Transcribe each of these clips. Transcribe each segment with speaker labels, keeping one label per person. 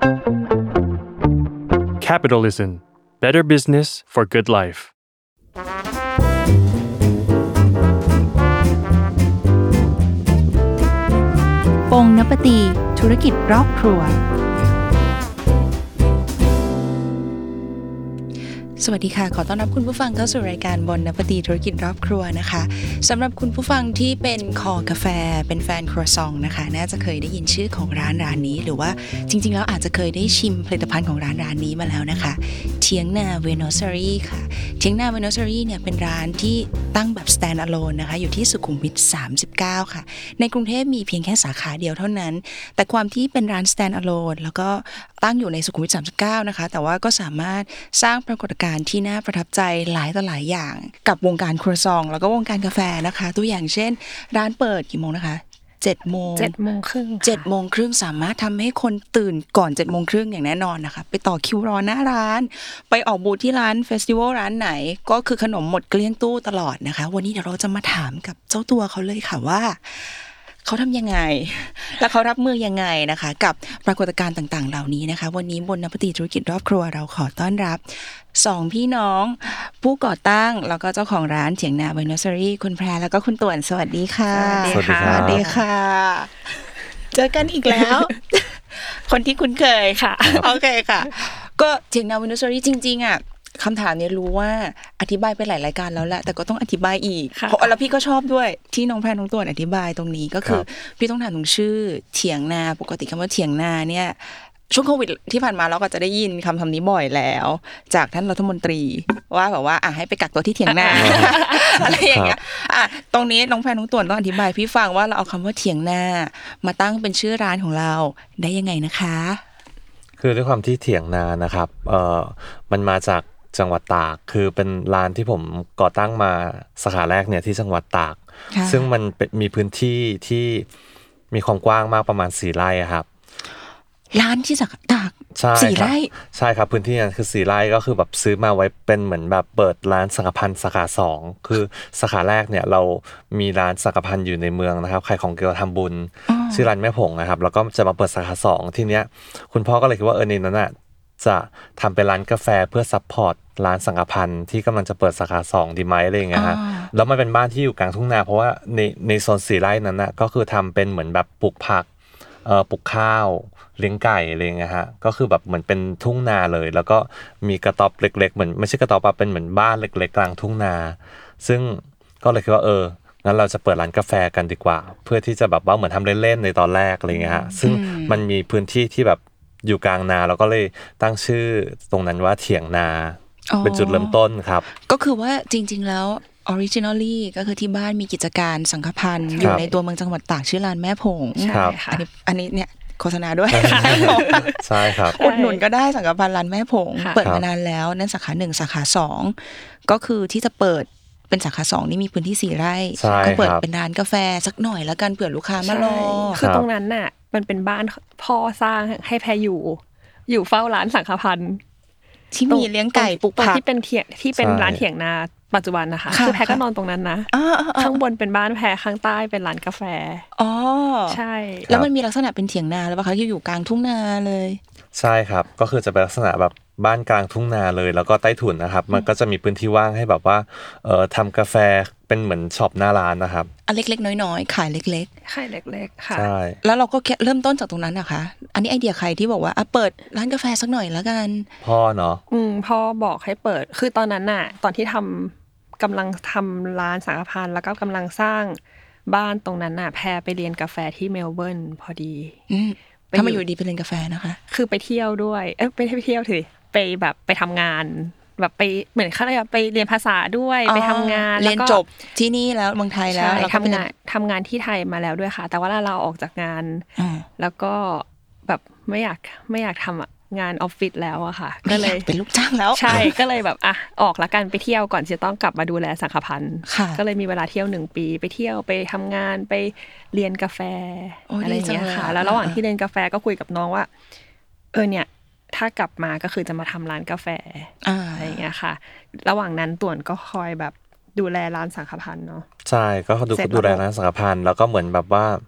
Speaker 1: Capitalism. Better business for good life.
Speaker 2: ปงนปตีธุรกิจรอบครัวสวัสดีค่ะขอต้อนรับคุณผู้ฟังเข้าสู่รายการบนนปตีธุรกิจรอบครัวนะคะสำหรับคุณผู้ฟังที่เป็นคอกาแฟเป็นแฟนครัวซองนะคะน่าจะเคยได้ยินชื่อของร้านนี้หรือว่าจริงๆแล้วอาจจะเคยได้ชิมผลิตภัณฑ์ของร้านนี้มาแล้วนะคะเถียงนาเวโนเซอรี่ค่ะเถียงนาเวโนเซอรี่เนี่ยเป็นร้านที่ตั้งแบบ stand alone นะคะอยู่ที่สุขุมวิท39ค่ะในกรุงเทพมีเพียงแค่สาขาเดียวเท่านั้นแต่ความที่เป็นร้าน stand alone แล้วก็ตั้งอยู่ในสุขุมวิท39นะคะแต่ว่าก็สามารถสร้างปรากฏการณ์ที่น่าประทับใจหลายต่อหลายอย่างกับวงการครัวซองแล้วก็วงการกาแฟนะคะตัวอย่างเช่นร้านเปิดกี่โมงนะคะ7 โมง 7 โมงครึ่งสามารถทำให้คนตื่นก่อน 7 โมงครึ่งอย่างแน่นอนนะคะไปต่อคิวรอหน้าร้านไปออกบูธที่ร้านเฟสติวัลร้านไหนก็คือขนมหมดเกลี้ยงตู้ตลอดนะคะวันนี้เดี๋ยวเราจะมาถามกับเจ้าตัวเขาเลยค่ะว่าเขาทำยังไงและเขารับมือยังไงนะคะกับปรากฏการณ์ต่างๆเหล่านี้นะคะวันนี้บนนปตีธุรกิจรอบครัวเราขอต้อนรับ2พี่น้องผู้ก่อตั้งแล้วก็เจ้าของร้านเถียงนาเวโนเซอรี่คุณแพรแล้วก็คุณต่วนสวัสดีค่ะ
Speaker 3: สวัสดีค่ะ
Speaker 2: สวัสดีค่ะเจอกันอีกแล้ว คนที่คุ้นเคยค่ะโอเคค่ะก็เถียงนาเวโนเซอรี่จริงๆอ่ะคำถามนี้รู้ว่าอธิบายไปหลายรายการแล้วแหละแต่ก็ต้องอธิบายอีกเพราะแล้วพี่ก็ชอบด้วยที่น้องแพรน้องต่วนอธิบายตรงนี้ก็คือพี่ต้องถามถึงชื่อเถียงนาปกติคำว่าเถียงนาเนี่ยช่วงโควิดที่ผ่านมาเราก็จะได้ยินคำนี้บ่อยแล้วจากท่านรัฐมนตรีว่าแบบว่าให้ไปกักตัวที่เถียงนา อะไรอย่างเงี้ยตรงนี้น้องแพรน้องต่วนต้องอธิบายพี่ฟังว่าเราเอาคำว่าเถียงนามาตั้งเป็นชื่อร้านของเราได้ยังไงนะคะ
Speaker 3: คือด้วยความที่เถียงนานะครับมันมาจากจังหวัดตากคือเป็นร้านที่ผมก่อตั้งมาสาขาแรกเนี่ยที่จังหวัดตากซึ่งมันมีพื้นที่ที่มีความกว้างมากประมาณ4 ไร่ครับ
Speaker 2: ร้านที่ตาก4 ไร่
Speaker 3: ใช่ครับพื้นที่นั้นคือ4 ไร่ก็คือแบบซื้อมาไว้เป็นเหมือนแบบเปิดร้านสังฆพันธ์สาขา2คือสาขาแรกเนี่ยเรามีร้านสังฆพันธ์อยู่ในเมืองนะครับขายของเกี่ยวกับทำบุญชื่อร้านแม่ผงนะครับแล้วก็จะมาเปิดสาขา2ทีเนี้ยคุณพ่อก็เลยคิดว่าในนั้นน่ะจะทำเป็นร้านกาแฟเพื่อซัพพอร์ตร้านสังฆพันธ์ที่กำลังจะเปิดสาขา2ดีไหมอะไรอย่างเงี้ยฮะแล้วมันเป็นบ้านที่อยู่กลางทุ่งนาเพราะว่าในโซน4 ไร่นั้นน่ะก็คือทำเป็นเหมือนแบบปลูกผักปลูกข้าวเลี้ยงไก่อะไรอย่างเงี้ยฮะก็คือแบบเหมือนเป็นทุ่งนาเลยแล้วก็มีกระต๊อบเล็กๆเหมือนไม่ใช่กระต๊อบเป็นเหมือนบ้านเล็กๆกลางทุ่งนาซึ่งก็เลยคิดว่างั้นเราจะเปิดร้านกาแฟกันดีกว่าเพื่อที่จะแบบว่าเหมือนทำเล่นๆในตอนแรกอะไรเงี้ยฮะซึ่งมันมีพื้นที่ที่แบบอยู่กลางนาแล้วก็เลยตั้งชื่อตรงนั้นว่าเถียงนาเป็นจุดเริ่มต้นครับ
Speaker 2: ก็คือว่าจริงๆแล้วoriginally ก็คือที่บ้านมีกิจการสังฆพันธ์อยู่ในตัวเมืองจังหวัดตากชื่อร้านแม่ผง
Speaker 3: ใช่
Speaker 2: ค่ะอันนี้เนี่ยโฆษณาด้วย
Speaker 3: ใช่ครับ
Speaker 2: อุดหนุนก็ได้สังฆพันธ์ร้านแม่ผงเปิดมานานแล้วนั่นสาขา1สาขา2ก็คือที่จะเปิดเป็นสาขา2นี่มีพื้นที่4 ไร่ก็เปิดเป็นร้านกาแฟสักหน่อยแล้วกันเผื่อลูกค้ามารอ
Speaker 4: คือตรงนั้นน่ะมันเป็นบ้านพ่อสร้างให้แพรอยู่เฝ้าร้านสังฆพันธ์
Speaker 2: ที่มีเลี้ยงไก่ปลูกผัก
Speaker 4: ที่เป็นร้านเถียงนาปัจจุบันนะคะคือแพรก็นอนตรงนั้นนะข้างบนเป็นบ้านแพรข้างใต้เป็นร้านกาแฟใช่
Speaker 2: แล้วมันมีลักษณะเป็นเถียงนาหรือเปล่าคะที่อยู่กลางทุ่งนาเลย
Speaker 3: ใช่ครับก็คือจะเป็นลักษณะแบบบ้านกลางทุ่งนาเลยแล้วก็ใต้ถุนนะครับมันก็จะมีพื้นที่ว่างให้แบบว่าทำกาแฟเป็นเหมือนช็อปหน้าร้านนะครับ
Speaker 2: เล็กๆน้อยๆขายเล็ก
Speaker 4: ๆค่ะ
Speaker 3: ใช่
Speaker 2: แล้วเราก็เริ่มต้นจากตรงนั้นนะคะอันนี้ไอเดียใครที่บอกว่าเปิดร้านกาแฟสักหน่อยแล้วกัน
Speaker 3: พ่อเนาะ
Speaker 4: พ่อบอกให้เปิดคือตอนนั้นน่ะตอนที่กำลังทำร้านสังฆพันธ์แล้วก็กำลังสร้างบ้านตรงนั้นน่ะแพรไปเรียนกาแฟที่เมลเบิร์นพอดี
Speaker 2: ถ้ามาอยู่ดีไปเรียนกาแฟนะคะ
Speaker 4: คือไปเที่ยวด้วยไม่ได้ไปเที่ยวถือไปแบบไปทำงานแบบไปเหมือนเขาเรียกไปเรียนภาษาด้วยไปทำงาน
Speaker 2: เรียนจบที่นี่แล้วเมืองไทยแล้ว
Speaker 4: ทำงานที่ไทยมาแล้วด้วยค่ะแต่ว่าเราออกจากงานแล้วก็แบบไม่อยากทำงานออฟฟิศแล้วอะค่ะก็เลย
Speaker 2: เป็นลูกจ้างแล้ว
Speaker 4: ใช่ก็เลยแบบออกละกันไปเที่ยวก่อนจะต้องกลับมาดูแลสังฆพันธ์ก็เลยมีเวลาเที่ยว1 ปีไปเที่ยวไปทำงานไปเรียนกาแฟอะไรอย่างเงี้ยค่ะแล้วระหว่างที่เรียนกาแฟก็คุยกับน้องว่าเนี่ยถ้ากลับมาก็คือจะมาทำร้านกาแฟอะไรอย่างเงี้ยค่ะระหว่างนั้นต่วนก็คอยแบบดูแลร้านสังฆพันธ์เนาะ
Speaker 3: ใช่ก็ดูแลร้านสังฆพันธ์แล้วก็เหมือนแบบว่า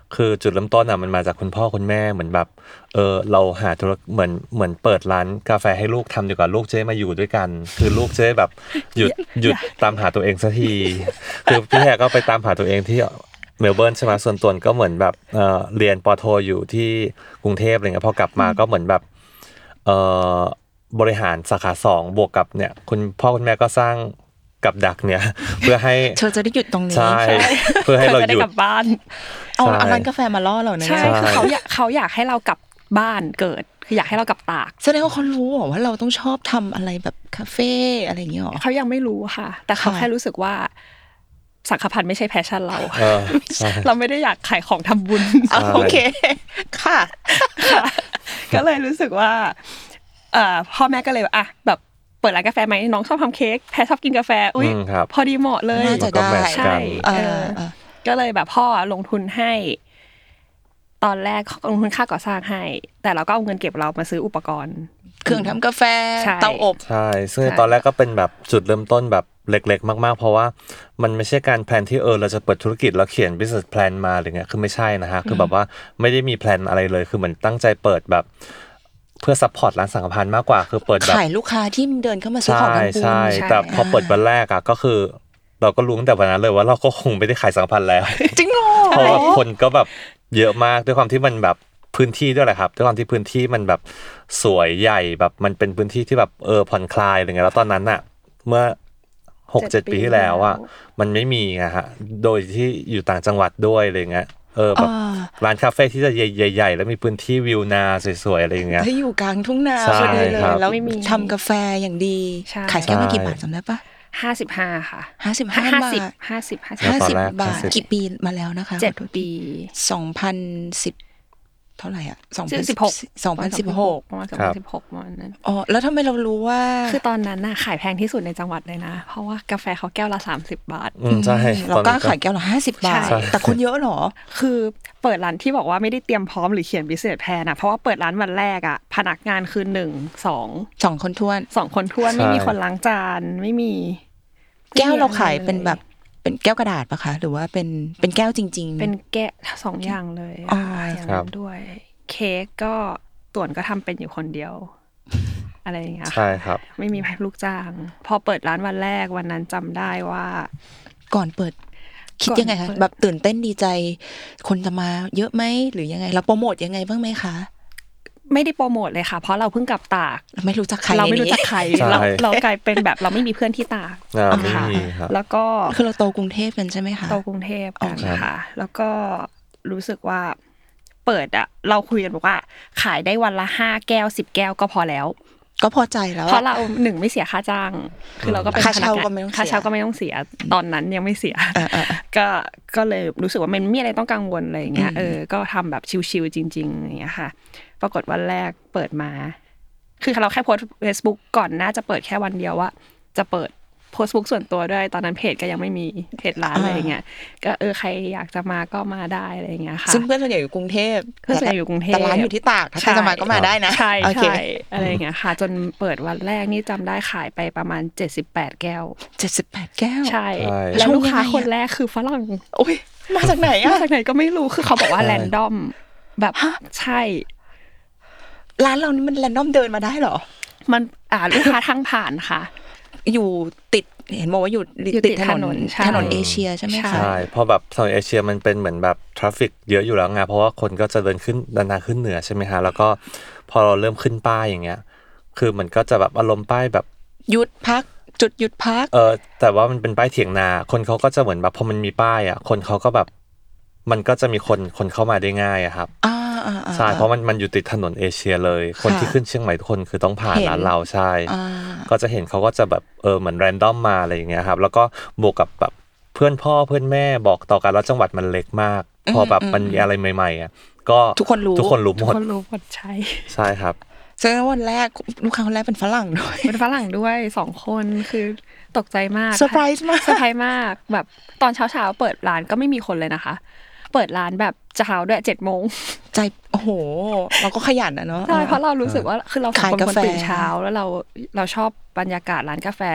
Speaker 3: คือจุดเริ่มต้นมันมาจากคุณพ่อคุณแม่เหมือนแบบเราหาธุรกิจเหมือนเปิดร้านกาแฟให้ลูกทำดีกว่าลูกจะมาอยู่ด้วยกันคือลูกจะแบบหยุดตามหาตัวเองสักทีคือพี่แพรก็ไปตามหาตัวเองที่เมลเบิร์นใช่ไหมส่วนตัวก็เหมือนแบบเรียนป.โทอยู่ที่กรุงเทพอะไรเงี้ยพอกลับมาก็เหมือนแบบบริหารสาขา2บวกกับเนี่ยคุณพ่อคุณแม่ก็สร้างกับดักเนี่ยเพื่อให้
Speaker 2: เธอจะได้หยุดตรงนี้
Speaker 3: ใช่เพื่อให้เราหยุด
Speaker 4: กลับบ้าน
Speaker 2: เอาร้านกาแฟมาล่อเราเนี่ย
Speaker 4: ใช่คือเขาอยากให้เรากลับบ้านเกิดคืออยากให้เรากลับตาก
Speaker 2: แสดงว่าเขารู้ว่าเราต้องชอบทำอะไรแบบคาเฟ่อะไรอย่างเงี้ยหรอ
Speaker 4: เขายังไม่รู้ค่ะแต่เขาแค่รู้สึกว่าสังฆพันธ์ไม่ใช่แพชชั่นเราเราไม่ได้อยากขายของทำบุญ
Speaker 2: โอเคค่ะ
Speaker 4: ก็เลยรู้สึกว่าพ่อแม่ก็เลยแบบเปิดร้านกาแฟไหมน้องชอบทำเค้กแพรชอบกินกาแฟอุ้ยพอดีเหมาะเลย
Speaker 2: น่าจะได้
Speaker 4: ใช่ก็เลยแบบพ่อลงทุนให้ตอนแรกลงทุนค่าก่อสร้างให้แต่เราก็เอาเงินเก็บเรามาซื้ออุปกรณ์
Speaker 2: เครื่องทำกาแฟเตาอบ
Speaker 3: ใช่ซึ่งตอนแรกก็เป็นแบบจุดเริ่มต้นแบบเล็กๆมากๆเพราะว่ามันไม่ใช่การแพลนที่เราจะเปิดธุรกิจแล้วเขียน business plan มาอะไรเงี้ยคือไม่ใช่นะฮะคือแบบว่าไม่ได้มีแพลนอะไรเลยคือเหมือนตั้งใจเปิดแบบเพื่อซัพพอร์ตร้านสังฆพันธ์มากกว่าคือเปิดแบบ
Speaker 2: ขายลูกค้าที่เดินเข้ามาซื้อของทำบุญ
Speaker 3: ใช่แต่พอเปิดวันแรกก็คือเราก็รู้ตั้งแต่วันนั้นเลยว่าเราก็คงไม่ได้ขายสังฆพันธ์แล้ว
Speaker 2: จริงเหรอ
Speaker 3: เพราะว่าคนก็แบบเยอะมากด้วยความที่มันแบบพื้นที่ด้วยแหละครับด้วยความที่พื้นที่มันแบบสวยใหญ่แบบมันเป็นพื้นที่ที่แบบผ่อนคลายอะไรเงี้ยแล้วตอนนั้นน่ะเมื่อ 6-7 ปีที่แล้วมันไม่มีไงฮะโดยที่อยู่ต่างจังหวัดด้วยอะไรเงี้ยแบบร้านคาเฟ่ที่จะใหญ่ๆแล้วมีพื้นที่วิวนาสวยๆอะไรอย่างเงี้ย
Speaker 2: ที่อยู่กลางทุ่งนาเลยแล้วทำกาแฟอย่างดีขายแก้วละกี่บาทจำได้ปะ
Speaker 4: 55ค่ะ
Speaker 2: 55 บาท50 บาทกี่ปีมาแล้วนะคะ
Speaker 4: 7 ปี
Speaker 2: 2010เท่าไหร่อ่ะ
Speaker 4: 2016ประมาณ2016ประมาณนั้น
Speaker 2: แล้วทำไมเรารู้ว่า
Speaker 4: คือตอนนั้นน่ะขายแพงที่สุดในจังหวัดเลยนะเพราะว่ากาแฟเขาแก้วละ30 บาท
Speaker 3: ใช่
Speaker 2: เราก็ขายแก้วละ50 บาทแต่คนเยอะหรอ
Speaker 4: คือเปิดร้านที่บอกว่าไม่ได้เตรียมพร้อมหรือเขียน business plan นะเพราะว่าเปิดร้านวันแรกอ่ะพนักงานคือ2
Speaker 2: คนท้วน
Speaker 4: ไม่มีคนล้างจานไม่มี
Speaker 2: แก้วเราขายเป็นแบบเป็นแก้วกระดาษปะคะหรือว่าเป็นแก้วจริง
Speaker 4: ๆเป็นแก้ว2อย่างเลยอย่างนั้นด้วยเค้กก็ต่วนก็ทำเป็นอยู่คนเดียวอะไรอย่างเงี้ย
Speaker 3: ใช่ครับ
Speaker 4: ไม่มีลูกจ้างพอเปิดร้านวันแรกวันนั้นจำได้ว่า
Speaker 2: ก่อนเปิดคิดยังไงคะแบบตื่นเต้นดีใจคนจะมาเยอะไหมหรือยังไงเราโปรโมทยังไงบ้างไหมคะ
Speaker 4: ไม่ได้โปรโมทเลยค่ะเพราะเราเพิ่งกลับตาก
Speaker 2: เราไม่รู้จักใคร
Speaker 4: เรากลายเป็นแบบเราไม่มีเพื่อนที่ตาก
Speaker 3: ค่ะ
Speaker 4: แล้วก็
Speaker 2: คือเราโตกรุงเทพกันใช่ไหมคะ
Speaker 4: โตกรุงเทพกันค่ะแล้วก็รู้สึกว่าเปิดเราคุยกันบอกว่าขายได้วันละ5 แก้ว10 แก้วก็พอแล้ว
Speaker 2: ก็พอใจแล้ว
Speaker 4: เพราะเรา1ไม่เสียค่าจ้างคือเราก็เป็น
Speaker 2: ค่าเช่าก็ไม่ต้อง
Speaker 4: ค่าเช่าก็ไม่ต้องเสียตอนนั้นยังไม่เสียก็เลยรู้สึกว่ามันมีอะไรต้องกังวลอะไรอย่างเงี้ยก็ทำแบบชิลๆจริงๆอย่างเงี้ยค่ะปรากฏวันแรกเปิดมาคือเราแค่โพสต์ Facebook ก่อนน่าจะเปิดแค่วันเดียวว่าจะเปิดโพสต์ Facebook ส่วนตัวด้วยตอนนั้นเพจก็ยังไม่มีเพจร้านอะไรอย่างเงี้ยก็ใครอยากจะมาก็มาได้อะไรอย่างเงี้ยค่ะ
Speaker 2: ซึ่งเพื่อนส่วนใหญ่อยู่กรุงเทพแต่ร้านอยู่ที่ตากถ้าใครจะมาก็มาได้นะ
Speaker 4: ใช่อะไรอย่างเงี้ยค่ะจนเปิดวันแรกนี่จำได้ขายไปประมาณ78 แก้ว
Speaker 2: 78 แก้ว
Speaker 4: ใช่แล้วลูกค้าคนแรกคือฝรั่ง
Speaker 2: โอ้ยมาจากไหน
Speaker 4: มาจากไหนก็ไม่รู้คือเขาบอกว่าแรนดอมแบบใช่
Speaker 2: ร้านเรานี่มันแรนดอมเดินมาได้เหรอ
Speaker 4: มันลูกค้าทางผ่านค่ะ
Speaker 2: อยู่ติดเห็นบอกว่าอยู่ติดถนนเอเชียใช่ไหมคะ
Speaker 3: ใช่เพราะแบบถนนเอเชียมันเป็นเหมือนแบบทราฟฟิกเยอะอยู่แล้วไงเพราะว่าคนก็จะเดินทางขึ้นเหนือใช่ไหมฮะแล้วก็พอเราเริ่มขึ้นป้ายอย่างเงี้ยคือมันก็จะแบบอารมณ์ป้ายแบบ
Speaker 2: หยุดพักจุดหยุดพัก
Speaker 3: แต่ว่ามันเป็นป้ายเถียงนาคนเขาก็จะเหมือนแบบพอมันมีป้ายคนเขาก็แบบมันก็จะมีคนเข้ามาได้ง่ายครับใช่เพราะมันอยู่ติดถนนเอเชียเลยคนที่ขึ้นเชียงใหม่ทุกคนคือต้องผ่านร้านเราใช่ก็จะเห็นเขาก็จะแบบเหมือนแรนดอมมาอะไรอย่างเงี้ยครับแล้วก็บวกกับแบบเพื่อนพ่อเพื่อนแม่บอกต่อกันแล้วจังหวัดมันเล็กมากพอแบบมันมีอะไรใหม่ๆก็
Speaker 2: ทุกคนรู้
Speaker 3: หมดทุกคนรู้ห
Speaker 4: มด
Speaker 3: ใช่ครับ
Speaker 2: ซึ่งวันแรกลูกค้าคนแรกเป็นฝรั่ง
Speaker 4: ด้วย2 คนคือตกใจมาก
Speaker 2: เซอร์ไพรส์
Speaker 4: มากแบบตอนเช้าเปิดร้านก็ไม่มีคนเลยนะคะเปิดร้านแบบเช้าด้วย7 โมง
Speaker 2: ใจโอ้โหเราก็ขยันเนาะ
Speaker 4: ใช่เพราะเรารู้สึกว่าคือเราเป็นคนตื่นเช้าแล้วเราชอบบรรยากาศร้านกาแฟ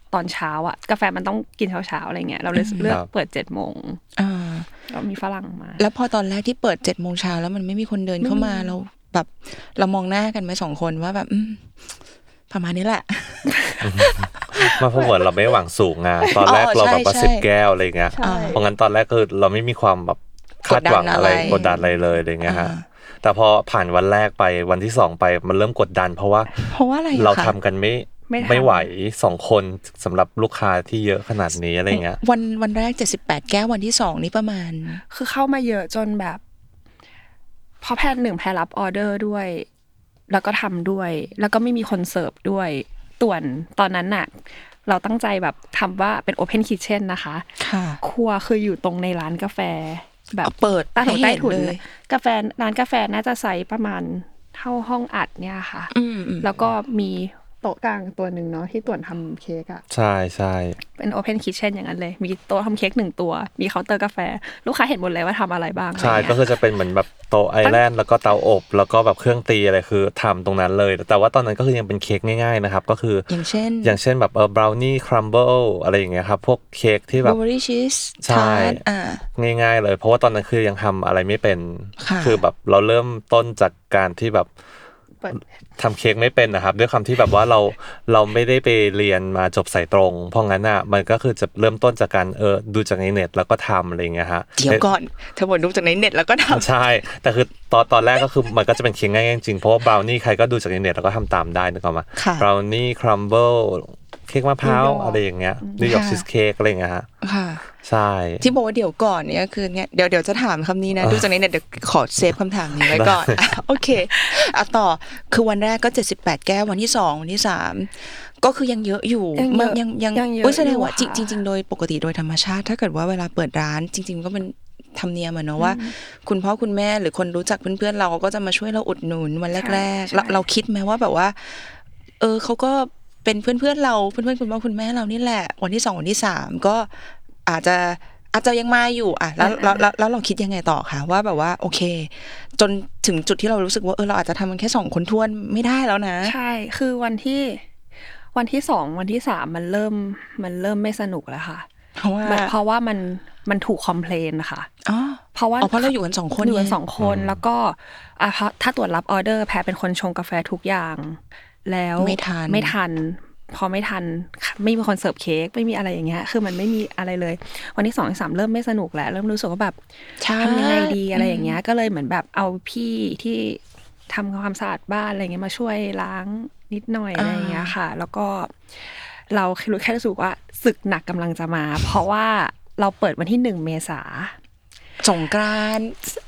Speaker 4: ตอนเช้าอ่ะกาแฟมันต้องกินเช้าๆอะไรเงี้ยเราเลยเลือกเปิด 7:00 นแล้วมีฝรั่งมา
Speaker 2: แล้วพอตอนแรกที่เปิด 7:00 นแล้วมันไม่มีคนเดินเข้ามาเราแบบเรามองหน้ากันไหม2คนว่าแบบประมาณนี้แหละ
Speaker 3: มาเพราะเหมือนเราไม่หวังสูงงานตอนแรกเราแบบ10 แก้วอะไรเงี้ยเพราะงั้นตอนแรกคือเราไม่มีความแบบคาดหวังอะไรกดดันอะไรเลยอะไรเงี้ยฮะแต่พอผ่านวันแรกไปวันที่2ไปมันเริ่มกดดันเพราะว่า
Speaker 2: อะไร
Speaker 3: เราทำกันไม่ไหว2คนสำหรับลูกค้าที่เยอะขนาดนี้อะไรเงี้ย
Speaker 2: วันแรก78 แก้ววันที่2นี่ประมาณ
Speaker 4: คือเข้ามาเยอะจนแบบพอแพทย์1แพทย์รับออเดอร์ด้วยแล้วก็ทำด้วยแล้วก็ไม่มีคนเสิร์ฟด้วยต่วนตอนนั้นน่ะเราตั้งใจแบบทำว่าเป็น Open Kitchen นะคะครัวคืออยู่ตรงในร้านกาแฟแบบ
Speaker 2: เปิด
Speaker 4: ใต้ถุนกาแฟร้านกาแฟน่าจะไซส์ประมาณเท่าห้องอัดเนี่ยค่ะแล้วก็มีโต๊ะกลางตัวนึงเนาะที่ต่วนทำเค้กอ่ะ
Speaker 3: ใช่ๆ
Speaker 4: เป็น Open Kitchen อย่างนั้นเลยมีโต๊ะทำเค้ก1ตัวมีเคาน์เตอร์กาแฟลูกค้าเห็นหมดเลยว่าทำอะไรบ้าง
Speaker 3: ใช่ก็คือจะเป็นเหมือนแบบโต๊ะไอแลนด์แล้วก็เตาอบแล้วก็แบบเครื่องตีอะไรคือทำตรงนั้นเลยแต่ว่าตอนนั้นก็คือยังเป็นเค้กง่ายๆนะครับก็คือ
Speaker 2: อย่างเ
Speaker 3: ช่นแบบบราวนี่ครัมเบิลอะไรอย่างเงี้ยครับพวกเค้กที่แบบ
Speaker 2: บลูเบอร์รี่ชีส
Speaker 3: ใช่ง่ายๆเลยเพราะว่าตอนนั้นคือยังทำอะไรไม่เป็นคือแบบเราเริ่มต้นจากการที่แบบทำเค้กไม่เป็นนะครับด้วยคำที่แบบว่าเราไม่ได้ไปเรียนมาจบสายตรงเพราะงั้นอ่ะมันก็คือจะเริ่มต้นจากการดูจากในเน็ตแล้วก็ทำอะไรเงี้ยฮะ
Speaker 2: เดี๋ยวก่อนเธอบอกดูจากในเน็ตแล้วก็ท
Speaker 3: ำใช่แต่คือตอนแรกก็คือมันก็จะเป็นเค้กง่ายจริงเพราะว่าบราวนี่ใครก็ดูจากในเน็ตแล้วก็ทำตามได้นึกออกมาบราวนี่ครัมเบิลเค้กมะพร้าวอะไรอย่างเงี้ยนิวยอร์กชีสเค้กอะไรเงี้ยฮะใช่
Speaker 2: ที่บอกว่าเดี๋ยวก่อนเนี่ยคือเนี่ยเดี๋ยวจะถามคำนี้นะดูจากในเน็ตเดี๋ยวขอเซฟคำถามนี้ไว้ก่อนโอเคต่อคือวันแรกก็78 แก้ววันที่2วันที่3ก็คือยังเยอะอยู่ยังแสดงว่าจริงโดยปกติโดยธรรมชาติถ้าเกิดว่าเวลาเปิดร้านจริงๆก็เป็นธรรมเนียมเนาะว่าคุณพ่อคุณแม่หรือคนรู้จักเพื่อนๆเราก็จะมาช่วยเราอุดหนุนวันแรกๆเราคิดไหมว่าแบบว่าเขาก็เป็นเพื่อนๆเราเพื่อนๆคุณพ่อคุณแม่เรานี่แหละวันที่2วันที่3ก็อาจจะยังมาอยู่แล้วเราคิดยังไงต่อคะว่าแบบว่าโอเคจนถึงจุดที่เรารู้สึกว่าเราอาจจะทำมันแค่2คนท้วนไม่ได้แล้วนะ
Speaker 4: ใช่คือวันที่2วันที่3มันเริ่มไม่สนุกแล้วค่ะเพราะว่ามันถูกคอมเพลนนะคะเพราะ
Speaker 2: เราอยู่กัน2คน
Speaker 4: อยู่กัน2คนแล้วก็ถ้าตรวจรับออเดอร์แพรเป็นคนชงกาแฟทุกอย่างแล้วไม่ทันพอไม่ทันไม่มีคนเสิร์ฟเค้กไม่มีอะไรอย่างเงี้ยคือมันไม่มีอะไรเลยวันที่2 3เริ่มไม่สนุกแล้วเริ่มรู้สึกว่าแบบทำยังไงดีอะไรอย่างเงี้ยก็เลยเหมือนแบบเอาพี่ที่ทำความสะอาดบ้านอะไรเงี้ยมาช่วยล้างนิดหน่อยอะไรอย่างเงี้ยค่ะแล้วก็เราแค่รู้สึกว่าศึกหนักกำลังจะมาเพราะว่าเราเปิดวันที่1 เมษา
Speaker 2: สงกรานต์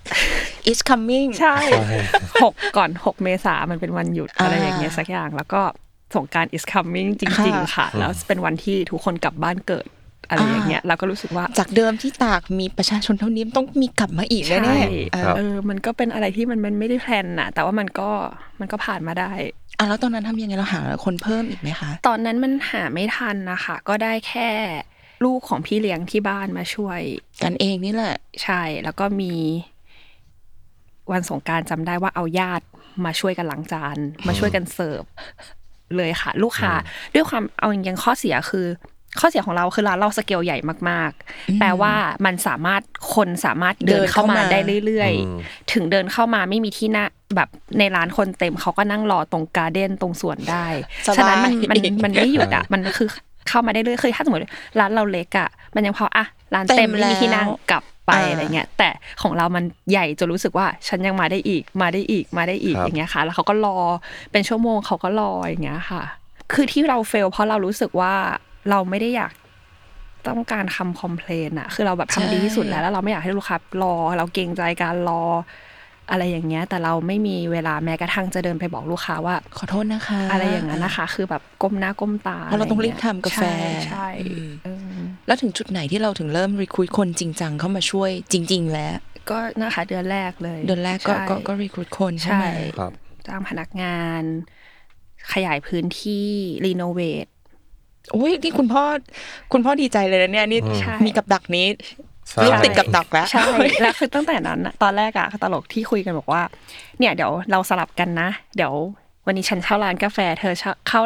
Speaker 2: is coming
Speaker 4: ใช่6 เมษามันเป็นวันหยุดอะไรอย่างเงี้ยสักอย่างแล้วก็สงกรานต์ is coming จริงๆค่ะแล้วเป็นวันที่ทุกคนกลับบ้านเกิดอะไรอย่างเงี้ยเราก็รู้สึกว่า
Speaker 2: จากเดิมที่ตากมีประชาชนเท่านี้ต้องมีกลับมาอีกแน่
Speaker 4: ๆมันก็เป็นอะไรที่มันไม่ได้แพลนน่ะแต่ว่ามันก็ผ่านมาได้
Speaker 2: แล้วตอนนั้นทำยังไงเราหาคนเพิ่มอีกไหมคะ
Speaker 4: ตอนนั้นมันหาไม่ทันนะคะก็ได้แค่ลูกของพี่เลี้ยงที่บ้านมาช่วย
Speaker 2: กันเองนี่แหละ
Speaker 4: ใช่แล้วก็มีวันสงกรานต์จำได้ว่าเอาญาติมาช่วยกันล้างจานมาช่วยกันเสิร์ฟเลยค่ะลูกค้าด้วยความเอาอย่างข้อเสียคือข้อเสียของเราคือร้านเราสเกลใหญ่มากๆแปลว่ามันคนสามารถเดินเข้ามาได้เรื่อยๆถึงเดินเข้ามาไม่มีที่นั่งแบบในร้านคนเต็มเขาก็นั่งรอตรงการ์เด้นตรงสวนได้ฉะนั้นมันไม่หยุดอ่ะมันคือเข้ามาได้เรื่อยคือถ้าสมมติร้านเราเล็กอ่ะมันยังพอร้านเต็มไม่มีที่นั่งกลับไปอะไรเงี้ยแต่ของเรามันใหญ่จนรู้สึกว่าฉันยังมาได้อีกอย่างเงี้ยค่ะแล้วเขาก็รอเป็นชั่วโมงเขาก็รออย่างเงี้ยค่ะคือที่เราเฟลเพราะเรารู้สึกว่าเราไม่ได้อยากต้องการคำคอมเพลนอะคือเราแบบทำดีที่สุดแล้วเราไม่อยากให้ลูกค้ารอเราเกรงใจการรออะไรอย่างเงี้ยแต่เราไม่มีเวลาแม้กระทั่งจะเดินไปบอกลูกค้าว่า
Speaker 2: ขอโทษนะคะ
Speaker 4: อะไรอย่างนั้นนะคะคือแบบก้มหน้าก้มตา
Speaker 2: เพราะเราต้องรีบทำกาแฟ
Speaker 4: ใช่
Speaker 2: แล้วถึงจุดไหนที่เราถึงเริ่มรีคูดคนจริงจังเข้ามาช่วยจริงๆแล้ว
Speaker 4: ก็นะคะเดือนแรกเลย
Speaker 2: เดือนแรกก็รีคูดคนใช่ไหม
Speaker 4: จ้างพนักงานขยายพื้นที่รีโนเวท
Speaker 2: โอ้ยนี่คุณพ่อดีใจเลยนะเนี่ยนี่มีกับดักนี้ลูกติดกับดักแล้ว
Speaker 4: ใช่แล้วคือตั้งแต่นั้นตอนแรกอะตลกที่คุยกันบอกว่าเนี่ยเดี๋ยวเราสลับกันนะเดี๋ยววันนี้ฉันเข้าร้านกาแฟเธอเข้า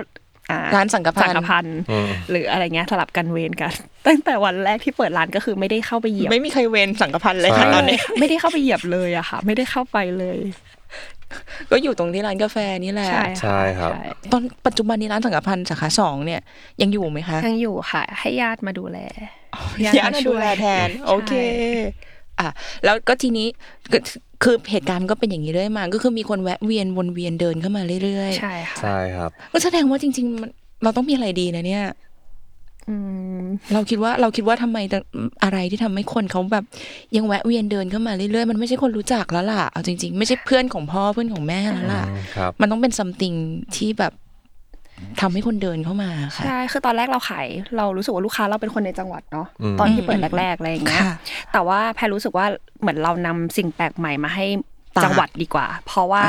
Speaker 2: ร้านสังฆพันธ์
Speaker 4: หรืออะไรเงี้ยสลับกันเวรกันตั้งแต่วันแรกที่เปิดร้านก็คือไม่ได้เข้าไปเหยียบ
Speaker 2: ไม่มีใครเวรสังฆพันธ์เลยค่ะตอนนี้
Speaker 4: ไม่ได้เข้าไปเหยียบเลยอะค่ะไม่ได้เข้าไปเลย
Speaker 2: ก็อยู่ตรงที่ร้านกาแฟนี่แหละ
Speaker 3: ใช่ครับ
Speaker 2: ตอนปัจจุบันนี้ร้านสังฆพันธ์สาขา2เนี่ยยังอยู่ไหมคะ
Speaker 4: ยังอยู่ค่ะให้ญาติมาดูแล
Speaker 2: ญาติมาดูแลแทนโอเคแล้วก็ทีนี้คือเหตุการณ์ก็เป็นอย่างนี้เรื่อยมาก็คือมีคนแวะเวียนวนเวียนเดินเข้ามาเรื่อย
Speaker 4: ๆใช่ค่ะ
Speaker 3: ใช่ครับ
Speaker 2: ก็แสดงว่าจริงๆเราต้องมีอะไรดีนะเนี่ยเราคิดว่าทำไมอะไรที่ทำให้คนเขาแบบยังแวะเวียนเดินเข้ามาเรื่อยๆมันไม่ใช่คนรู้จักแล้วล่ะเอาจริงๆไม่ใช่เพื่อนของพ่อเพื่อนของแม่แล้วล่ะมันต้องเป็น something ที่แบบทำให้คนเดินเข้ามาค่ะ
Speaker 4: ใช่คือตอนแรกเรารู้สึกว่าลูกค้าเราเป็นคนในจังหวัดเนาะตอนที่เปิดแรกๆอะไรอย่างเงี้ยแต่ว่าแพรรู้สึกว่าเหมือนเรานำสิ่งแปลกใหม่มาให้จังหวัดดีกว่าเพราะว่า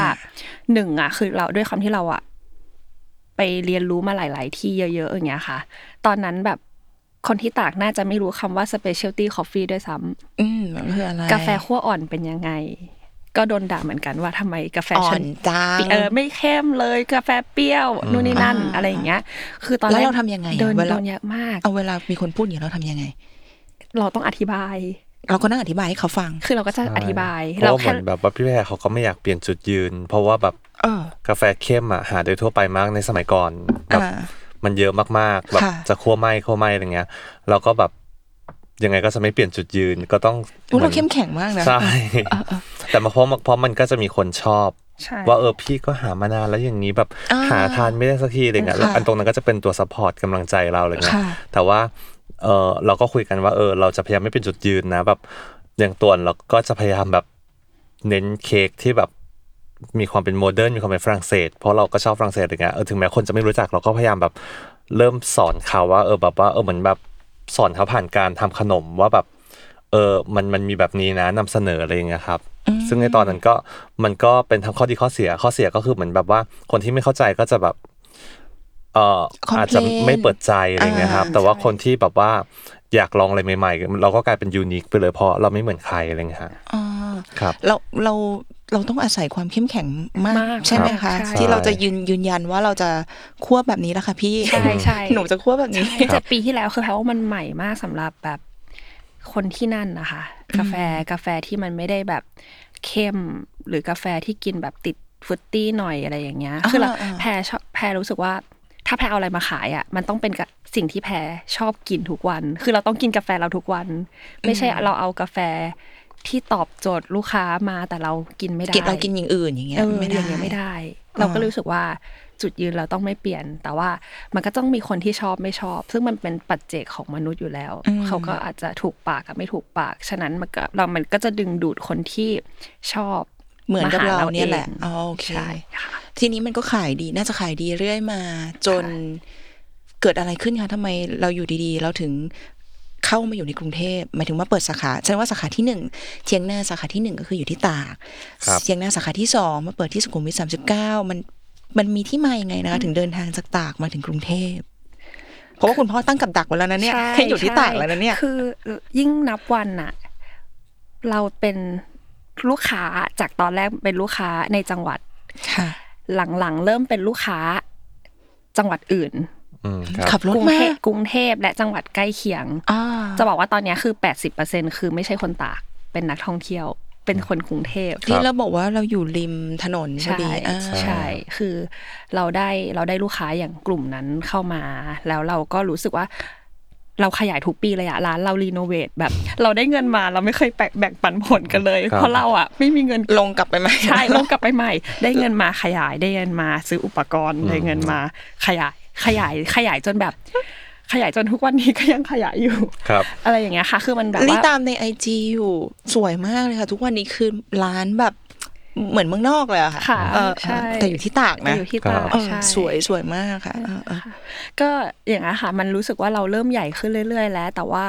Speaker 4: 1อ่ะคือเราด้วยความที่เราอ่ะไปเรียนรู้มาหลายๆที่เยอะๆอย่างเงี้ยค่ะตอนนั้นแบบคนที่ตากน่าจะไม่รู้คำว่า specialty coffee ด้วยซ้
Speaker 2: ำคืออะไร
Speaker 4: กาแฟคั่วอ่อนเป็นยังไงก็โดนด่าเหมือนกันว่าทำไมกาแฟ
Speaker 2: ฉัน
Speaker 4: ไม่เข้มเลยกาแฟเปรี้ยวนู่นนี่นั่นอะไรอย่างเงี้ยคือตอนแรก
Speaker 2: เราทำยังไง
Speaker 4: โดนเยอะมาก
Speaker 2: เวลามีคนพูดอย่างนี้เราทำยังไง
Speaker 4: เราต้องอธิบาย
Speaker 2: เราก็นั่งอธิบายให้เขาฟัง
Speaker 4: คือเราก็จะอธิบาย
Speaker 3: เราเหมือนแบบว่าพี่แพรเขาก็ไม่อยากเปลี่ยนจุดยืนเพราะว่าแบบกาแฟเข้มหาโดยทั่วไปมากในสมัยก่อนแบบมันเยอะมากๆแบบจะคั่วไหม้อะไรเงี้ยเราก็แบบยังไงก็จะไม่เปลี่ยนจุดยืนก็ต้อง
Speaker 2: เราเข้มแข็งมากนะ
Speaker 3: ใช่แต่เพราะมันก็จะมีคนชอบว่าพี่ก็หามานานแล้วอย่างนี้แบบหาทานไม่ได้สักทีอะไรเงี้ยอันตรงนั้นก็จะเป็นตัวซัพพอร์ตกำลังใจเราอะไรเงี้ยแต่ว่าเราก็คุยกันว่าเราจะพยายามไม่เป็นจุดยืนนะแบบอย่างตัวเราก็จะพยายามแบบเน้นเค้กที่แบบมีความเป็นโมเดิร์นมีความเป็นฝรั่งเศสเพราะเราก็ชอบฝรั่งเศสอะไรเงี้ยถึงแม้คนจะไม่รู้จักเราก็พยายามแบบเริ่มสอนเขาว่าแบบว่าเหมือนแบบสอนเขาผ่านการทำขนมว่าแบบมันมีแบบนี้นะนำเสนออะไรอย่างเงี้ยครับซึ่งในตอนนั้นก็มันก็เป็นทั้งข้อดีข้อเสียก็คือเหมือนแบบว่าคนที่ไม่เข้าใจก็จะแบบอาจจะไม่เปิดใจอะไรเงี้ยครับแต่ว่าคนที่แบบว่าอยากลองอะไรใหม่ๆเราก็กลายเป็นยูนิคไปเลยเพราะเราไม่เหมือนใครอะไรเงี้ยครับ
Speaker 2: เราต้องอาศัยความเข้มแข็งมากใช่ไหมคะที่เราจะยืนยันว่าเราจะคั่วแบบนี้แล้วค่ะพี่
Speaker 4: ใช่
Speaker 2: หนูจะคั่วแบบนี้
Speaker 4: 7 ปีที่แล้วคือเพราะว่ามันใหม่มากสำหรับแบบคนที่นั่นนะคะกาแฟที่มันไม่ได้แบบเข้มหรือกาแฟที่กินแบบติดฟรุตตี้หน่อยอะไรอย่างเงี้ยคือแพรรู้สึกว่าถ้าแพรเอาอะไรมาขายอ่ะมันต้องเป็นสิ่งที่แพรชอบกินทุกวันคือเราต้องกินกาแฟเราทุกวันไม่ใช่เราเอากาแฟที่ตอบโจทย์ลูกค้ามาแต่เรากินไม่ได้
Speaker 2: เรากินอย่างอื่นอย่างเงี้ย
Speaker 4: ไม่ได้เราก็รู้สึกว่าจุดยืนเราต้องไม่เปลี่ยนแต่ว่ามันก็ต้องมีคนที่ชอบไม่ชอบซึ่งมันเป็นปัจเจกของมนุษย์อยู่แล้วเขาก็อาจจะถูกปากกับไม่ถูกปากฉะนั้นมันก็จะดึงดูดคนที่ชอบ
Speaker 2: เหมือนกับเราเนี่ยแหละโอเคทีนี้มันก็ขายดีน่าจะขายดีเรื่อยมาจนเกิดอะไรขึ้นคะทำไมเราอยู่ดีๆเราถึงเข้ามาอยู่ในกรุงเทพหมายถึงว่าเปิดสาขาแสดงว่าสาขาที่1เชียงหน้าสาขาที่1ก็คืออยู่ที่ตากเชียงหน้าสาขาที่2มาเปิดที่สุขุมวิท39มันมีที่มายังไงนะคะถึงเดินทางจากตากมาถึงกรุงเทพเพราะว่าคุณพ่อตั้งกับดักไว้แล้วนะเนี่ยให้อยู่ที่ตากแล้วนะเนี่ย
Speaker 4: คือยิ่งนับวันน่ะเราเป็นลูกค้าจากตอนแรกเป็นลูกค้าในจังหวัดหลังๆเริ่มเป็นลูกค้าจังหวัดอื่น
Speaker 2: ขับรถมาก
Speaker 4: รุงเทพและจังหวัดใกล้เคียงจะบอกว่าตอนนี้คือ 80% คือไม่ใช่คนตากเป็นนักท่องเที่ยวเป็นคนกรุงเทพ
Speaker 2: ที่เราบอกว่าเราอยู่ริมถนนพอดี
Speaker 4: ใช่คือเราได้ลูกค้าอย่างกลุ่มนั้นเข้ามาแล้วเราก็รู้สึกว่าเราขยายทุกปีเลยอะร้านเรารีโนเวทแบบเราได้เงินมาเราไม่เคยแบ่งปันผลกันเลยเพราะเราอะไม่มีเงิน
Speaker 2: ลงกลับไปใหม่
Speaker 4: ใช่ลงกลับไปใหม่ได้เงินมาขยายได้เงินมาซื้ออุปกรณ์ได้เงินมาขยายจนแบบขยายจนทุกวันนี้ก็ยังขยายอยู่อะไรอย่างเงี้ยค่ะคือมันแบบว่า
Speaker 2: ตามใน IG อยู่สวยมากเลยค่ะทุกวันนี้คือร้านแบบเหมือนเมืองนอกเลยอะค่ะแต่อยู่ที่ตากนะ
Speaker 4: อยู่ที่ตาก
Speaker 2: สวยมากค่ะ
Speaker 4: ก็อย่างนี้ค่ะมันรู้สึกว่าเราเริ่มใหญ่ขึ้นเรื่อยๆแล้วแต่ว่า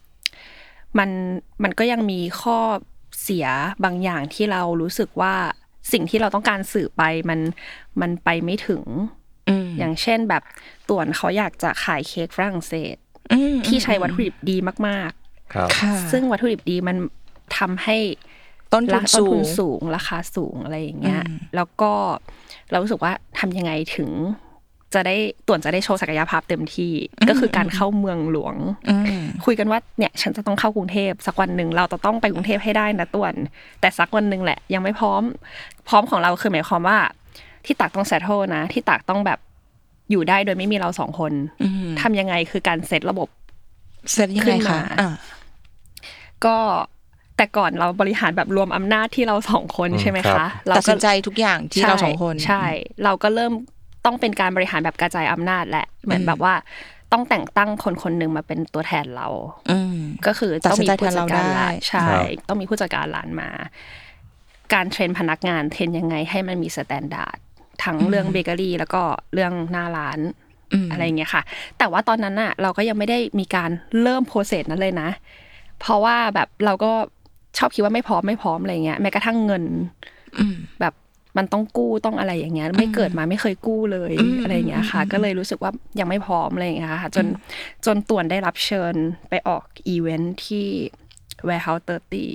Speaker 4: มันก็ยังมีข้อเสียบางอย่างที่เรารู้สึกว่าสิ่งที่เราต้องการสื่อไปมันไปไม่ถึงอย่างเช่นแบบต่วนเขาอยากจะขายเค้กฝรั่งเศสที่ใช้วัตถุดิบดีมากๆซึ่งวัตถุดิบดีมันทำให้ต้นทุนสูงราคาสูงอะไรอย่างเงี้ยแล้วก็เรารู้สึกว่าทำยังไงถึงจะได้โชว์ศักยภาพเต็มที่ก็คือการเข้าเมืองหลวงคุยกันว่าเนี่ยฉันจะต้องเข้ากรุงเทพสักวันนึงเราจะต้องไปกรุงเทพให้ได้นะต่วนแต่สักวันนึงแหละยังไม่พร้อมของเราคือหมายความว่าที่ตากต้องเซตโธนะที่ตากต้องแบบอยู่ได้โดยไม่มีเรา2คนทำยังไงคือการเซตระบบ
Speaker 2: เซตยังไงคะ
Speaker 4: ก็แต่ก่อนเราบริหารแบบรวมอำนาจที่เรา2คนใช่ไหมคะ
Speaker 2: ตัดสินใจทุกอย่างที่เรา2คน
Speaker 4: ใช่เราก็เริ่มต้องเป็นการบริหารแบบกระจายอำนาจแหละเหมือนแบบว่าต้องแต่งตั้งคนนึงมาเป็นตัวแทนเราก็คือต้องมีผู้จัดการร้านใช่ต้องมีผู้จัดการร้านมาการเทรนพนักงานเทรนยังไงให้มันมีสแตนดาร์ดทั้งเรื่องเบเกอรี่แล้วก็เรื่องหน้าร้านอะไรอย่างเงี้ยค่ะแต่ว่าตอนนั้นน่ะเราก็ยังไม่ได้มีการเริ่มโปรเซสนั้นเลยนะเพราะว่าแบบเราก็ชอบคิดว่าไม่พร้อมอะไรเงี้ยแม้กระทั่งเงินแบบมันต้องกู้ต้องอะไรอย่างเงี้ยไม่เกิดมาไม่เคยกู้เลยอะไรอย่างเงี้ยค่ะก็เลยรู้สึกว่ายังไม่พร้อมอะไรอย่างเงี้ยค่ะจนต่วนได้รับเชิญไปออกอีเวนท์ที่ Warehouse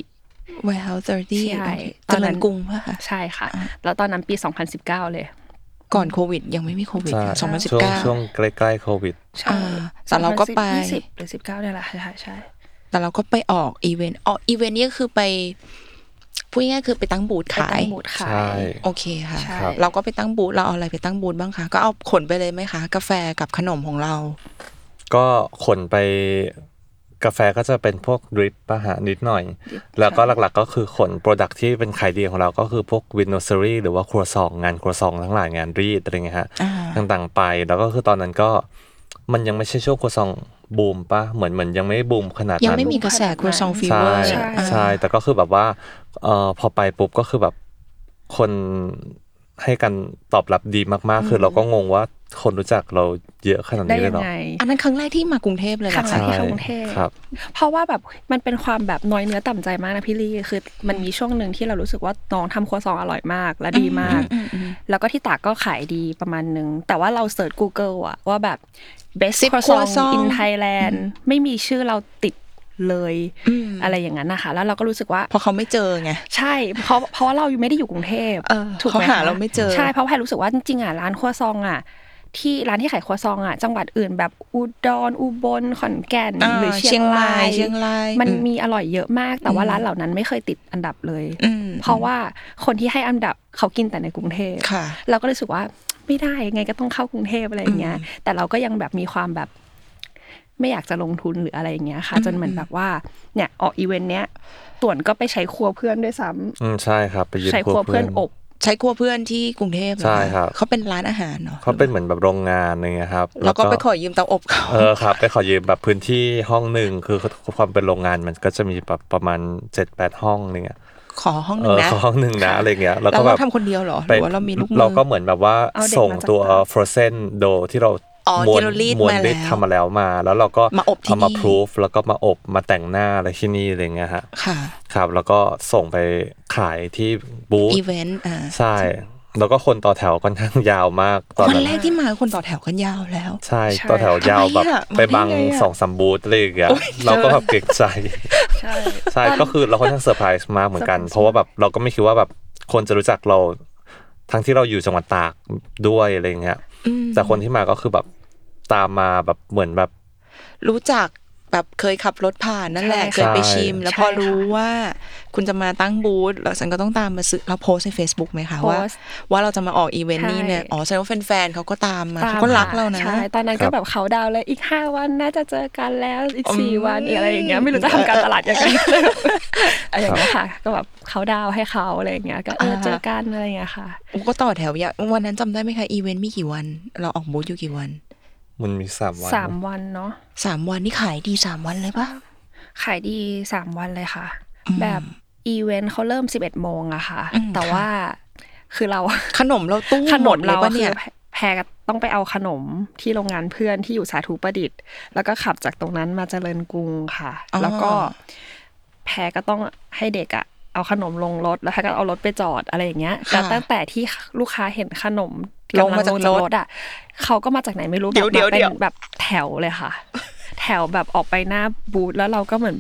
Speaker 2: 30 ใช่ตอนนั้นกรุงป่ะคะ
Speaker 4: ใช่ค่ะแล้วตอนนั้นปี2019เลย
Speaker 2: ก่อนโควิดยังไม่มีโควิด2019
Speaker 3: ช่วงใกล้ๆโควิด
Speaker 2: แต่เราก็ไป
Speaker 4: 20หรือ19เนี่ยแหละใช่
Speaker 2: แต่เราก็ไปออกอีเวนต์นี่ก็คือไปพูดง่ายๆคือไปตั้งบูธขายโอเคค่ะเราก็ไปตั้งบูธเราเอาอะไรไปตั้งบูธบ้างคะก็เอาขนไปเลยไหมคะกาแฟกับขนมของเรา
Speaker 3: ก็ขนไปกาแฟก็จะเป็นพวกดริปป่ะฮะนิดหน่อยแล้วก็หลักๆก็คือขนโปรดักที่เป็นขายดีของเราก็คือพวกวินโนเซอรี่หรือว่าครัวซองงานครัวซองทั้งหลายงานรีดอะไรเงี้ยฮะต่างๆไปแล้วก็คือตอนนั้นก็มันยังไม่ใช่ช่วงครัวซองบูมป่ะเหมือนยังไม่บูมขนาดนั้น
Speaker 2: ยังไม่มีกระแสครัวซองฟีเวอร์
Speaker 3: ใช่แต่ก็คือแบบว่าพอไปปุ๊บก็คือแบบคนให้กันตอบรับดีมากๆคือเราก็งงว่าคนรู้จักเราเยอะขนาดนี้เลยเหรอ
Speaker 2: อันนั้นครั้งแรกที่มากรุงเทพเลย
Speaker 4: ครั้งแรกที่กรุงเทพเพราะว่าแบบมันเป็นความแบบน้อยเนื้อต่ำใจมากนะพี่ลี่คือมันมีช่วงนึงที่เรารู้สึกว่าน้องทำครัวซองอร่อยมากและดีมากแล้วก็ที่ตากก็ขายดีประมาณนึงแต่ว่าเราเสิร์ช Google อะว่าแบบ best ครัวซอง in Thailand ไม่มีชื่อเราติดเลยอะไรอย่างนั้นนะคะแล้วเราก็รู้สึกว่า
Speaker 2: เพราะเขาไม่เจอไง
Speaker 4: ใช่เพราะว่าเราไม่ได้อยู่กรุงเทพ
Speaker 2: ถูกไหมคะเราไม่เจอ
Speaker 4: ใช่เพราะแพรรู้สึกว่าจริงๆอ่ะร้านครัวซองอ่ะที่ร้านที่ขายครัวซองอ่ะจังหวัดอื่นแบบอุดรอุบลขอนแก่นหรือเชียงรายมันมีอร่อยเยอะมากแต่ว่าร้านเหล่านั้นไม่เคยติดอันดับเลยเพราะว่าคนที่ให้อันดับเขากินแต่ในกรุงเทพเราก็รู้สึกว่าไม่ได้ไงก็ต้องเข้ากรุงเทพอะไรอย่างเงี้ยแต่เราก็ยังแบบมีความแบบไม่อยากจะลงทุนหรืออะไรอย่างเงี้ยค่ะจนเหมือนแบบว่าเนี่ยออกอีเวนต์เนี้ยต่วนก็ไปใช้ครัวเพื่อนด้วยซ้
Speaker 3: ำใช่ครับไปยืม
Speaker 4: ใช้ครัวเพื่อนอบ
Speaker 2: ใช้ครัวเพื่อนที่กรุงเทพ
Speaker 3: ใช่ครับ
Speaker 2: เขาเป็นร้านอาหารเนาะ
Speaker 3: เขาเป็นเหมือนแบบโรงงานอะไรเงี้ยครับ
Speaker 2: แล้วก็ไปขอยืมเตาอบเขา
Speaker 3: ครับไปขอยืมแบบพื้นที่ห้องนึงคือความเป็นโรงงานมันก็จะมีแบบประมาณ 7-8 ห้องอะไรเงี้ย
Speaker 2: ขอห้องนึงนะ
Speaker 3: ขอห้องนึงนะอะไรเงี้ย
Speaker 2: แล้วก็แบบทำคนเดียวเหรอหรือว่าเรามีลูกมือ
Speaker 3: เราก็เหมือนแบบว่าส่งตัว frozen dough ที่เราม้วนรีดทำมาแล้วแล้วเราก็เอามาพรูฟแล้วก็มาอบมาแต่งหน้าอะไรที่นี่อะไรเงี้ยฮะครับแล้วก็ส่งไปขายที่บูธ
Speaker 2: อีเวนต์
Speaker 3: ใช่แล้วก็คนต่อแถวค่อนข้างยาวมาก
Speaker 2: ตอนแรกที่มาคนต่อแถวกันยาวแล้ว
Speaker 3: ใช่ต่อแถวยาวแบบไปบัง 2-3 บูธอะไรอย่างเงี้ยเราก็แบบเกรงใจใช่ก็คือเราค่อนข้างเซอร์ไพรส์มากเหมือนกันเพราะว่าแบบเราก็ไม่คิดว่าแบบคนจะรู้จักเราทั้งที่เราอยู่จังหวัดตากด้วยอะไรเงี้ยแต่คนที่มาก็คือแบบตามมาแบบเหมือนแบบ
Speaker 2: รู้จักแบบเคยขับรถผ่านนั่นแหละเคยไปชิมแล้วพอรู้ว่าคุณจะมาตั้งบูธแล้วฉันก็ต้องตามมาซื้อแล้วโพสใน Facebook ไหมคะว่าเราจะมาออกอีเวนต์นี้เนี่ยแสดงว่าแฟนๆเขาก็ตามมาเขาก็รักเรานะ
Speaker 4: ใช่ตอนนั้นก็แบบเขาดาวเลยอีก5วันน่าจะเจอกันแล้วอีก4วันอีกอะไรอย่างเงี้ยไม่รู้จะทำการตลาดยังไงอะไรอย่างเงี้ยค่ะก็แบบเขาดาวให้เขาอะไรอย่างเงี้ยก็เจอกันอะไรอย่างเงี้ยค่ะ
Speaker 2: ก็ต่อแถวยาววันนั้นจำได้ไหมคะอีเวนต์มีกี่วันเราออกบูธอยู่กี่วัน
Speaker 3: มันมี3 วัน
Speaker 4: 3 วันเนาะ
Speaker 2: 3 วันนี่ขายดี3 วันเลยปะ
Speaker 4: ขายดี3 วันเลยค่ะแบบอีเวนต์เขาเริ่ม 11 โมงอะค่ะแต่ว่าคือเรา
Speaker 2: ขนมเราตู้หมดเลยปะเนี่ย
Speaker 4: แพรต้องไปเอาขนมที่โรงงานเพื่อนที่อยู่สาธุประดิษฐ์แล้วก็ขับจากตรงนั้นมาเจริญกรุงค่ะแล้วก็แพรก็ต้องให้เด็กอะเอาขนมลงรถแล้วแพรก็เอารถไปจอดอะไรอย่างเงี้ยแต่ตั้งแต่ที่ลูกค้าเห็นขนม
Speaker 2: ลงมาจากรถ
Speaker 4: อ่ะเขาก็มาจากไหนไม่รู้แบบเป็นแบบแถวเลยค่ะแถวแบบออกไปหน้าบูธแล้วเราก็เหมือนแบบ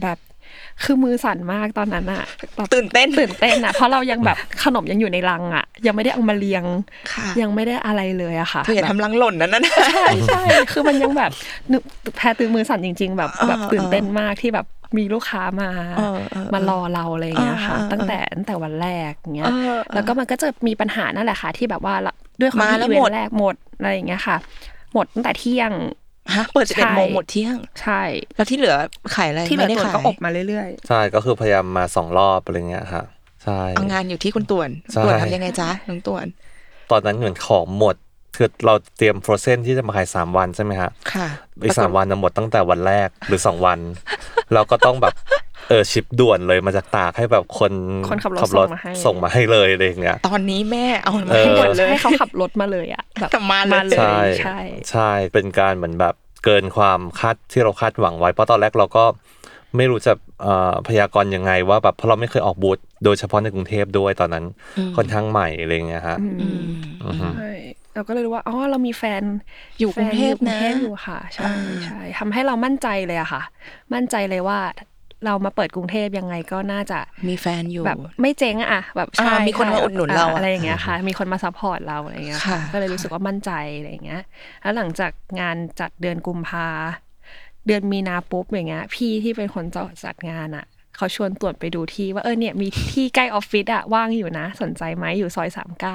Speaker 4: คือมือสั่นมากตอนนั้นอ่ะ
Speaker 2: ตื่นเต้น
Speaker 4: อ่ะเพราะเรายังแบบขนมยังอยู่ในลังอ่ะยังไม่ได้เอามาเรียงยังไม่ได้อะไรเลยอะค่ะ
Speaker 2: อย่าทำลังหล่นนั่น
Speaker 4: ใช่คือมันยังแบบแพรตือมือสั่นจริงๆแบบตื่นเต้นมากที่แบบมีลูกค้ามารอเราอะไรอย่างเงี้ยค่ะตั้งแต่วันแรกอย่างเงี้ยแล้วก็มันก็จะมีปัญหานั่นแหละค่ะที่แบบว่าด้วยความที่อีเวนต์แรกหมดอะไรอย่างเงี้ยค่ะหมดตั้งแต่เที่ยง
Speaker 2: เปิด 11 โมงหมดเที่ยง
Speaker 4: ใช่
Speaker 2: แล้วที่เหลือขายอะไร
Speaker 4: ที่เหลือต่วนก็อบมาเรื่อย
Speaker 3: ๆใช่ก็คือพยายามมา2รอบอะไรเงี้ยค่ะใช่
Speaker 2: เอางานอยู่ที่คุณต่วนทำยังไงจ๊ะน้องต่วน
Speaker 3: ตอนนั้นเหมือนของหมดคือเราเตรียมโฟรเซนที่จะมาขาย3วันใช่ไหมฮะ
Speaker 2: ค่ะ
Speaker 3: อีก3วันหมดตั้งแต่วันแรกหรือ2วันเราก็ต้องแบบชิปด่วนเลยมาจากตากให้แบบคน
Speaker 4: ขับรถ
Speaker 3: ส่งมาให้เลยอะไรอย่างเงี้ย
Speaker 2: ตอนนี้แม่เอามาให้หมดเลย
Speaker 4: ให้เขาขับรถมาเลยอ่ะ
Speaker 2: แบบมาเลย
Speaker 3: ใช่เป็นการเหมือนแบบเกินความคาดที่เราคาดหวังไว้เพราะตอนแรกเราก็ไม่รู้จะพยากรณ์ยังไงว่าแบบเพราะเราไม่เคยออกบูธโดยเฉพาะในกรุงเทพด้วยตอนนั้นค่อนข้างใหม่อะไรเงี้ยฮะ
Speaker 4: ใช่เราก็เลยรู้ว่าอ๋อเรามีแฟน
Speaker 2: อยู่กรุงเทพนะ
Speaker 4: อยู่ค่ะใช่ใช่ทำให้เรามั่นใจเลยอะค่ะมั่นใจเลยว่าเรามาเปิดกรุงเทพยังไงก็น่าจะ
Speaker 2: มีแฟนอยู่
Speaker 4: แบบไม่เจ๊งอะแบบใช่
Speaker 2: มีคนมาอุดหนุนเรา
Speaker 4: อะไรอย่างเงี้ยค่ะมีคนมาซัพพอร์ตเราอะไรอย่างเงี้ยค่ะก็เลยรู้สึกว่ามั่นใจอะไรอย่างเงี้ยแล้วหลังจากงานจัดเดือนกุมภาเดือนมีนาปุ๊บอย่างเงี้ยพี่ที่เป็นคนจัดงานอะเขาชวนตรวจไปดูที่ว่าเนี่ยมีที่ใกล้ออฟฟิศอะว่างอยู่นะสนใจไหมอยู่ซอย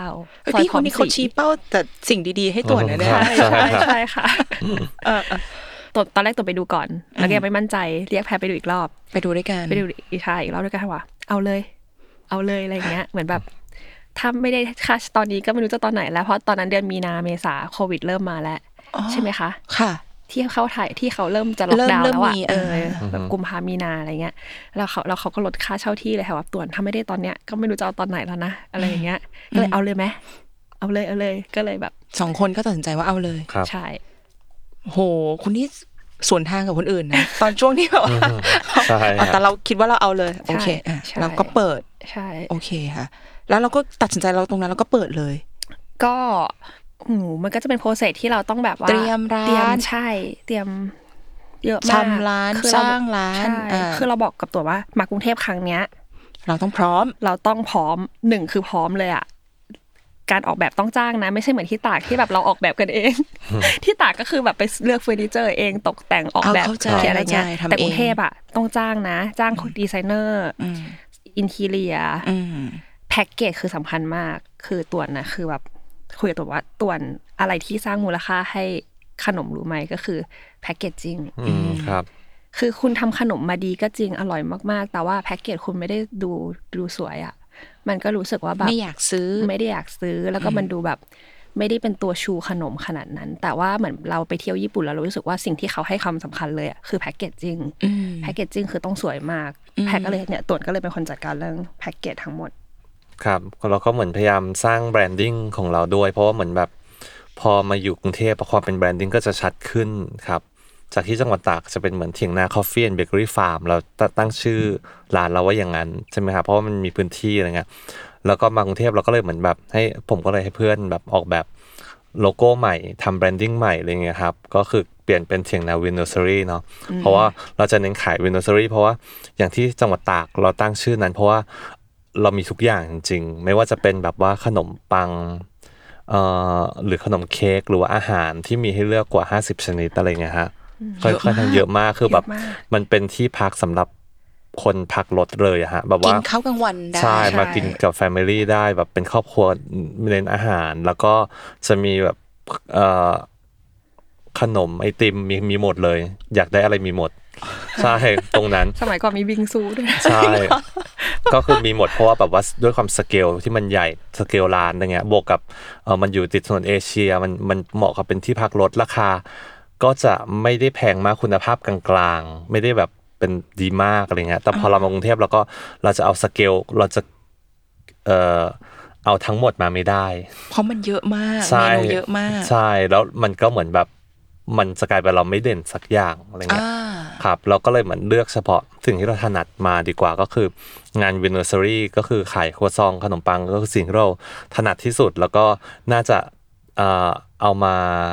Speaker 4: 39
Speaker 2: พี่คนนี้เขาชี้เป้าแต่สิ่งดีๆให้ตรวจนะเนี่ย
Speaker 4: ใช่ค่ะตอนแรกตัวไปดูก่อนแล้วก็ยังไม่มั่นใจเรียกแพรไปดูอีกรอบ
Speaker 2: ไปดูด้วยกัน
Speaker 4: ไปดูอีกรอบด้วยกันว่าเอาเลยอะไรอย่างเงี้ยเหมือนแบบถ้าไม่ได้ค่าตอนนี้ก็ไม่รู้จะตอนไหนแล้วเพราะตอนนั้นเดือนมีนาเมษาโควิดเริ่มมาแล้วใช่ไหมคะ
Speaker 2: ค่ะ
Speaker 4: ที่เขาถ่ายที่เขาเริ่มจะล็อกดาวน์แล้วอ่ะแบบกุมภามีนาอะไรเงี้ยแล้วเขาก็ลดค่าเช่าที่เลยค่ะว่าตรวจถ้าไม่ได้ตอนเนี้ยก็ไม่รู้จะเอาตอนไหนแล้วนะอะไรอย่างเงี้ยก็เลยเอาเลยไหมเอาเลยก็เลยแบบ
Speaker 2: 2คนก็ตัดสินใจว่าเอาเลย
Speaker 4: ใช่
Speaker 2: โหคุณนี่สวนทางกับคนอื่นนะตอนช่วงที่แบบแต่เราคิดว่าเราเอาเลยโอเคเราก็เปิด
Speaker 4: ใช่
Speaker 2: โอเคค่ะแล้วเราก็ตัดสินใจเราตรงนั้นเราก็เปิดเลย
Speaker 4: ก็มันก็จะเป็นโปรเซสที่เราต้องแบบว่า
Speaker 2: เตรียมร้าน
Speaker 4: ใช่เตรียมเยอะมาก
Speaker 2: ทำร้านสร้างร้าน
Speaker 4: คือเราบอกกับตัวว่ามากรุงเทพครั้งเนี้ย
Speaker 2: เราต้องพร้อม
Speaker 4: 1คือพร้อมเลยอ่ะการออกแบบต้องจ้างนะไม่ใช่เหมือนที่ตากที่แบบเราออกแบบกันเองที่ตากก็คือแบบไปเลือกเฟอร์นิเจอร์เองตกแต่งออกแบบอะไรเงี้ยแต่กรุงเทพอ่ะต้องจ้างนะจ้างดีไซเนอร์อินทีเรียแพ็กเกจคือสำคัญมากคือตัวนะคือแบบคุยกับตัวว่าต่วนอะไรที่สร้างมูลค่าให้ขนมรู้ไหมก็คือแพคเกจจิ้ง
Speaker 3: ครับ
Speaker 4: คือคุณทำขนมมาดีก็จริงอร่อยมากๆแต่ว่าแพคเกจคุณไม่ได้ดูสวยอ่ะมันก็รู้สึกว่าแบบ
Speaker 2: ไม่ได้อยากซื้อ
Speaker 4: แล้วก็มันดูแบบไม่ได้เป็นตัวชูขนมขนาดนั้นแต่ว่าเหมือนเราไปเที่ยวญี่ปุ่นแล้วเรารู้สึกว่าสิ่งที่เขาให้ความสำคัญเลยอ่ะคือแพคเกจจิ้งคือต้องสวยมากแพคก็เลยเนี่ยต่วนก็เลยเป็นคนจัดการเรื่องแพคเกจทั้งหมด
Speaker 3: ครับเราก็เหมือนพยายามสร้างแบรนดิ้งของเราด้วยเพราะว่าเหมือนแบบพอมาอยู่กรุงเทพความเป็นแบรนดิ้งก็จะชัดขึ้นครับจากที่จังหวัดตากจะเป็นเหมือนเถียงนาคอฟฟี่แอนด์เบเกอรี่ฟาร์มเราตั้งชื่อร้านเราว่าอย่างนั้นใช่ไหมครับเพราะว่ามันมีพื้นที่อะไรเงี้ยแล้วก็มากรุงเทพเราก็เลยเหมือนแบบผมก็เลยให้เพื่อนแบบออกแบบโลโก้ใหม่ทำแบรนดิ้งใหม่อะไรเงี้ยครับก็คือเปลี่ยนเป็นเถียงนาวินเนอร์ซอรี่เนาะเพราะว่าเราจะเน้นขายวินเนอร์ซอรี่เพราะว่าอย่างที่จังหวัดตากเราตั้งชื่อนั้นเพราะว่าเรามีทุกอย่างจริงๆไม่ว่าจะเป็นแบบว่าขนมปังหรือขนมเค้กหรือว่าอาหารที่มีให้เลือกกว่า50ชนิดอะไรเงี้ยฮะค่อนข้างเยอะมากคือแบบมันเป็นที่พักสำหรับคนพักรถเลยอะฮะแบบว่า
Speaker 2: กินข้าวกลางวันได้
Speaker 3: ใช่มากินกับแฟมิลี่ได้แบบเป็นครอบครัวเน้นอาหารแล้วก็จะมีแบบขนมไอติมมีหมดเลยอยากได้อะไรมีหมดใช่ตรงนั้น
Speaker 4: สมัยก่อนมีบิงซูด้วย
Speaker 3: ใช่ก็คือมีหมดเพราะว่าแบบว่าด้วยความสเกลที่มันใหญ่สเกลร้านอะไรเงี้ยบวกกับมันอยู่ติดถนนเอเชียมันเหมาะกับเป็นที่พักรถราคาก็จะไม่ได้แพงมากคุณภาพกลางๆไม่ได้แบบเป็นดีมากอะไรเงี้ยแต่พอเรามากรุงเทพเราจะเอาสเกลเราจะเอาทั้งหมดมาไม่ได้
Speaker 2: เพราะมันเยอะมากเมนูเยอะมาก
Speaker 3: ใช่แล้วมันก็เหมือนแบบมันจะกลายเป็นเราไม่เด่นสักอย่างอะไรเงี้ยครับเราก็เลยเหมือนเลือกเฉพาะสิ่งที่เราถนัดมาดีกว่าก็คืองานวินเนอร์ซอรี่ก็คือขายครัวซองขนมปังก็คือสิ่งที่เราถนัดที่สุดแล้วก็น่าจะเอามาท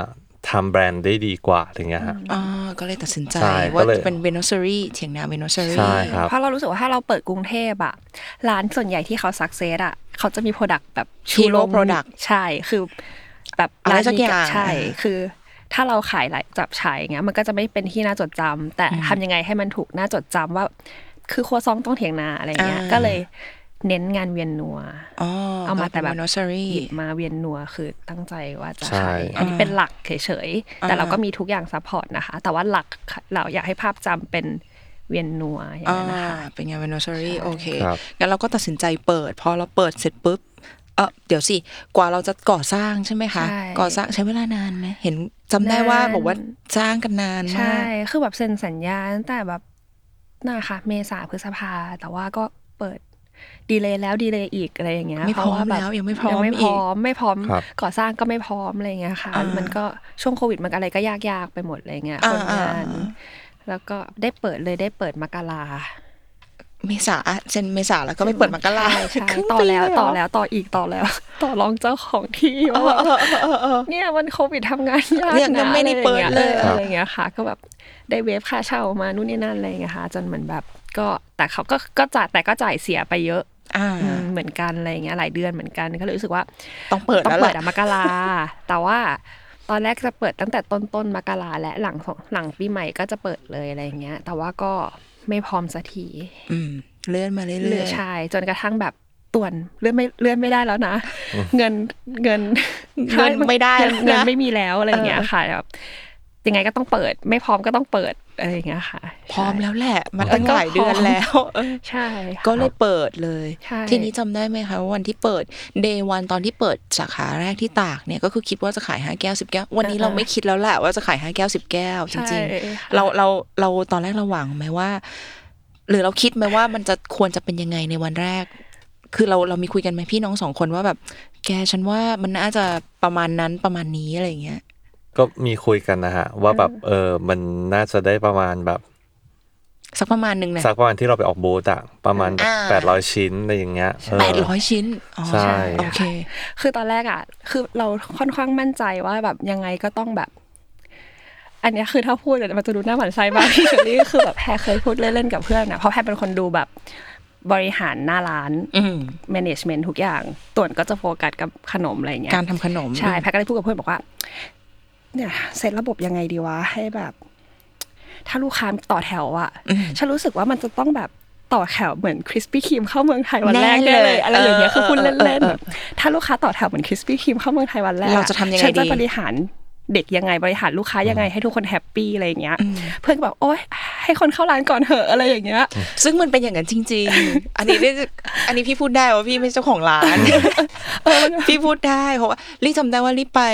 Speaker 3: ทำแบรนด์ได้ดีกว่าอย่างเงี้ยฮะ
Speaker 2: ก็เลยตัดสินใจว่าจะเป็นเวนอสรี่เถียงนาเวนอสรี่
Speaker 3: ใช่ครับ
Speaker 4: เพราะเรารู้สึกว่าถ้าเราเปิดกรุงเทพอ่ะร้านส่วนใหญ่ที่เขาซักเซสอ่ะเขาจะมีโปรดักต์แบบ
Speaker 2: ฮีโร่โปรดักต์
Speaker 4: ใช่คือแบบ
Speaker 2: ร้านนี้
Speaker 4: ใช่คือถ้าเราขายหลายจับฉายอย่างเงี้ยมันก็จะไม่เป็นที่น่าจดจำแต่ทำยังไงให้มันถูกน่าจดจำว่าคือครัวซองต้องเถียงนาอะไรเงี้ยก็เลยเน้นงานเวียนนัวเอามาแต่แบบหยิบมาเวียนนัวคือตั้งใจว่าจะขายอันนี้เป็นหลักเฉยๆแต่เราก็มีทุกอย่างซัพพอร์ตนะคะแต่ว่าหลักเราอยากให้ภาพจำเป็นเวียนนัวอย่างนั้นนะคะ
Speaker 2: เป็นงานเวนอสรี่โอเคงั้นเราก็ตัดสินใจเปิดพอเราเปิดเสร็จปุ๊บเดี๋ยวสิกว่าเราจะก่อสร้างใช่ไหมคะก่อสร้างใช้เวลานานไหมเห็นจำได้ว่าบอกว่าสร้างกันนานมาก
Speaker 4: ใช่คือแบบเซ็นสัญญาตั้งแต่แบบน่ะค่ะเมษาพฤษภาแต่ว่าก็เปิดดีเลย์แล้วดีเลย์อีกอะไรอย่างเงี้ย
Speaker 2: ไม่พร้อมแล้วยังไม่พร้อม
Speaker 4: ก่อสร้างก็ไม่พร้อมอะไรเงี้ยค่ะมันก็ช่วงโควิดมันอะไรก็ยากๆไปหมดอะไรเงี้ยคนงานแล้วก็ได้เปิดมกรา
Speaker 2: เมษาเซ็นเมษาแล้วก็ไม่เปิดมกรา
Speaker 4: ใช่ต่อแล้วต่อรองเจ้าของที่ว่าเนี่ยมันโควิดทำงานยากนะ
Speaker 2: ไม่ได้เปิดเลย
Speaker 4: อะไรเงี้ยค่ะก็แบบได้เวฟค่าเช่ามานู่นนี่นั่นอะไรเงี้ยค่ะจนเหมือนแบบก็แต่เขาก็จ่ายเสียไปเยอะเหมือนกันอะไรเงี้ยหลายเดือนเหมือนกันก็เลยรู้สึกว่า
Speaker 2: ต้องเปิด
Speaker 4: มกราแต่ว่าตอนแรกจะเปิดตั้งแต่ต้นมกราและหลังปีใหม่ก็จะเปิดเลยอะไรเงี้ยแต่ว่าก็ไม่พร้อมสักที
Speaker 2: เลื่อนมาเรื่อย
Speaker 4: ๆใช่จนกระทั่งแบบต่วนเลื่อนไม่ได้แล้วนะเงิน
Speaker 2: ไม่ได้
Speaker 4: เงินไม่มีแล้วอะไรเงี้ยค่ะแบบยังไงก็ต้องเปิดไม่พร้อมก็ต้องเปิดอะไรอย่างเงี้ยค่ะ
Speaker 2: พร้อมแล้วแหละมันตั้งหลายเดือนแล้ว
Speaker 4: ใช่
Speaker 2: ก็เลยเปิดเลยทีนี้จำได้ไหมคะว่าวันที่เปิด Day 1ตอนที่เปิดสาขาแรกที่ตากเนี่ยก็คือคิดว่าจะขาย5แก้ว10แก้ววันนี้เราไม่คิดแล้วแหละว่าจะขาย5แก้ว10แก้วจริงๆเราตอนแรกเราหวังไหมว่าหรือเราคิดไหมว่ามันจะควรจะเป็นยังไงในวันแรกคือเรามีคุยกันไหมพี่น้อง2คนว่าแบบแกฉันว่ามันน่าจะประมาณนั้นประมาณนี้อะไรอย่างเงี้ย
Speaker 3: ก็มีคุยกันนะฮะว่าแบบมันน่าจะได้ประมาณแบบ
Speaker 2: สักประมาณนึงนะ
Speaker 3: สักประมาณที่เราไปออกบูธอะประมาณ800ชิ้นอะไรอย่างเงี้ย
Speaker 2: 800ชิ้น
Speaker 3: ใช่
Speaker 2: โอเค
Speaker 4: คือตอนแรกอะคือเราค่อนข้างมั่นใจว่าแบบยังไงก็ต้องแบบอันนี้คือถ้าพูดมันจะดูหน้าหมันไส้บ้างพี่เชอรี่คือแบบแพรเคยพูดเล่นๆกับเพื่อนนะเพราะแพรเป็นคนดูแบบบริหารหน้าร้านmanagement ทุกอย่างต่วนก็จะโฟกัสกับขนมอะไรเงี้ย
Speaker 2: การทำขนม
Speaker 4: ใช่แพรก็เลยพูดกับเพื่อนบอกว่าเนี่ยเซตระบบยังไงดีวะให้แบบถ้าลูกค้าต่อแถวอ่ะฉันรู้สึกว่ามันจะต้องแบบต่อแถวเหมือนคริสปี้ครีมเข้าเมืองไทยวันแรกได้เลยอะไรอย่างเงี้ยคือพูดเล่นๆถ้าลูกค้าต่อแถวเหมือนคริสปี้ครีมเข้าเมืองไทยวันแรก
Speaker 2: เราจะทำยังไงดี
Speaker 4: ฉันจะบริหารเด็กยังไงบริหารลูกค้ายังไงให้ทุกคนแฮปปี้อะไรอย่างเงี้ยเพื่อนบอกโอ๊ยให้คนเข้าร้านก่อนเถอะอะไรอย่างเงี้ย
Speaker 2: ซึ่งมันเป็นอย่างนั้นจริงๆอันนี้พี่พูดได้ว่าพี่ไม่ใช่เจ้าของร้านพี่พูดได้เพราะว่าลี่จำได้ว่าลี่ไป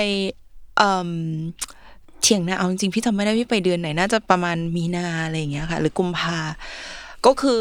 Speaker 2: เถียงนาเอาจริงๆพี่จำไม่ได้พี่ไปเดือนไหนน่าจะประมาณมีนาอะไรอย่างเงี้ยค่ะหรือกุมภาก็คือ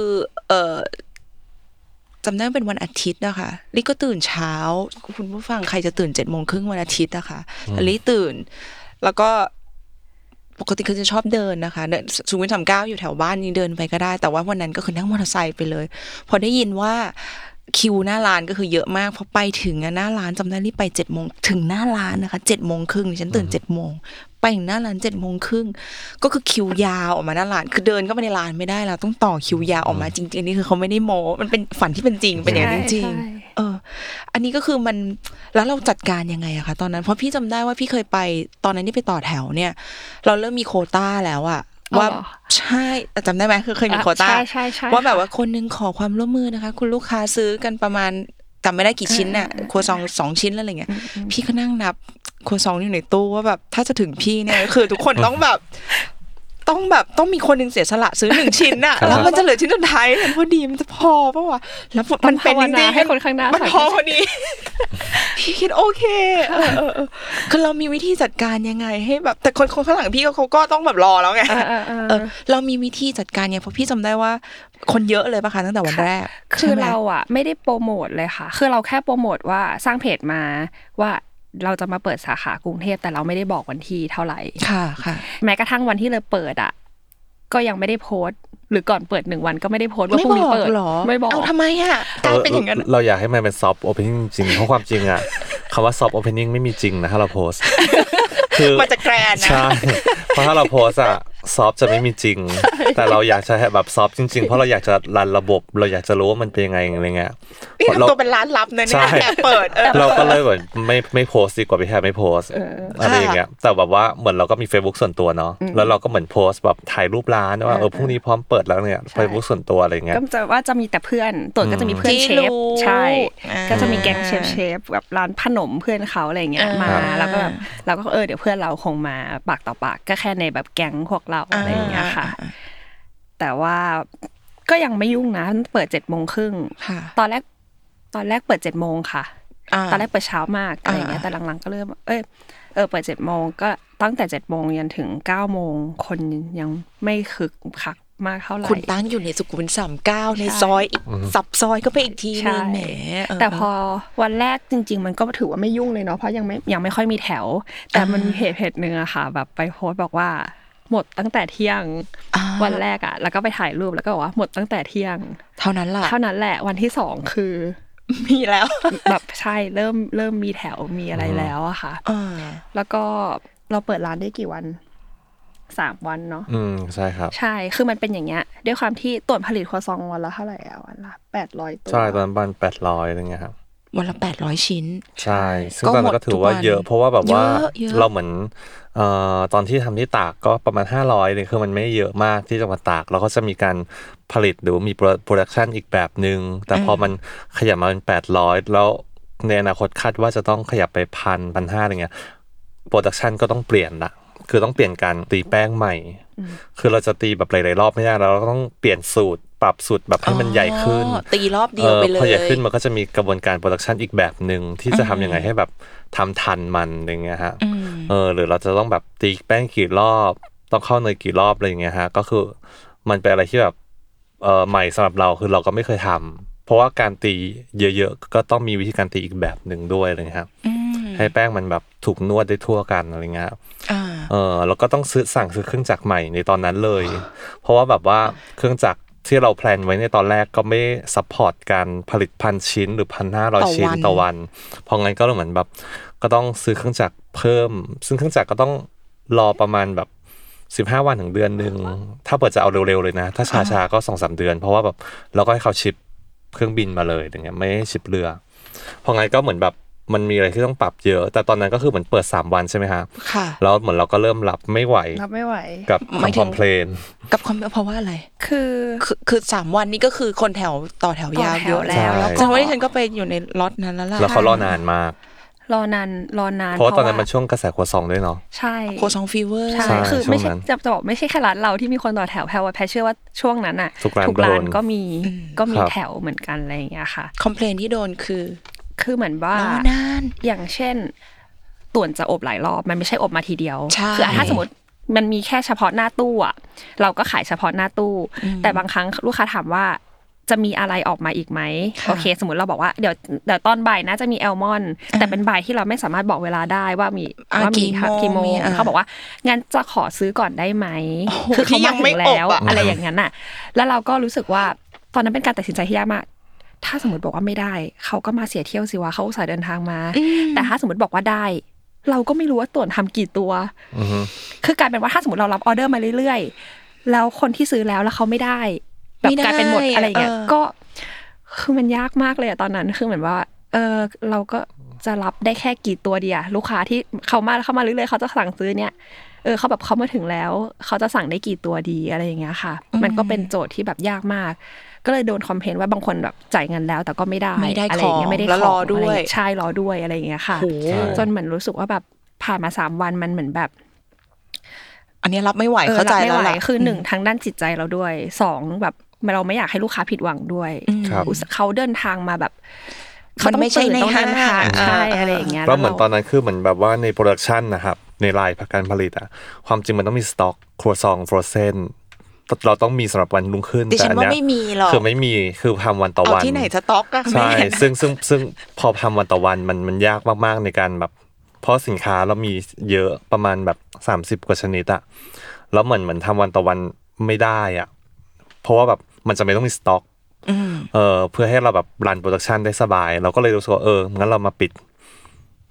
Speaker 2: จำได้เป็นวันอาทิตย์นะคะลี่ก็ตื่นเช้าคุณผู้ฟังใครจะตื่น7:30วันอาทิตย์นะคะลี่ตื่นแล้วก็ปกติคือจะชอบเดินนะคะเดินสุขุมวิท39อยู่แถวบ้านนี่เดินไปก็ได้แต่ว่าวันนั้นก็คือนั่งมอเตอร์ไซค์ไปเลยพอได้ยินว่าคิวหน้าร้านก็คือเยอะมากพอไปถึงหน้าร้านจำได้รีบไป7:00ถึงหน้าร้านนะคะ7:30ฉันตื่น7:00ไปถึงหน้าร้าน7:30ก็คือคิวยาวออกมาหน้าร้านคือเดินเข้าไปในร้านไม่ได้แล้วต้องต่อคิวยาวออกมาจริงๆอันนี้คือเขาไม่ได้โม้มันเป็นฝันที่เป็นจริงเป็นอย่างนั้นจริงอันนี้ก็คือมันแล้วเราจัดการยังไงอะคะตอนนั้นเพราะพี่จำได้ว่าพี่เคยไปตอนนั้นที่ไปต่อแถวเนี่ยเราเริ่มมีโควต้าแล้วอะว่าใช่จำได้ไหมคือเคยมีโควต้าว่าแบบว่าคนนึงขอความร่วมมือนะคะคุณลูกค้าซื้อกันประมาณจำไม่ได้กี่ชิ้นน่ะครัวซอง2ชิ้นแล้วอะไรเงี้ยพี่ก็นั่งนับครัวซองอยู่ในตู้ว่าแบบถ้าจะถึงพี่เนี่ยคือทุกคนต้องแบบต้องมีคนนึงเสียสละซื้อ1ชิ้นน่ะแล้วมันจะเหลือชิ้นสุดท้ายพอดีมันจะพอป่ะวะแล้วมันเป็นจริงๆ
Speaker 4: ให้คนข้างหน้า
Speaker 2: มันพอพอดีพี่คิดโอเคคือเรามีวิธีจัดการยังไงให้แบบแต่คนข้างหลังพี่เขาก็ต้องแบบรอแล้วไงเรามีวิธีจัดการไงเพราะพี่จำได้ว่าคนเยอะเลยป่ะคะตั้งแต่วันแรก
Speaker 4: คือเราอ่ะไม่ได้โปรโมทเลยค่ะคือเราแค่โปรโมทว่าสร้างเพจมาว่าเราจะมาเปิดสาขากรุงเทพแต่เราไม่ได้บอกวันที่เท่าไหร่
Speaker 2: ค่ะ
Speaker 4: แม้กระทั่งวันที่เราเปิดอ่ะก็ยังไม่ได้โพสต์หรือก่อนเปิด1วันก็ไม่ได้โพสต์ว่าพรุ่งนี้เปิดไม่บอก
Speaker 2: เอาทำไมอ่ะกลายเป็นอย่างนั้น
Speaker 3: เราอยากให้มันเป็นซอฟต์โอเพนนิ่งจริงเพราะความจริงอ่ะคำว่าซอฟต์โอเพนนิ่งไม่มีจริงนะถ้าเราโพสต์คือ
Speaker 2: มันจะแกรนนะ
Speaker 3: ใช่เพราะถ้าเราโพสอะซอฟจะไม่มีจริงแต่เราอยากจะให้แบบซอฟจริงๆเพราะเราอยากจะรันระบบเราอยากจะรู้ว่ามันเป็นยังไงอะไรเงี้ย
Speaker 2: เราตัวเป็นร้านลับนะเนี่ยแอบเปิด
Speaker 3: เราก็เลยแบบไม่โพสดีกว่าพี่แทบไม่โพสอะไรอย่างเงี้ยแต่แบบว่าเหมือนเราก็มี Facebook ส่วนตัวเนาะแล้วเราก็เหมือนโพสแบบถ่ายรูปร้านว่าพรุ่งนี้พร้อมเปิดแล้วเนี่ย Facebook ส่วนตัวอะไรเงี้ย
Speaker 4: ก็จะว่าจะมีแต่เพื่อนตัวก็จะมีเพื่อนเชฟใช่ก็จะมีแก๊งเชฟแบบร้านขนมเพื่อนเขาอะไรเงี้ยมาแล้วก็แบบเราก็เดี๋ยวเพื่อนเราคงมาปากต่อปากก็แค่ในแบบแก๊งพวกเราอะไรอย่างเงี้ยค่ะแต่ว่าก็ยังไม่ยุ่งนะเปิด 7:30 น.ตอนแรกเปิด 7:00 น.ค่ะตอนแรกเปิดเช้ามากอะไรอย่างเงี้ยแต่หลังๆก็เริ่มเปิด 7:00 น.ก็ตั้งแต่ 7:00 น.ยันถึง 9:00 น.คนยังไม่คึกคักมากเท่าไหร่
Speaker 2: คุณตั้งอยู่ในสุขุมวิท39ในซอยซับซอยก็ไปอีกทีนึงแหม
Speaker 4: แต่พอวันแรกจริงๆมันก็ถือว่าไม่ยุ่งเลยเนาะเพราะยังไม่ค่อยมีแถวแต่มันมีเพจนึงอะค่ะแบบไปโพสต์บอกว่าหมดตั้งแต่เที่ยงวันแรกอะแล้วก็ไปถ่ายรูปแล้วก็บอกว่าหมดตั้งแต่เที่ยง
Speaker 2: เท่านั้นแหละ
Speaker 4: วันที่2คือ
Speaker 2: มีแล้ว
Speaker 4: แบบใช่เริ่มมีแถวมีอะไรแล้วอะค่ะแล้วก็เราเปิดร้านได้กี่วัน3 วันเนาะ
Speaker 3: ใช่ครับ
Speaker 4: ใช่คือมันเป็นอย่างเงี้ยด้วยความที่ตรวจผลิตครัวซองวันละเท่าไหร่อ่ะวันละ800ตัว
Speaker 3: ใช่ตอนบ้าน800อะไรเงี้ยครับ
Speaker 2: วันละ800ชิ้น
Speaker 3: ใช่ซึ่งตอนนั้นก็ถือว่าเยอะเพราะว่าแบบว่าเราเหมือนตอนที่ทำที่ตากก็ประมาณ500เลยคือมันไม่เยอะมากที่จะมาตากเราก็จะมีการผลิตหรือมีโปรดักชันอีกแบบนึงแต่พอมันขยับมาเป็น800แล้วในอนาคตคาดว่าจะต้องขยับไป1,500อะไรเงี้ยโปรดักชันก็ต้องเปลี่ยนละคือต้องเปลี่ยนการตีแป้งใหม่คือเราจะตีแบบหลายๆรอบไม่ได้แล้วเราก็ต้องเปลี่ยนสูตรปรับสูตรแบบให้มันใหญ่ขึ้น
Speaker 2: ตีรอบเดียวไปเลย
Speaker 3: พอใหญ่ขึ้นมันก็จะมีกระบวนการโปรดักชันอีกแบบนึงที่จะทำยังไงให้แบบทำทันมันอะไรเงี้ยฮะหรือเราจะต้องแบบตีแป้งกี่รอบต้องเข้าเนยกี่รอบอะไรเงี้ยฮะก็คือมันเป็นอะไรที่แบบใหม่สำหรับเราคือเราก็ไม่เคยทำเพราะว่าการตีเยอะๆก็ต้องมีวิธีการตีอีกแบบนึงด้วยอะไรเงี้ยครับให้แป้งมันแบบถูกนวดได้ทั่วกันอะไรเงี้ยแล้วก็ต้องสั่งซื้อเครื่องจักรใหม่ในตอนนั้นเลยเพราะว่าแบบว่าเครื่องจักรที่เราแพลนไว้ในตอนแรกก็ไม่ซัพพอร์ตการผลิต1,000 ชิ้นหรือ 1,500 ชิ้นต่อวันเพราะงั้นก็เหมือนแบบก็ต้องซื้อเครื่องจักรเพิ่มซึ่งเครื่องจักรก็ต้องรอประมาณแบบ15 วันถึงเดือนนึงถ้าเปิดจะเอาเร็วๆเลยนะถ้าช้าๆก็ 2-3 เดือนเพราะว่าแบบเราก็ให้เขาชิปเครื่องบินมาเลยอย่างเงี้ยไม่ให้ชิปเรือเพราะงั้นก็เหมือนแบบมันมีอะไรที่ต้องปรับเยอะแต่ตอนนั้นก็คือเหมือนเปิด3 วันใช่ไหมครับค่ะแล้วเหมือนเราก็เริ่มรับไม่ไหวกับคอมเพลน
Speaker 2: กับคอมเพราะว่าอะไรคือ3 วันนี้ก็คือคนแถวต่อแถวยาวเยอะแล้วจังว่าที่ฉันก็ไปอยู่ในล็อตนั้นแล้วล่ะ
Speaker 3: แล้วเขารอนานมาก
Speaker 4: รอนาน
Speaker 3: เพราะตอนนั้นมันช่วงกระแสครัวซองด้วยเนาะ
Speaker 4: ใช่
Speaker 2: ครัวซองฟีเวอร์
Speaker 4: ใช่คือไม่ใช่จะบอกไม่ใช่แค่ร้านเราที่มีคนต่อแถวแพรว่าแพรเชื่อว่าช่วงนั้นอ่ะ
Speaker 3: ทุกร้าน
Speaker 4: ก็มีแถวเหมือนกันอะไรอย่างเงี้ยค่ะ
Speaker 2: คอมเพลนที่โดน
Speaker 4: คือเหมือนว่าอย่างเช่นต่วนจะอบหลายรอบมันไม่ใช่อบมาทีเดียวคือถ้าสมมติมันมีแค่เฉพาะหน้าตู้อ่ะเราก็ขายเฉพาะหน้าตู้แต่บางครั้งลูกค้าถามว่าจะมีอะไรออกมาอีกไหมโอเคสมมติเราบอกว่าเดี๋ยวตอนบ่ายน่าจะมีแอลมอนแต่เป็นบ่ายที่เราไม่สามารถบอกเวลาได้ว่ามีกี่โมงเขาบอกว่างั้นจะขอซื้อก่อนได้ไหมคือเขามาถึงแล้วอะไรอย่างนั้นน่ะแล้วเราก็รู้สึกว่าตอนนั้นเป็นการตัดสินใจที่ยากมากถ้าสมมติบอกว่าไม่ได้เขาก็มาเสียเที่ยวสิวะเขาอุตส่าห์เดินทางมาแต่ถ้าสมมติบอกว่าได้เราก็ไม่รู้ว่าต่วนทำกี่ตัวคือกลายเป็นว่าถ้าสมมติเรารับออเดอร์มาเรื่อยๆแล้วคนที่ซื้อแล้วเขาไม่ได้แบบกลายเป็นหมดอะไรเงี้ยก็คือมันยากมากเลยอะตอนนั้นคือเหมือนว่าเราก็จะรับได้แค่กี่ตัวดีอะลูกค้าที่เข้ามาเรื่อยๆเขาจะสั่งซื้อเนี่ยเขาแบบเขามาถึงแล้วเขาจะสั่งได้กี่ตัวดีอะไรอย่างเงี้ยค่ะมันก็เป็นโจทย์ที่แบบยากมากก็เลยโดนคอมเพลนว่าบางคนแบบจ่ายเงินแล้วแต่ก็ไม่ได้อะไรอย่างเงี้ยไม่ได้
Speaker 2: รอด้วย
Speaker 4: ใช่รอด้วยอะไรอย่างเงี้ยค่ะจนเหมือนรู้สึกว่าแบบผ่านมา3 วันมันเหมือนแบบ
Speaker 2: อันนี้รับไม่ไหวเข้าใจแล้วล่ะ
Speaker 4: คือ1ทั้งด้านจิตใจเราด้วย2แบบเราไม่อยากให้ลูกค้าผิดหวังด้วยเขาเดินทางมาแบบ
Speaker 2: มันไม่ใช่ในห้าง
Speaker 4: ใช่อะไรอย่างเงี้ย
Speaker 3: แล้วเหมือนตอนนั้นคือเหมือนแบบว่าในโปรดักชันนะครับในไลน์การผลิตอ่ะความจริงมันต้องมีสต็อกครัวซองฟรอเซนเราต้องมีสำหรับวันรุ่งขึ้น
Speaker 2: แต่อันเนี้ยไม่มีหรอก
Speaker 3: คือไม่มีคือทำวันต่อวัน
Speaker 2: ที่ไหนสต็อกอะ
Speaker 3: ใช่ซึ่งพอทำวันต่อวันมันยากมากๆในการแบบเพราะสินค้าเรามีเยอะประมาณแบบ30 กว่าชนิดอะแล้วเหมือนทำวันต่อวันไม่ได้อะเพราะว่าแบบมันจะไม่ต้องมีสต็อกเพื่อให้เราแบบรันโปรดักชันได้สบายเราก็เลยรู้สึกว่างั้นเรามาปิด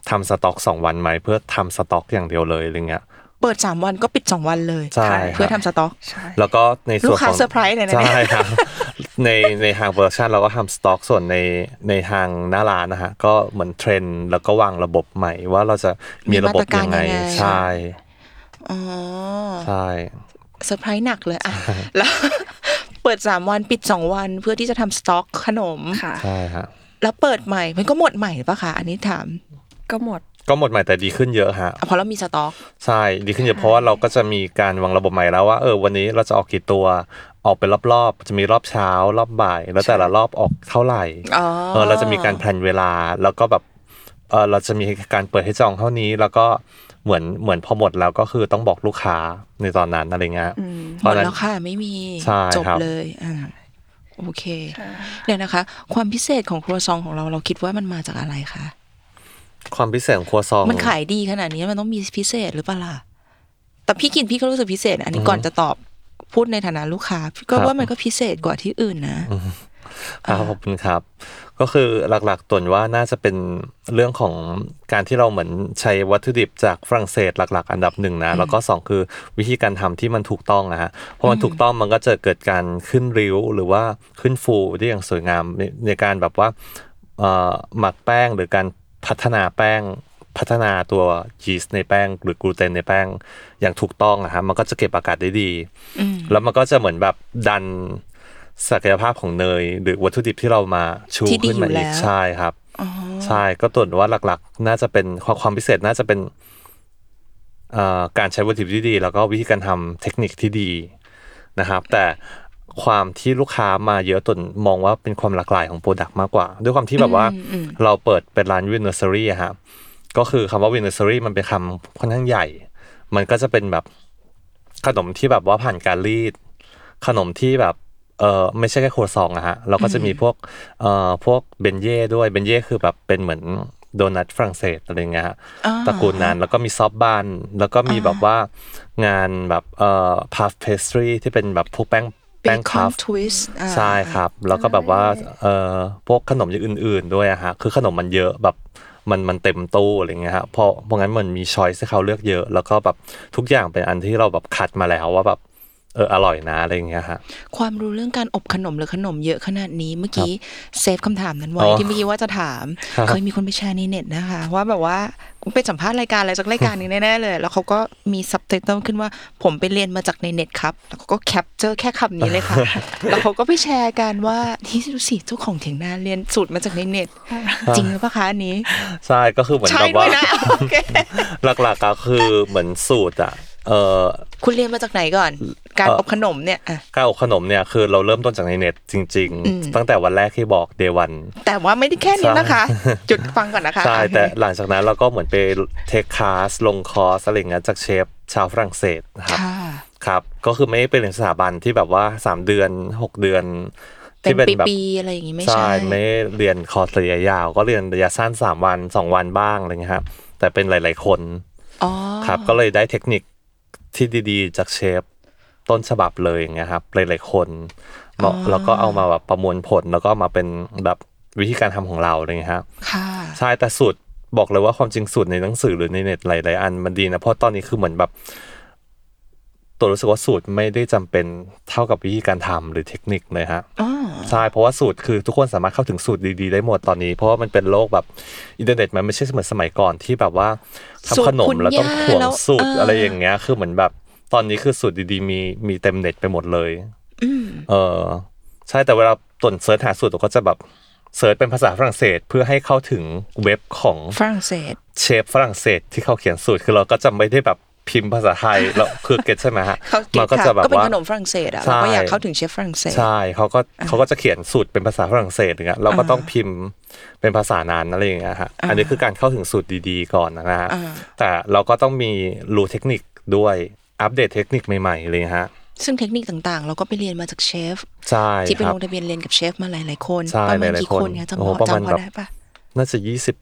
Speaker 3: ทำสต็อก2วันไหมเพื่อทำสต็อกอย่างเดียวเลยอะไรเงี้ย
Speaker 2: เปิด3วันก็ปิด2วันเลยเพื่อทำสต็อก
Speaker 3: แล้วก็ในส่วนของลูก
Speaker 2: ค้าเซอร์ไพรส์เลยนะ
Speaker 3: ใช่ครับในทางโปรดักชันเราก็ทำสต็อกส่วนในทางหน้าร้านนะฮะก็เหมือนเทรนด์แล้วก็วางระบบใหม่ว่าเราจะมีระบบยังไงใช่
Speaker 2: อ๋อ
Speaker 3: ใช่
Speaker 2: เซอร์ไพรส์หนักเลยอ่ะแล้วเปิด3วันปิด2วันเพื่อที่จะทำสต็อกขนม
Speaker 3: ใช่ครับ
Speaker 2: แล้วเปิดใหม่มันก็หมดใหม่ป่ะคะอันนี้ถาม
Speaker 4: ก็หมด
Speaker 3: ใหม่แต่ดีขึ้นเยอะฮะ
Speaker 2: เพราะเรามีสต็อก
Speaker 3: ใช่ดีขึ้นเยอะเพราะว่าเราก็จะมีการวางระบบใหม่แล้วว่าวันนี้เราจะออกกี่ตัวออกเป็นรอบๆจะมีรอบเช้ารอบบ่ายแล้วแต่ละรอบออกเท่าไหร่เราจะมีการแพลนเวลาแล้วก็แบบเราจะมีการเปิดให้จองเท่านี้แล้วก็เหมือนพอหมดแล้วก็คือต้องบอกลูกค้าในตอนนั้นอะไรเงี้ย
Speaker 2: หมดแล้วค่ะไม่มีจบเลยโอเคเดี๋ยวนะคะความพิเศษของครัวซองของเราคิดว่ามันมาจากอะไรคะ
Speaker 3: ความพิเศษของครัวซอง
Speaker 2: มันขายดีขนาดนี้มันต้องมีพิเศษหรือเปล่าล่ะแต่พี่กินพี่ก็รู้สึกพิเศษอันนี้ก่อนจะตอบพูดในฐานะลูกค้าพี่ก็ว่ามันก็พิเศษกว่าที่อื่นนะ
Speaker 3: ขอบคุณครับก็คือหลักๆต่วนว่าน่าจะเป็นเรื่องของการที่เราเหมือนใช้วัตถุดิบจากฝรั่งเศสหลักๆอันดับ1นะแล้วก็2คือวิธีการทำที่มันถูกต้องนะฮะเพราะมันถูกต้องมันก็จะเกิดการขึ้นริ้วหรือว่าขึ้นฟูได้อย่างสวยงามในการแบบว่าหมักแป้งหรือการพัฒนาแป้งพัฒนาตัวยีสต์ในแป้งหรือกลูเตนในแป้งอย่างถูกต้องนะฮะมันก็จะเก็บอากาศได้ดีแล้วมันก็จะเหมือนแบบดันศักยภาพของเนยหรือวัตถุดิบที่เรามาชูขึ้นมาอีกใช่ครับใช่ก็ตรวจว่าหลักๆน่าจะเป็นความพิเศษน่าจะเป็นการใช้วัตถุดิบที่ดีแล้วก็วิธีการทำเทคนิคที่ดีนะครับแต่ความที่ลูกค้ามาเยอะตนมองว่าเป็นความหลากหลายของโปรดักต์มากกว่าด้วยความที่แบบว่าเราเปิดเป็นร้านวินเนอร์เซอรี่อะครับก็คือคำว่าวินเนอร์เซอรี่มันเป็นคำค่อนข้างใหญ่มันก็จะเป็นแบบขนมที่แบบว่าผ่านการรีดขนมที่แบบไม่ใช่แค่ครัวซองอะฮะเราก็จะมีพวกเบนเย่ด้วยเบนเย่คือแบบเป็นเหมือนโดนัทฝรั่งเศสอะไรเงี้ยฮะตระกูลนั้นแล้วก็มีซอฟต์บ้านแล้วก็มีแบบว่างานแบบพัฟเพสทรีที่เป็นแบบพวกแป้งพัฟใช่ครับแล้วก็แบบว่าพวกขนมอย่างอื่นๆด้วยอะฮะคือขนมมันเยอะแบบมันเต็มตู้อะไรเงี้ยฮะเพราะงั้นมันมีช้อยส์ให้เขาเลือกเยอะแล้วก็แบบทุกอย่างเป็นอันที่เราแบบคัดมาแล้วว่าแบบอร่อยนะอะไรอย่างเงี้ยฮะ
Speaker 2: ความรู้เรื่องการอบขนมหรือขนมเยอะขนาดนี้เมื่อกี้เซฟคำถามนั้นไว้ที่เมื่อกี้ว่าจะถามเคยมีคนไปแชร์ในเน็ตนะคะว่าแบบว่าไปสัมภาษณ์รายการอะไรสักรายการนึงแน่ๆเลยแล้วเขาก็มีซับไตเติลขึ้นว่าผมไปเรียนมาจากในเน็ตครับแล้วก็แคปเจอแค่คำนี้เลยค่ะแล้วเขาก็ไปแชร์กันว่าที่ดูสิเจ้าของเถียงนาเรียนสูตรมาจากในเน็ตจริงหรือเปล่าคะอันนี้
Speaker 3: ใช่ก็คือเหมือนแบบว่าหลักๆก็คือเหมือนสูตรอ่ะ
Speaker 2: คุณเรียนมาจากไหนก่อนการอบขนมเนี่ย
Speaker 3: การอบขนมเนี่ยคือเราเริ่มต้นจากในเน็ตจริงๆตั้งแต่วันแรกที่บอกเดวัน
Speaker 2: แต่ว่าไม่ได้แค่นี้นะคะจุดฟังก่อนนะคะ
Speaker 3: ใช่แต่หลังจากนั้นเราก็เหมือนไปเทคคลาสลงคอร์สอะไรเงี้ยจากเชฟชาวฝรั่งเศสนะครับครับก็คือไม่ได้ไปเรียนสถาบันที่แบบว่า3เดือน6เดือน
Speaker 2: ที่เป็นแบบปีๆอะไรอย่างงี้ไม่ใช่
Speaker 3: ไม่เรียนคอร์สระยะยาวก็เรียนระยะสั้น3วัน2วันบ้างอะไรเงี้ยครับแต่เป็นหลายๆคนครับก็เลยได้เทคนิคที่ดีๆจากเชฟต้นฉบับเลยอย่างเงี้ยครับหลายๆคนแล้วก็เอามาแบบประมวลผลแล้วก็มาเป็นแบบวิธีการทำของเราอะไรเงี้ยครับใช่แต่สูตรบอกเลยว่าความจริงสูตรในหนังสือหรือในเน็ตหลายๆอันมันดีนะเพราะตอนนี้คือเหมือนแบบตัวรู้สึกว่าสูตรไม่ได้จำเป็นเท่ากับวิธีการทำหรือเทคนิคเลยฮะใช่เพราะว่าสูตรคือทุกคนสามารถเข้าถึงสูตรดีๆได้หมดตอนนี้เพราะว่ามันเป็นโลกแบบอินเทอร์เน็ตมันไม่ใช่เหมือนสมัยก่อนที่แบบว่าทำขนมแล้วต้องถ่วงสูตรอะไรอย่างเงี้ยคือเหมือนแบบตอนนี้คือสูตรดีๆมีเต็มเน็ตไปหมดเลยใช่แต่เวลาต้นเสิร์ชหาสูตรก็จะแบบเสิร์ชเป็นภาษาฝรั่งเศสเพื่อให้เข้าถึงเว็บของ
Speaker 2: ฝรั่งเศส
Speaker 3: เชฟฝรั่งเศสที่เขาเขียนสูตรคือเราก็จะไม่ได้แบบพิมพ์ภาษาไทยแล้วคือเก็ตใช่ไหมฮะ
Speaker 2: มันก็จะแบบว่าก็เป็นขนมฝรั่งเศสอ่ะเราก็อยากเข้าถึงเชฟฝรั่งเศส
Speaker 3: ใช่เขาก็จะเขียนสูตรเป็นภาษาฝรั่งเศสอย่างเงี้ยเราก็ต้องพิมพ์เป็นภาษานั้นอะไรอย่างเงี้ยฮะอันนี้คือการเข้าถึงสูตรดีๆก่อนนะฮะแต่เราก็ต้องมีรู้เทคนิคด้วยอัปเดตเทคนิคใหม่ๆเลยฮะ
Speaker 2: ซึ่งเทคนิคต่างๆเราก็ไปเรียนมาจากเชฟ
Speaker 3: ใช่
Speaker 2: ที่ไปลงทะเบียนเรียนกับเชฟมาหลายๆคนประมาณกี่คนเนี่ยจำพอได้ปะ
Speaker 3: น่าจะ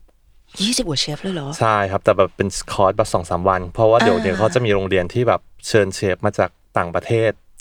Speaker 3: 20
Speaker 2: กว่าเชฟเลยเหรอ
Speaker 3: ใช่ครับแต่แบบเป็นคอร์สแบบ 2-3 วันเพราะว่าเดี๋ยวเขาจะมีโรงเรียนที่แบบเชิญเชฟมาจากต่างประเทศ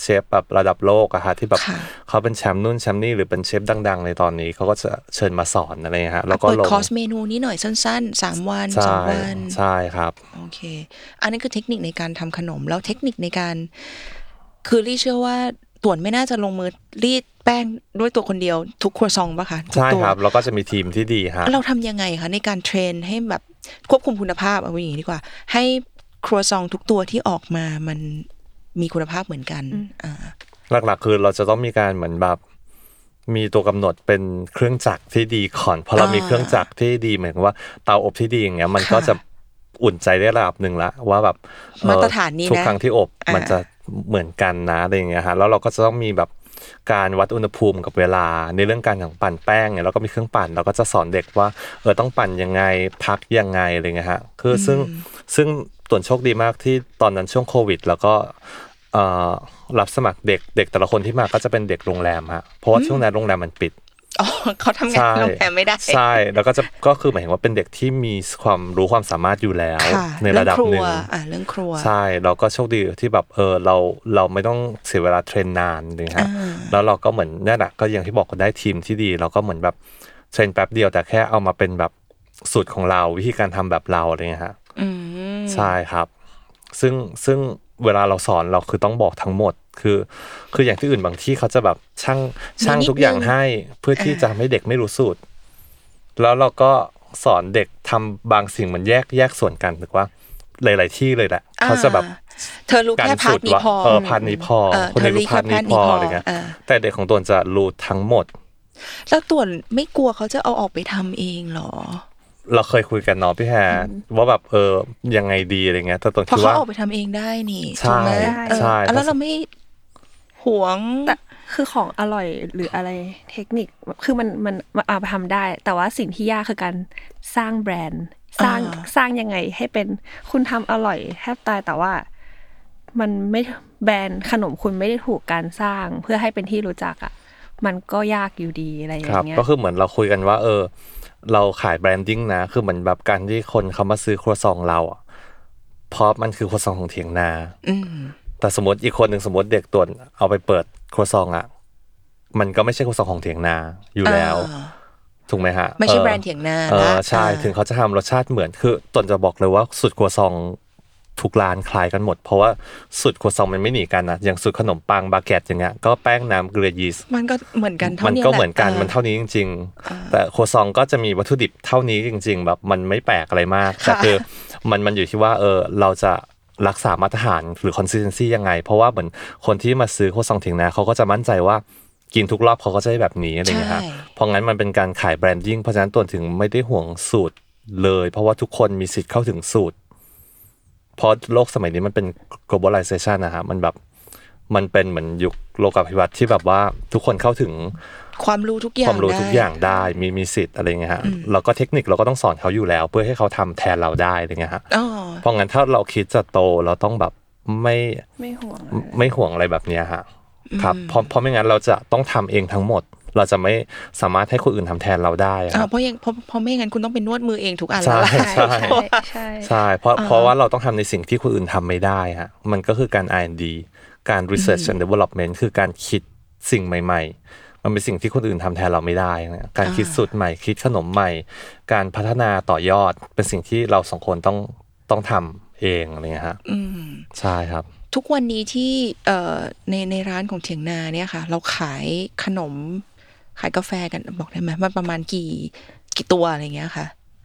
Speaker 3: เชฟแบบระดับโลกอะฮะที่แบบเขาเป็นแชมป์นู่นแชมป์นี่หรือเป็นเชฟดังๆในตอนนี้เขาก็จะเชิญมาสอนอะไรฮะแล้วก็
Speaker 2: เปิด
Speaker 3: ลง
Speaker 2: คอร์สเมนูนี้หน่อยสั้นๆ3วัน2วัน
Speaker 3: ใช่ครับ
Speaker 2: โอเคอันนี้คือเทคนิคในการทำขนมแล้วเทคนิคในการคือลี่เชื่อว่าต่วนไม่น่าจะลงมือรีดแป้งด้วยตัวคนเดียวทุกครัวซองป่ะคะ
Speaker 3: ใช่ครับแล้วก็จะมีทีมที่ดีฮะ
Speaker 2: เราทำยังไงคะในการเทรนให้แบบควบคุมคุณภาพเอาอย่างนี้ดีกว่าให้ครัวซองทุกตัวที่ออกมามันมีคุณภาพเหมือนกัน
Speaker 3: หลักๆคือเราจะต้องมีการเหมือนแบบมีตัวกำหนดเป็นเครื่องจักรที่ดีก่อนเพราะเรามีเครื่องจักรที่ดีเหมือนว่าเตาอบที่ดีอย่างเงี้ยมันก็จะอุ่นใจได้ระดับนึงละว่าแบบ
Speaker 2: มาตรฐานนี้นะ
Speaker 3: ทุกครั้งที่อบมันจะเหมือนกันนะอะไรอย่างเงี้ยฮะแล้วเราก็จะต้องมีแบบการวัดอุณหภูมิกับเวลาในเรื่องการของปั่นแป้งเนี่ยเราก็มีเครื่องปั่นเราก็จะสอนเด็กว่าต้องปั่นยังไงพักยังไงอะไรเงี้ยฮะคือซึ่งต่วนโชคดีมากที่ตอนนั้นช่วงโควิดแล้วก็รับสมัครเด็กแต่ละคนที่มาก็จะเป็นเด็กโรงแรมฮะเพราะว่าช่วงนั้นโรงแรมมันปิด
Speaker 2: เขาทำงานโรงแรมไม่ได้
Speaker 3: ใช่แล้วก็คือหมายถึงว่าเป็นเด็กที่มีความรู้ความสามารถอยู่แล้วในระดับนึง
Speaker 2: เรื่องครัว
Speaker 3: ใช่เราก็โชคดีที่แบบเราไม่ต้องเสียเวลาเทรนนานเลยฮะแล้วเราก็เหมือนนี่แหละก็อย่างที่บอกได้ทีมที่ดีเราก็เหมือนแบบเทรนแป๊บเดียวแต่แค่เอามาเป็นแบบสูตรของเราวิธีการทำแบบเราอะไรเงี้ยฮะใช่ครับซึ่งเวลาเราสอนเราคือต้องบอกทั้งหมดคืออย่างที่อื่นบางที่เขาจะแบบช่างทุกอย่างให้เพื่อที่จะให้เด็กไม่รู้สูตรแล้วเราก็สอนเด็กทำบางสิ่งมันแยกส่วนกันหรือว่าหลายๆที่เลยแหละเขาจะแบบ
Speaker 2: เธอรู้แค่พาร์ทนี้พอ
Speaker 3: พาร์ทนี้พอคนนี้รู้พาร์ทนี้พออะไรเงี้ยแต่เด็กของตัวจะรู้ทั้งหมด
Speaker 2: แล้วตัวไม่กลัวเขาจะเอาออกไปทำเองหรอ
Speaker 3: เราเคยคุยกันเนาะพี่แฮว่าแบบยังไงดีอะไรเงี้ยแต่ตอน
Speaker 2: คิดว่าเขาออกไปทำเองได้นี่
Speaker 3: ใช่ใช่
Speaker 2: แล้วเราไม่หวง
Speaker 4: แต่คือของอร่อยหรืออะไรเทคนิคคือมันเอาไปทำได้แต่ว่าสิ่งที่ยากคือการสร้างแบรนด์สร้างยังไงให้เป็นคุณทำอร่อยแทบตายแต่ว่ามันไม่แบรนด์ขนมคุณไม่ได้ถูกการสร้างเพื่อให้เป็นที่รู้จักอ่ะมันก็ยากอยู่ดีอะไรอย่างเงี้ย
Speaker 3: ก็คือเหมือนเราคุยกันว่าเราขายแบรนดิ้งนะคือเหมือนแบบการที่คนเขามาซื้อครัวซองเราอ่ะเพราะมันคือครัวซองของเถียงนาแต่สมมติอีกคนหนึ่งสมมติเด็กตัวเอาไปเปิดครัวซองอ่ะมันก็ไม่ใช่ครัวซองของเถียงนาอยู่แล้วถูกไหมฮะ
Speaker 2: ไม่ใช่แบรนด์เถียงนา
Speaker 3: ใช่ถึงเขาจะทำรสชาติเหมือนคือตนจะบอกเลยว่าสูตรครัวซองทุกร้านคล้ายกันหมดเพราะว่าสูตรครัวซองมันไม่หนีกันนะอย่างสูตรขนมปังบาเกตอย่างเงี้ยก็แป้งน้ำเกลือยีสต์
Speaker 2: มันก็เหมือนกันเท่านี้
Speaker 3: มันก็เหมือนกันมันเท่านี้จริงๆแต่ครัวซองก็จะมีวัตถุดิบเท่านี้จริงๆแบบมันไม่แปลกอะไรมากแต่คือมันอยู่ที่ว่าเราจะรักษามาตรฐานหรือ consistency ยังไงเพราะว่าเหมือนคนที่มาซื้อครัวซองเถียงนาเขาก็จะมั่นใจว่ากินทุกรอบเขาก็จะได้แบบนี้อะไรเงี้ยครับเพราะงั้นมันเป็นการขายแบรนดิ้งเพราะฉะนั้นตัวถึงไม่ได้ห่วงสูตรเลยเพราะว่าทุกคนมีสิทธิ์เข้าถึงสูตรเพราะโลกสมัยนี้มันเป็น globalization นะฮะมันแบบมันเป็นเหมือนยุคโลกาภิวัตน์ที่แบบว่าทุกคนเข้าถึง
Speaker 2: ความรู้ทุกอย่าง
Speaker 3: ได้มีสิทธิ์อะไรเงี้ยฮะแล้วก็เทคนิคเราก็ต้องสอนเขาอยู่แล้วเพื่อให้เขาทำแทนเราได้อะไรเงี้ยฮะเพราะงั้นถ้าเราคิดจะโตเราต้องแบบไม่ห่วงอะไรแบบเนี้ยฮะครับเพราะไม่งั้นเราจะต้องทำเองทั้งหมดเราจะไม่สามารถให้คนอื่นทำแทนเราได้
Speaker 2: เพราะไม่งั้นคุณต้องเป็นนวดมือเองทุกอัน
Speaker 3: แล้วใช่เพราะว่าเราต้องทำในสิ่งที่คนอื่นทำไม่ได้ฮะมันก็คือการ R&D การ Research and Development คือการคิดสิ่งใหม่ๆมันเป็นสิ่งที่คนอื่นทำแทนเราไม่ได้นะการคิดสูตรใหม่คิดขนมใหม่การพัฒนาต่อยอดเป็นสิ่งที่เราสองคนต้องทำเองอะไรเงี้ยฮะใช่ครับ
Speaker 2: ทุกวันนี้ที่ในร้านของเถียงนาเนี่ยค่ะเราขายขนมขายกาแฟกันบอกได้ไหมมันประมาณกี่ตัวอะไรเงี้ยค่ะ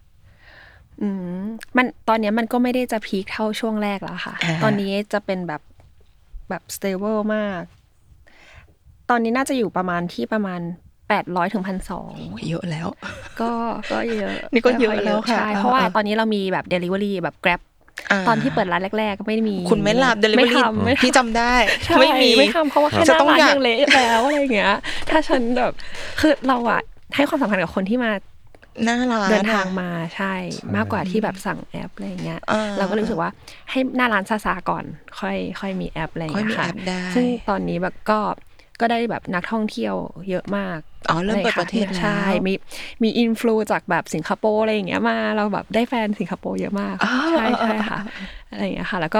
Speaker 4: มันตอนนี้มันก็ไม่ได้จะพีคเท่าช่วงแรกแล้วค่ะตอนนี้จะเป็นแบบสเตเบิลมากตอนนี้น่าจะอยู่ประมาณ800 ถึง 1,200
Speaker 2: เยอะแล้ว
Speaker 4: ก็เยอะ
Speaker 2: นี่ก็เยอะแล้วค่ะ
Speaker 4: ใช่เพราะว่าตอนนี้เรามีแบบ delivery แบบ Grab ตอนที่เปิดร้านแรกๆก็ไม่มี
Speaker 2: คุณไม่รับ delivery พี่จำได้
Speaker 4: ไม่ทำเพราะว่าแค่หน้าร้านยังเละแล้วอะไรอย่างเงี้ยถ้าฉันแบบคือเราอะให้ความสำคัญกับคนที่มา
Speaker 2: หน้าร้าน
Speaker 4: เดินทางมาใช่มากกว่าที่แบบสั่งแอปอะไรเงี้ยเราก็รู้สึกว่าให้หน้าร้านซาๆก่อนค่อยมีแอปอะไรอย่างเงี้ยค่ะซึ่งตอนนี้แบบก็ได้แบบนักท่องเที่ยวเยอะมาก
Speaker 2: เริ่มเปิดประเทศ
Speaker 4: ใช่มีอินฟลูจากแบบสิงคโปร์อะไรอย่างเงี้ยมาเราแบบได้แฟนสิงคโปร์เยอะมากใช่ค่ะอะไรอย่างเงี้ยค่ะแล้วก็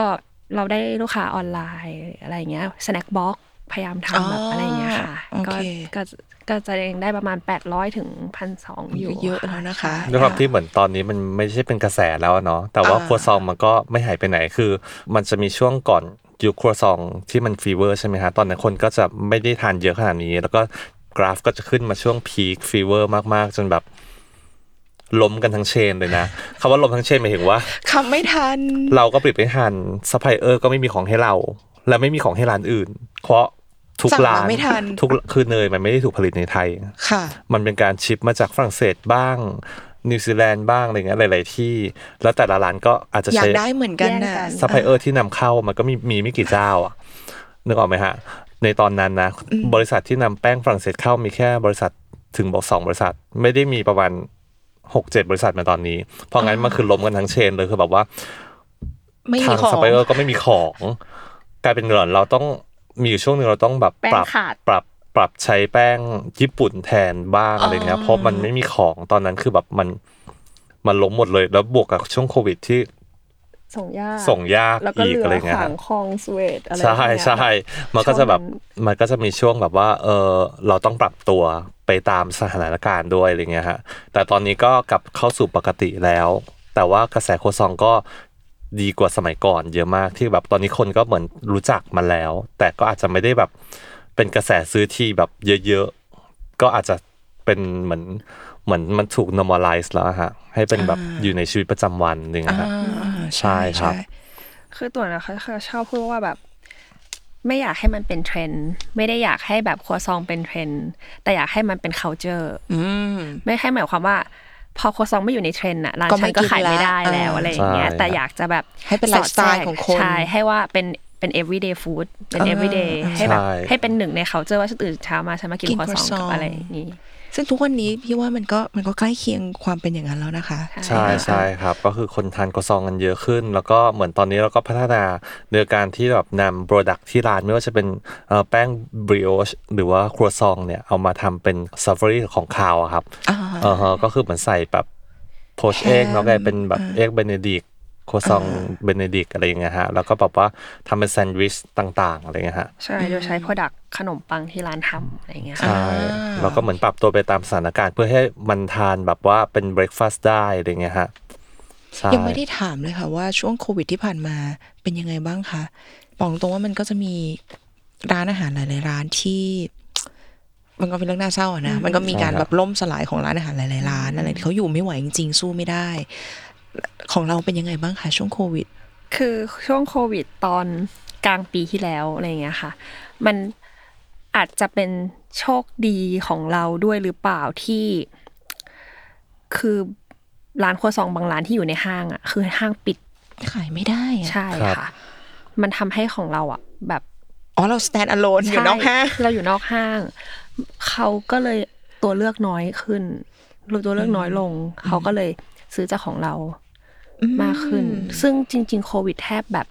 Speaker 4: เราได้ลูกค้าออนไลน์อะไรเงี้ย snack box พยายามทำแบบอะไรเงี้ยค่ะก็จะเองได้ประมาณ800 ถึง 1,200 อยู่
Speaker 2: เยอะแล้วนะคะ
Speaker 3: ด้วยความที่เหมือนตอนนี้มันไม่ใช่เป็นกระแสแล้วเนาะแต่ว่าครัวซองมันก็ไม่หายไปไหนคือมันจะมีช่วงก่อนยุคครัวซองที่มันฟีเวอร์ใช่ไหมฮะตอนนั้นคนก็จะไม่ได้ทานเยอะขนาดนี้แล้วก็กราฟก็จะขึ้นมาช่วงพีคฟีเวอร์มากๆจนแบบล้มกันทั้งเชนเลยนะคำว่าล้มทั้งเชนหมายถึงว่า
Speaker 2: คำไม่ทัน
Speaker 3: เราก็ผลิตไม่ทันซัพพลายเออร์ก็ไม่มีของให้เราและไม่มีของให้ร้านอื่นเพราะทุกร้านทุกคือเนยมันไม่ได้ถูกผลิตในไทย
Speaker 2: ค่ะ
Speaker 3: มันเป็นการชิปมาจากฝรั่งเศสบ้างนิวซีแลนด์บ้างอะไรเงี้ยหลายๆที่แล้วแต่ละร้านก็อาจจะใช้
Speaker 2: อยากได้เหมือนกันนะ
Speaker 3: ซัพพลายเออร์ที่นำเข้ามันก็มีไม่กี่เจ้าอ่ะนึกออกไหมฮะในตอนนั้นนะบริษัทที่นำแป้งฝรั่งเศสเข้ามีแค่บริษัทถึงบอก2 บริษัทไม่ได้มีประมาณ6-7 บริษัทมาตอนนี้เพราะงั้นมันคือล้มกันทั้งเชนเลยคือแบบว่าทางซัพพลายเออร์ก็ไม่มีของกลายเป็นเราต้องมีอยู่ช่วงนึงเราต้องแบบปรับใช้แป้งญี่ปุ่นแทนบ้างอะไรเงี้ยเพราะมันไม่มีของตอนนั้นคือแบบมันล้มหมดเลยแล้วบวกกับช่วงโควิดที่ส่งยากอีกอะไรเงี้ย
Speaker 4: แล้วก็เหลือของคลองสเวตอะไร
Speaker 3: ใช่มันก็จะแบบมันก็จะมีช่วงแบบว่าเราต้องปรับตัวไปตามสถานการณ์ด้วยอะไรเงี้ยฮะแต่ตอนนี้ก็กลับเข้าสู่ปกติแล้วแต่ว่ากระแสโคซองก็ดีกว่าสมัยก่อนเยอะมากที่แบบตอนนี้คนก็เหมือนรู้จักมันแล้วแต่ก็อาจจะไม่ได้แบบเป็นกระแสซื้อที่แบบเยอะๆก็อาจจะเป็นเหมือนมันถูก normalize แล้วฮะให้เป็นแบบอยู่ในชีวิตประจำวันนึงครับใช่ครับ
Speaker 4: คือตัวนะคะชอบพูดว่าแบบไม่อยากให้มันเป็นเทรนด์ไม่ได้อยากให้แบบครัวซองเป็นเทรนด์แต่อยากให้มันเป็น culture ไม่ให้หมายความว่าพอครัวซองไม่อยู่ในเทรนด์น่ะร้านฉันก็ขายไม่ได้แล้วอะไรอย่างเงี้ยแต่อยากจะแบบ
Speaker 2: ให้เป็นไลฟ์สไตล์ของคน
Speaker 4: ใช่ให้ว่าเป็น everyday food เป็น everyday ให้แบบให้เป็นหนึ่งใน culture ว่าฉันตื่นเช้ามาฉันมากินครัวซองกับอะไรอย่างงี้
Speaker 2: ซึ่งทุกวันนี้พี่ว่ามันก็ใกล้เคียงความเป็นอย่างนั้นแล้วนะคะ
Speaker 3: ใช่ครับก็คือคนทานครัวซองกันเยอะขึ้นแล้วก็เหมือนตอนนี้เราก็พัฒนาโดยการที่แบบนำโปรดักต์ที่ร้านไม่ว่าจะเป็นแป้งบริโอชหรือว่าครัวซองเนี่ยเอามาทำเป็นซัฟเวอรี่ของคาวครับก็คือเหมือนใส่แบบโพชเอ็กแล้วก็เป็นแบบเอ็กเบเนดิกครัวซองเบเนดิกอะไรอย่างเงี้ยฮะแล้วก็แบบว่าทำเป็นแซนด์วิชต่างๆอะไรเงี้ยฮะ
Speaker 4: ใช่โดยใช้โปรดักต์ขนมปังที่ร้านทำอะไรเงี้ย
Speaker 3: ใช่แล้วก็เหมือนปรับตัวไปตามสถานการณ์เพื่อให้มันทานแบบว่าเป็นเบรคฟาสต์ได้อะไรเงี้ยฮะ
Speaker 2: ยังไม่ได้ถามเลยค่ะว่าช่วงโควิดที่ผ่านมาเป็นยังไงบ้างคะบอกตรงว่ามันก็จะมีร้านอาหารหลายๆร้านที่มันก็เป็นเรื่องน่าเศร้านะมันก็มีการแบบล่มสลายของร้านอาหารหลายๆร้านอะไรเขาอยู่ไม่ไหวจริงๆสู้ไม่ได้ของเราเป็นยังไงบ้างคะช่วงโควิด
Speaker 4: คือช่วงโควิดตอนกลางปีที่แล้วอะไรเงี้ยค่ะมันอาจจะเป็นโชคดีของเราด้วยหรือเปล่าที่คือร้านครัวซองบางร้านที่อยู่ในห้างอ่ะคือห้างปิด
Speaker 2: ขายไม่ได้
Speaker 4: ใช่ค่ะมันทำให้ของเราอ่ะแบบ
Speaker 2: เรา stand alone อยู่นอกห้าง
Speaker 4: เราอยู่นอกห้างเขาก็เลยตัวเลือกน้อยขึ้นตัวเลือกน้อยลงเขาก็เลยซื้อจากของเรามากขึ้นซึ่งจริงๆโควิดแทบแบบ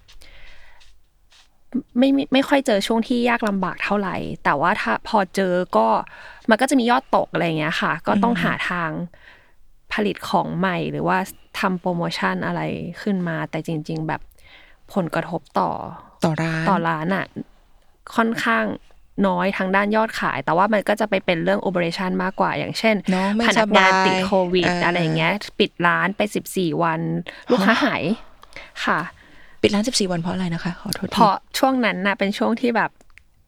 Speaker 4: ไม่ค่อยเจอช่วงที่ยากลำบากเท่าไหร่แต่ว่าถ้าพอเจอก็มันก็จะมียอดตกอะไรเงี้ยค่ะก็ต้องหาทางผลิตของใหม่หรือว่าทำโปรโมชั่นอะไรขึ้นมาแต่จริงๆแบบผลกระทบต่อร้านอ่ะค่อนข้างน้อยทางด้านยอดขายแต่ว่ามันก็จะไปเป็นเรื่อง operation มากกว่าอย่างเช่นพนักงานติดโควิดอะไรเงี้ยปิดร้านไป14 วันลูกค้าหายค่ะ
Speaker 2: ปิดร้าน14 วันเพราะอะไรนะคะขอโทษ
Speaker 4: เพราะช่วงนั้นน่ะเป็นช่วงที่แบบ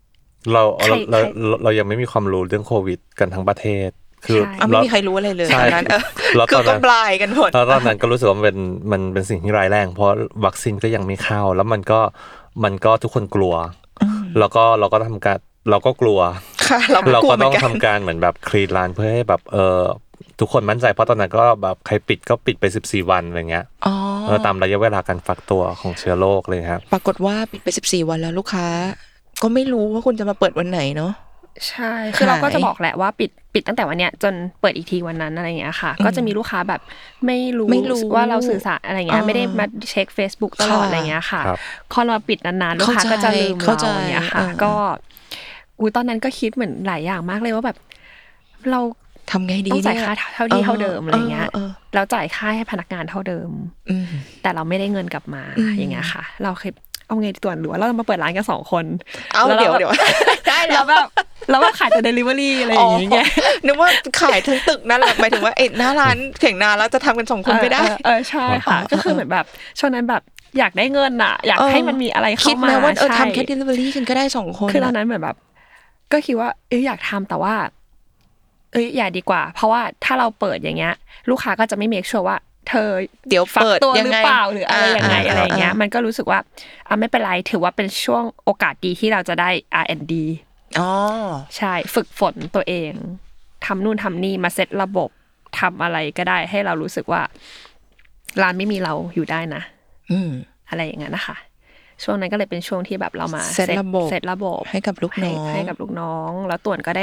Speaker 3: เรายังไม่มีความรู้เรื่องโควิดกันทั้งประเทศคือ
Speaker 2: ไม่มีใครรู้อะไรเลยตอนนั้นคือก็ปลายกันหมด
Speaker 3: แล้วตอนนั้นก็รู้สึกว่ามันเป็นสิ่งที่ร้ายแรงเพราะวัคซีนก็ยังไม่เข้าแล้วมันก็ทุกคนกลัวแล้วก็เราก็ทำการเราก็กลัวเราก็ต้องทำการเหมือนแบบคลีนร้านเพื่อให้แบบทุกคนมั่นใจเพราะตอนนั้นก็แบบใครปิดก็ปิดไป14 วันอะไรเงี้ยตามระยะเวลาการฟักตัวของเชื้อโรคเลยครับ
Speaker 2: ปรากฏว่าปิดไป14 วันแล้วลูกค้าก็ไม่รู้ว่าคุณจะมาเปิดวันไหนเนาะ
Speaker 4: ใช่คือเราก็จะบอกแหละว่าปิดตั้งแต่วันเนี้ยจนเปิดอีกทีวันนั้นอะไรเงี้ยค่ะก็จะมีลูกค้าแบบไม่รู้ว่าเราสื่อสารอะไรเงี้ยไม่ได้มาเช็ค Facebook ตลอดอะไรเงี้ยค่ะพอเราปิดนานๆลูกค้าก็จะลืมเราเงี้ยค่ะก็ตอนนั้นก็คิดเหมือนหลายอย่างมากเลยว่าแบบเรา
Speaker 2: ทำไงดี
Speaker 4: ต้องจ่ายค่าเท่าที่เท่าเดิมอะไรเงี้ยแล้วจ่ายค่าให้พนักงานเท่าเดิมแต่เราไม่ได้เงินกลับมาอย่างเงี้ยค่ะเราเคยเอาไงต่วนหรือว่าเรามาเปิดร้านกัน2คน
Speaker 2: เอาเดี๋ยว
Speaker 4: ได้แล้วแบบขายแต่ delivery อะไรอย่างเงี้ย
Speaker 2: นึกว่าขายทั้งตึกนั่นแหละหมายถึงว่าหน้าร้านเถียงนาแล้วจะทำกัน2คนไม่ได้
Speaker 4: ใช่ค่ะก็คือเหมือนแบบช่วงนั้นแบบอยากได้เงินอ่ะอยากให้มันมีอะไรเข้ามาคิด
Speaker 2: แม้ว่าทำแค่ delivery กันก็ได้2คน
Speaker 4: คือตอนนั้นเหมือนแบบก็คิดว่าอยากทำแต่ว่าอย่าดีกว่าเพราะว่าถ้าเราเปิดอย่างเงี้ยลูกค้าก็จะไม่เมคชัวร์ว่าเธอ
Speaker 2: เดี๋ยวเปิด
Speaker 4: ตัวหรือเปล่าหรืออะไรยังไงอะไรอย่างเงี้ยมันก็รู้สึกว่าไม่เป็นไรถือว่าเป็นช่วงโอกาสดีที่เราจะได้ R&D ใช่ฝึกฝนตัวเองทำนู่นทำนี่มาเซตระบบทำอะไรก็ได้ให้เรารู้สึกว่าร้านไม่มีเราอยู่ได้นะอะไรอย่างเงี้ยนะคะช่วงนั้นก็เลยเป็นช่วงที่แบบเรามา
Speaker 2: เซตระบบให้กับลูก
Speaker 4: น้องแล้วต่วนก็ได้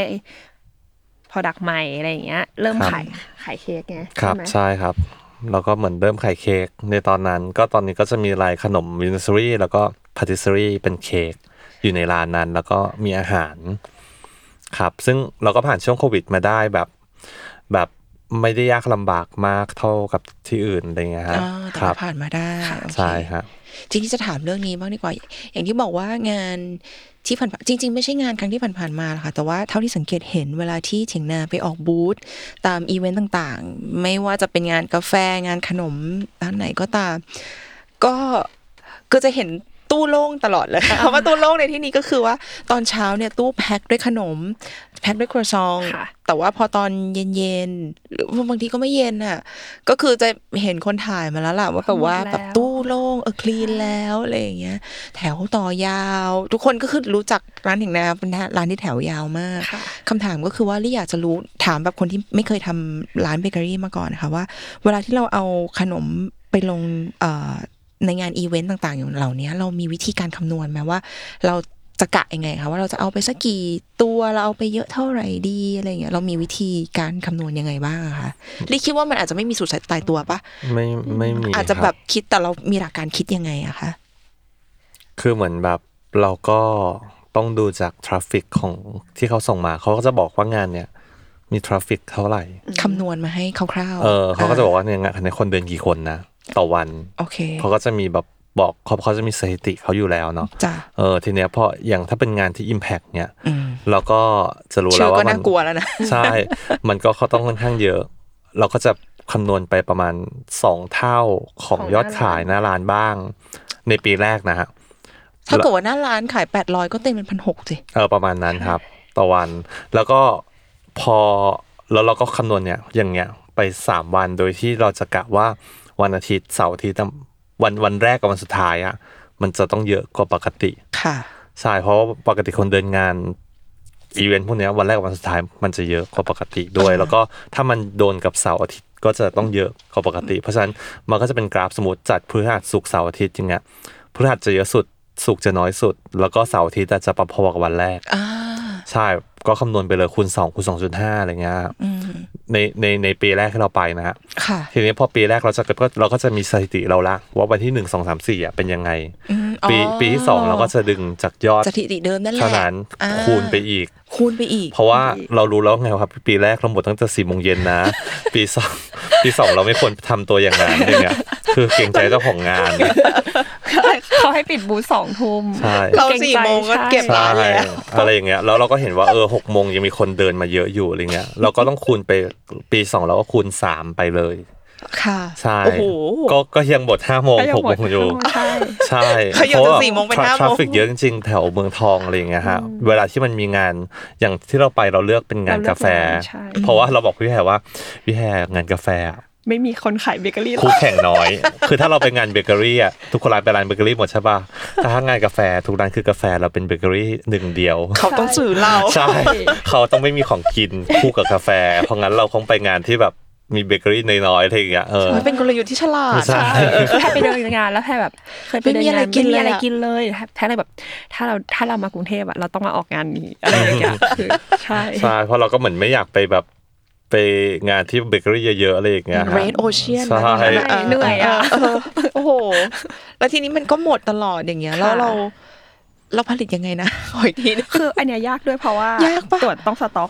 Speaker 4: product ใหม่อะไรอย่างเงี้ยเริ่มขายเค้กไง
Speaker 3: ครับใช่ครับแล้วก็เหมือนเริ่มขายเค้กในตอนนั้นก็ตอนนี้ก็จะมีรายขนมวินเซอรี่แล้วก็พาติสเซอรี่เป็นเค้กอยู่ในร้านนั้นแล้วก็มีอาหารครับซึ่งเราก็ผ่านช่วงโควิดมาได้แบบไม่ได้ยากลำบากมากเท่ากับที่อื่นอะไรเงี้ย
Speaker 2: ครับผ่านมาได้
Speaker 3: ใช่ครับ
Speaker 2: จริงๆจะถามเรื่องนี้บ้างดีกว่าอย่างที่บอกว่างานที่ผ่านจริงๆไม่ใช่งานครั้งที่ผ่านๆมาหรอกค่ะแต่ว่าเท่าที่สังเกตเห็นเวลาที่เถียงนาไปออกบูธตามอีเวนต์ต่างๆไม่ว่าจะเป็นงานกาแฟงานขนมร้านไหนก็ตามก็จะเห็นตู้โล่งตลอดเลยคำว่าตู้โล่งในที่นี้ก็คือว่าตอนเช้าเนี่ยตู้แพ็คด้วยขนมแพ็คด้วยครัวซองแต่ว่าพอตอนเย็นๆหรือบางทีก็ไม่เย็นอ่ะก็คือจะเห็นคนถ่ายมาแล้วล่ะว่าแบบว่าแบบตู้โล่งคลีนแล้วอะไรอย่างเงี้ยแถวต่อยาวทุกคนก็คือรู้จักร้านเถียงนาเป็นร้านที่แถวยาวมากคำถามก็คือว่าลี่อยากจะรู้ถามแบบคนที่ไม่เคยทำร้านเบเกอรี่มาก่อนนะคะว่าเวลาที่เราเอาขนมไปลงในงานอีเวนต์ต่างๆอย่างเหล่านี้เรามีวิธีการคำนวณไหมว่าเราจะกะยังไงคะว่าเราจะเอาไปสักกี่ตัวเราเอาไปเยอะเท่าไหร่ดีอะไรเงี้ยเรามีวิธีการคำนวณยังไงบ้างคะลี่คิดว่ามันอาจจะไม่มีสูตรตายตัวปะ
Speaker 3: ไม่มี
Speaker 2: อาจจะแบบคิดแต่เรามีหลักการคิดยังไงอะคะ
Speaker 3: คือเหมือนแบบเราก็ต้องดูจากทราฟฟิกของที่เขาส่งมาเขาก็จะบอกว่างานเนี่ยมีทราฟฟิกเท่าไหร่
Speaker 2: คำนวณมาให้คร่าว
Speaker 3: ๆเขาก็จะบอกว่าเนี่ยในคนเดินกี่คนนะต่อวันเขาก็จะมีแบบบอกเขาจะมีสถิติเขาอยู่แล้วเนาะทีเนี้ยพออย่างถ้าเป็นงานที่ Impact เนี่ยเราก็จะรู้แล้วว่ามัน
Speaker 2: น่ากลัวแล้วนะ
Speaker 3: ใช่มันก็เขาต้องค่อนข้างเยอะเราก็จะคำนวณไปประมาณ2เท่าของยอดขายหน้าร้านบ้างในปีแรกนะฮะ
Speaker 2: ถ้าเกิดว่าหน้าร้านขาย800ก็เต็มเป็น 1,600 สิ
Speaker 3: ประมาณนั้นครับต่อวันแล้วก็พอแล้วเราก็คำนวณเนี่ยอย่างเงี้ยไป3วันโดยที่เราจะกะว่าวันอาทิตย์เสาร์อาทิตย์วันแรกกับวันสุดท้ายอ่ะมันจะต้องเยอะกว่าปกติ
Speaker 2: ค่ะ
Speaker 3: ใช่เพราะว่าปกติคนเดินงานอีเวนต์พวกนี้วันแรกกับวันสุดท้ายมันจะเยอะกว่าปกติด้วยแล้วก็ถ้ามันโดนกับเสาร์อาทิตย์ก็จะต้องเยอะกว่าปกติเพราะฉะนั้นมันก็จะเป็นกราฟสมมุติจัดพฤหัสศุกร์เสาร์อาทิตย์อย่างเงี้ยพฤหัสจะเยอะสุดศุกร์จะน้อยสุดแล้วก็เสาร์อาทิตย์จะพอๆกับวันแรกใช่ก็คำนวณไปเลยคูณ2คูณ 2.5 อะไรเงี้ยในปีแรกที่เราไปนะฮะทีนี้พอปีแรกเราก็จะมีสถิติเราละว่าวันที่1 2 3 4เป็นยังไงปีที่2เราก็จะดึงจากยอด
Speaker 2: สถิติเดิมนั่นแหละ
Speaker 3: เท่านั้นคูณไปอีกเพราะว่าเรารู้แล้วไงครับปีแรกเราหมดตั้งแต่ 4 โมงเย็นนะปี2เราไม่ควรทำตัวอย่างนั้นเนี่ยคือเกรงใจเจ้าของงาน
Speaker 4: เขาให้ปิดบูธ 2 ทุ่ม
Speaker 2: เรา4 โมงก็เก็บร้านแล้ว
Speaker 3: อะไรอย่างเงี้ยแล้วเราก็เห็นว่า6 โมงยังมีคนเดินมาเยอะอยู่อะไรเงี้ยเราก็ต้องคูณไปปี2เราก็คูณ3ไปเลย
Speaker 2: ค่ะ
Speaker 3: ใช่ก็ยังบท5 โมง 6 โมงอยู่ใช่
Speaker 2: เพราะว่า4 โมงเป็น5 โมง
Speaker 3: ทราฟฟิกเยอะจริงๆแถวเมืองทองอะไรอย่างเงี้ยฮะเวลาที่มันมีงานอย่างที่เราไปเราเลือกเป็นงานกาแฟเพราะว่าเราบอกพี่แพรว่าพี่แพรงานกาแฟ
Speaker 4: ไม่มีคนขายเบเกอรี่
Speaker 3: คู่แข่งน้อยคือถ้าเราไปงานเบเกอรี่อ่ะทุกคนร้านไปร้านเบเกอรี่หมดใช่ป่ะถ้างานกาแฟทุกร้านคือกาแฟเราเป็นเบเกอรี่1เดียว
Speaker 2: เขาต้องซื้อเรา
Speaker 3: ใช่เขาต้องไม่มีของกินคู่กับกาแฟเพราะงั้นเราคงไปงานที่แบบมีเบเกอรี่น้อยๆอะไรอย่างเงี้ย
Speaker 2: เป็นกลยุทธ์ที่ฉลาด
Speaker 3: ใช่
Speaker 4: แค่ไปเดินงานแล้วแค่แบบเคยไปเดินงานไม่มีอะไรกินเลยแค่เลยแบบถ้าเรามากรุงเทพอ่ะเราต้องมาออกงานนี้อะไรอย่างเงี้ยคือใช่
Speaker 3: เพราะเราก็เหมือนไม่อยากไปแบบไปงานที่เบเกอรี่เยอะๆอะไรอย่างเงี้ย
Speaker 2: Red Ocean
Speaker 3: ใช่
Speaker 4: เหนื่อยอ่ะ
Speaker 2: โอ้โหแล้วทีนี้มันก็หมดตลอดอย่างเงี้ยแล้วเราผลิตยังไงนะขออีกที
Speaker 4: คืออันเนี้ยยากด้วยเพราะว่าตรวจต้องสต็อก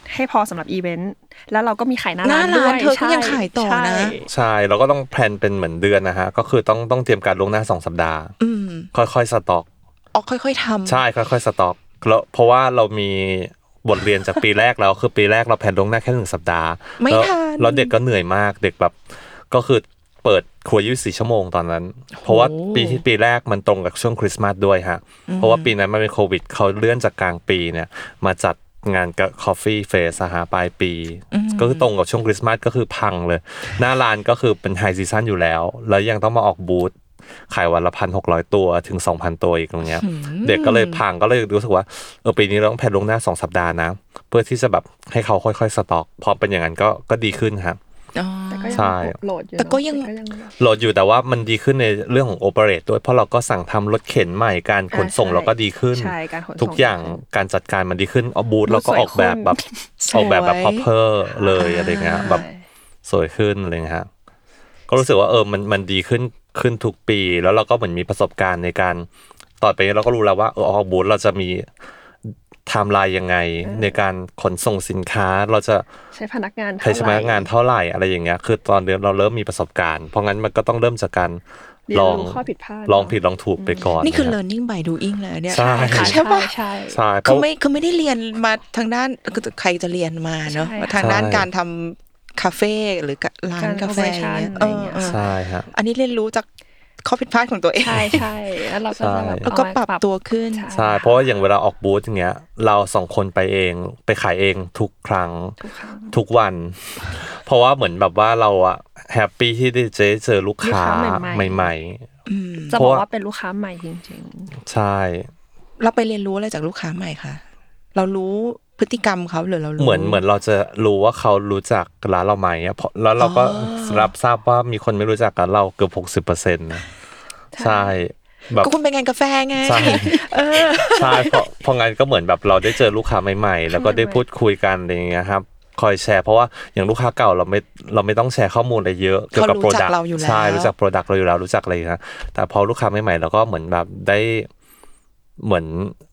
Speaker 4: ให้พอสำหรับอีเวนต์แล้วเราก็มีขายหน้าร้านด้วย
Speaker 2: เธอก็ยังขายต่อนะ
Speaker 3: ใช่เราก็ต้องแพลนเป็นเหมือนเดือนนะฮะก็คือต้องเตรียมการล่วงหน้า2 สัปดาห์ค่อยๆสต็อก
Speaker 2: ค่อยๆทำ
Speaker 3: ใช่ค่อยๆสต็อกแล้วเพราะว่าเรามีบทเรียนจากปีแรกแล้วคือปีแรกเราแพลนล่วงหน้าแค่1 สัปดาห์แล้วเด็กก็เหนื่อยมากเด็กแบบก็คือเปิดครัว24 ชั่วโมงตอนนั้นเพราะว่าปีแรกมันตรงกับช่วงคริสต์มาสด้วยฮะเพราะว่าปีนั้นมันเป็นโควิดเขาเลื่อนจากกลางปีเนี่ยมาจัดงานกับ Coffee Face ฮะปลายปีก็คือตรงกับช่วงคริสต์มาสก็คือพังเลยหน้าร้านก็คือเป็นไฮซีซั่นอยู่แล้วแล้วยังต้องมาออกบูธขายวันละ 1,600 ตัวถึง 2,000 ตัวอีกตรงเนี้ยเด็กก็เลยพังก็เลยรู้สึกว่าปีนี้เราต้องแพลนล่วงหน้า2 สัปดาห์นะเพื่อที่จะแบบให้เขาค่อยๆสต็อกพอเป็นอย่างนั้นก็ดีขึ้นครับ
Speaker 4: ใช่โหลดอยู่
Speaker 2: แต่ก็ยัง
Speaker 3: โหลดอยู่แต่ว่ามันดีขึ้นในเรื่องของโอเปเรตด้วยเพราะเราก็สั่งทำรถเข็นใหม่การขนส่งเราก็ดีขึ้นทุกอย่างการจัดการมันดีขึ้นเอาบูธเราก็ออกแบบแบบproper เลยอะไรเงี้ยแบบสวยขึ้นอะไรเงี้ยก็รู้สึกว่ามันดีขึ้นทุกปีแล้วเราก็เหมือนมีประสบการณ์ในการต่อไปเราก็รู้แล้วว่าออกบูธเราจะมีไทม์ไลน์ยังไงในการขนส่งสินค้าเราจะ
Speaker 4: ใช้พนักงาน
Speaker 3: เท่าไหร่อะไรอย่างเงี้ยคือตอนเรียนเราเริ่มมีประสบการณ์เพราะงั้นมันก็ต้องเริ่มจากการลองผิดลองถูกไปก่อน
Speaker 2: นี่คือ learning by doing เลยเนี่ย
Speaker 3: ใช่
Speaker 2: ป่ะ
Speaker 4: ใช่
Speaker 2: คือไม่ได้เรียนมาทางด้านใครจะเรียนมาเนาะทางด้านการทำคาเฟ่หรือร้านกาแฟเนี่ย
Speaker 3: ใช่ฮะ
Speaker 2: อันนี้เรียนรู้จากข้อผิดพลาดของตัวเอง
Speaker 4: ใช่แล้วเรา
Speaker 2: ก็ปรับตัวขึ้น
Speaker 3: ใช่เพราะว่าอย่างเวลาออกบูธอย่างเงี้ยเรา2 คนไปเองไปขายเองทุกครั้งทุกวันเพราะว่าเหมือนแบบว่าเราอะแฮปปี้ที่ได้เจอลูกค้าใหม่
Speaker 4: ๆจะบอกว่าเป็นลูกค้าใหม่จริง
Speaker 3: ๆใช่
Speaker 2: เราไปเรียนรู้อะไรจากลูกค้าใหม่คะเรารู้พฤติกรรมเขาหรือเรารู้
Speaker 3: เหมือนเราจะรู้ว่าเขารู้จักร้านเราไหมแล้วเราก็รับทราบว่ามีคนไม่รู้จักกับเราเกือบ 60% นะใช่
Speaker 2: แบบก็คุณไปงานกาแฟไง
Speaker 3: ใช่ใช่เพราะงั้นก็เหมือนแบบเราได้เจอลูกค้าใหม่ๆแล้วก็ได้พูดคุยกันอะไรอย่างเงี้ยครับคอยแชร์เพราะว่าอย่างลูกค้าเก่าเราไม่ต้องแชร์ข้อมูลอะไรเยอะเกี่ยวกับโปรดักต์ใช่รู้จักโปรดักต์เราอยู่แล้วรู้จักอะไรนะแต่พอลูกค้าใหม่ๆเราก็เหมือนแบบได้เหมือน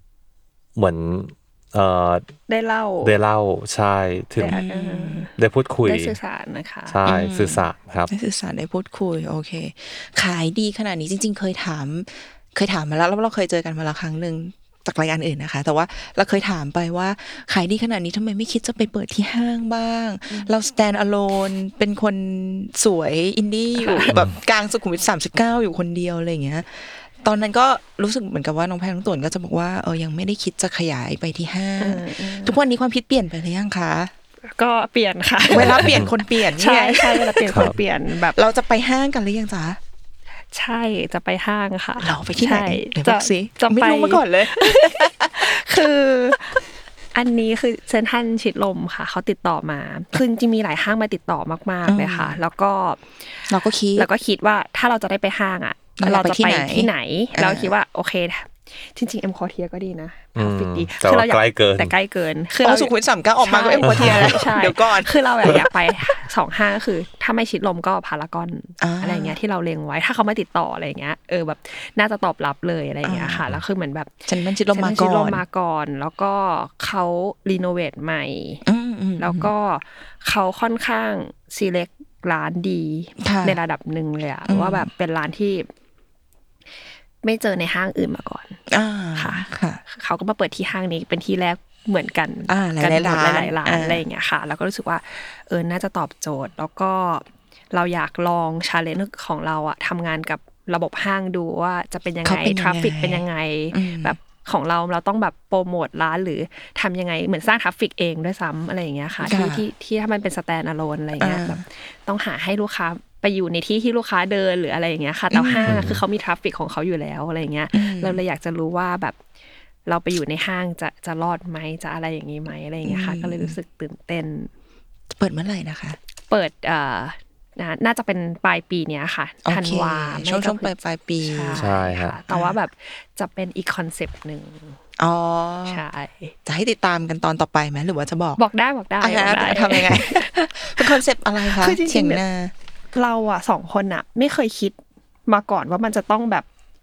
Speaker 4: ได้เล่า
Speaker 3: ใช่ถึงได้พูดคุย
Speaker 4: ได้สื่อสารนะคะ
Speaker 3: ใช่สื่อสารครับ
Speaker 2: ได้สื่อสารได้พูดคุยโอเคขายดีขนาดนี้จริงๆเคยถามมาแล้วเราเคยเจอกันมาแล้วครั้งนึงจากรายการอื่นนะคะแต่ว่าเราเคยถามไปว่าขายดีขนาดนี้ทำไมไม่คิดจะไปเปิดที่ห้างบ้างเรา stand alone เป็นคนสวยอินดี้อยู่แบบกลางสุขุมวิท39อยู่คนเดียวอะไรอย่างเงี้ยตอนนั้นก็รู้สึกเหมือนกับว่าน้องแพนน้องตุ่นก็จะบอกว่ายังไม่ได้คิดจะขยายไปที่ห้างทุกวันนี้ความคิดเปลี่ยนไปหรือยังคะ
Speaker 4: ก็เปลี่ยนค่ะ
Speaker 2: เวลาเปลี่ยนคนเปลี่ยน
Speaker 4: ใช่เวลาเปลี่ยนคนเปลี่ยนแบบ
Speaker 2: เราจะไปห้างกันหรือยังจ๊ะ
Speaker 4: ใช่จะไปห้างค่ะ
Speaker 2: เราไปที่ไหนเดี๋ยวบอกสิไม่รู้มาก่อนเลย
Speaker 4: คืออันนี้คือเซ็นทรัลชิดลมค่ะเขาติดต่อมาคือจริงๆมีหลายห้างมาติดต่อมากๆเลยค่ะแล้วก็คิดว่าถ้าเราจะได้ไปห้างอ่ะเราจะไปที่ไหนเราคิดว่าโอเคจริงๆเอ็มคอเทียก็ดีนะฟิตดี
Speaker 3: คือเราอยาก
Speaker 4: แต่ใกล้เกิน
Speaker 2: คือเราสุขุมวิท39ออกมาก็เอ็มคอเทียเดี๋ยวก่อน
Speaker 4: คือเราอยากไป2ห้างก็คือถ้าไม่ชิดลมก็พารากอนอะไรเงี้ยที่เราเล็งไว้ถ้าเขาไม่ติดต่ออะไรเงี้ยแบบน่าจะตอบรับเลยอะไรเงี้ยค่ะแล้วคือเหมือนแบบ
Speaker 2: ฉันมันชิดลมมา
Speaker 4: ก่อนแล้วก็เขารีโนเวทใหม่แล้วก็เขาค่อนข้างซีเล็กร้านดีในระดับหนึ่งเลยอะว่าแบบเป็นร้านที่ไม่เจอในห้างอื่นมาก่อนค่ะเขาก็มาเปิดที่ห้างนี้เป็นที่แรกเหมือนกัน
Speaker 2: หลายร้
Speaker 4: านอะไรอย่างเงี้ยค่ะแล้วก็รู้สึกว่าน่าจะตอบโจทย์แล้วก็เราอยากลองชาเลนจ์ของเราอะทำงานกับระบบห้างดูว่าจะเป็นยังไงทราฟฟิกเป็นยังไงแบบของเราต้องแบบโปรโมทร้านหรือทำยังไงเหมือนสร้างทราฟฟิกเองด้วยซ้ำอะไรอย่างเงี้ยค่ะที่ถ้ามันเป็นสแตนด์อะโลนอะไรเงี้ยแบบต้องหาให้ลูกค้าไปอยู่ในที่ลูกค้าเดินหรืออะไรอย่างเงี้ยค่ะแต่ห้างคือเขามีทราฟฟิกของเขาอยู่แล้วอะไรเงี้ยเราเลยอยากจะรู้ว่าแบบเราไปอยู่ในห้างจะรอดไหมจะอะไรอย่างงี้ไหมอะไรอย่างเงี้ยค่ะก็เลยรู้สึกตื่นเต้น
Speaker 2: เปิดเมื่อไหร่นะคะ
Speaker 4: เปิดน่าจะเป็นปลายปีเนี้ยค่ะธันวา
Speaker 2: ช่วงปลายปี
Speaker 3: ใช่ค่ะ
Speaker 4: แต่ว่าแบบจะเป็นอีกคอนเซปต์นึงใช่
Speaker 2: จะให้ติดตามกันตอนต่อไปไหมหรือว่าจะบอก
Speaker 4: ได้
Speaker 2: ทำยังไงเป็นคอนเซปต์อะไรคะ
Speaker 4: เชียงนาเรา2คนไม่เคยคิดมาก่อนว่ามันจะต้องแบบ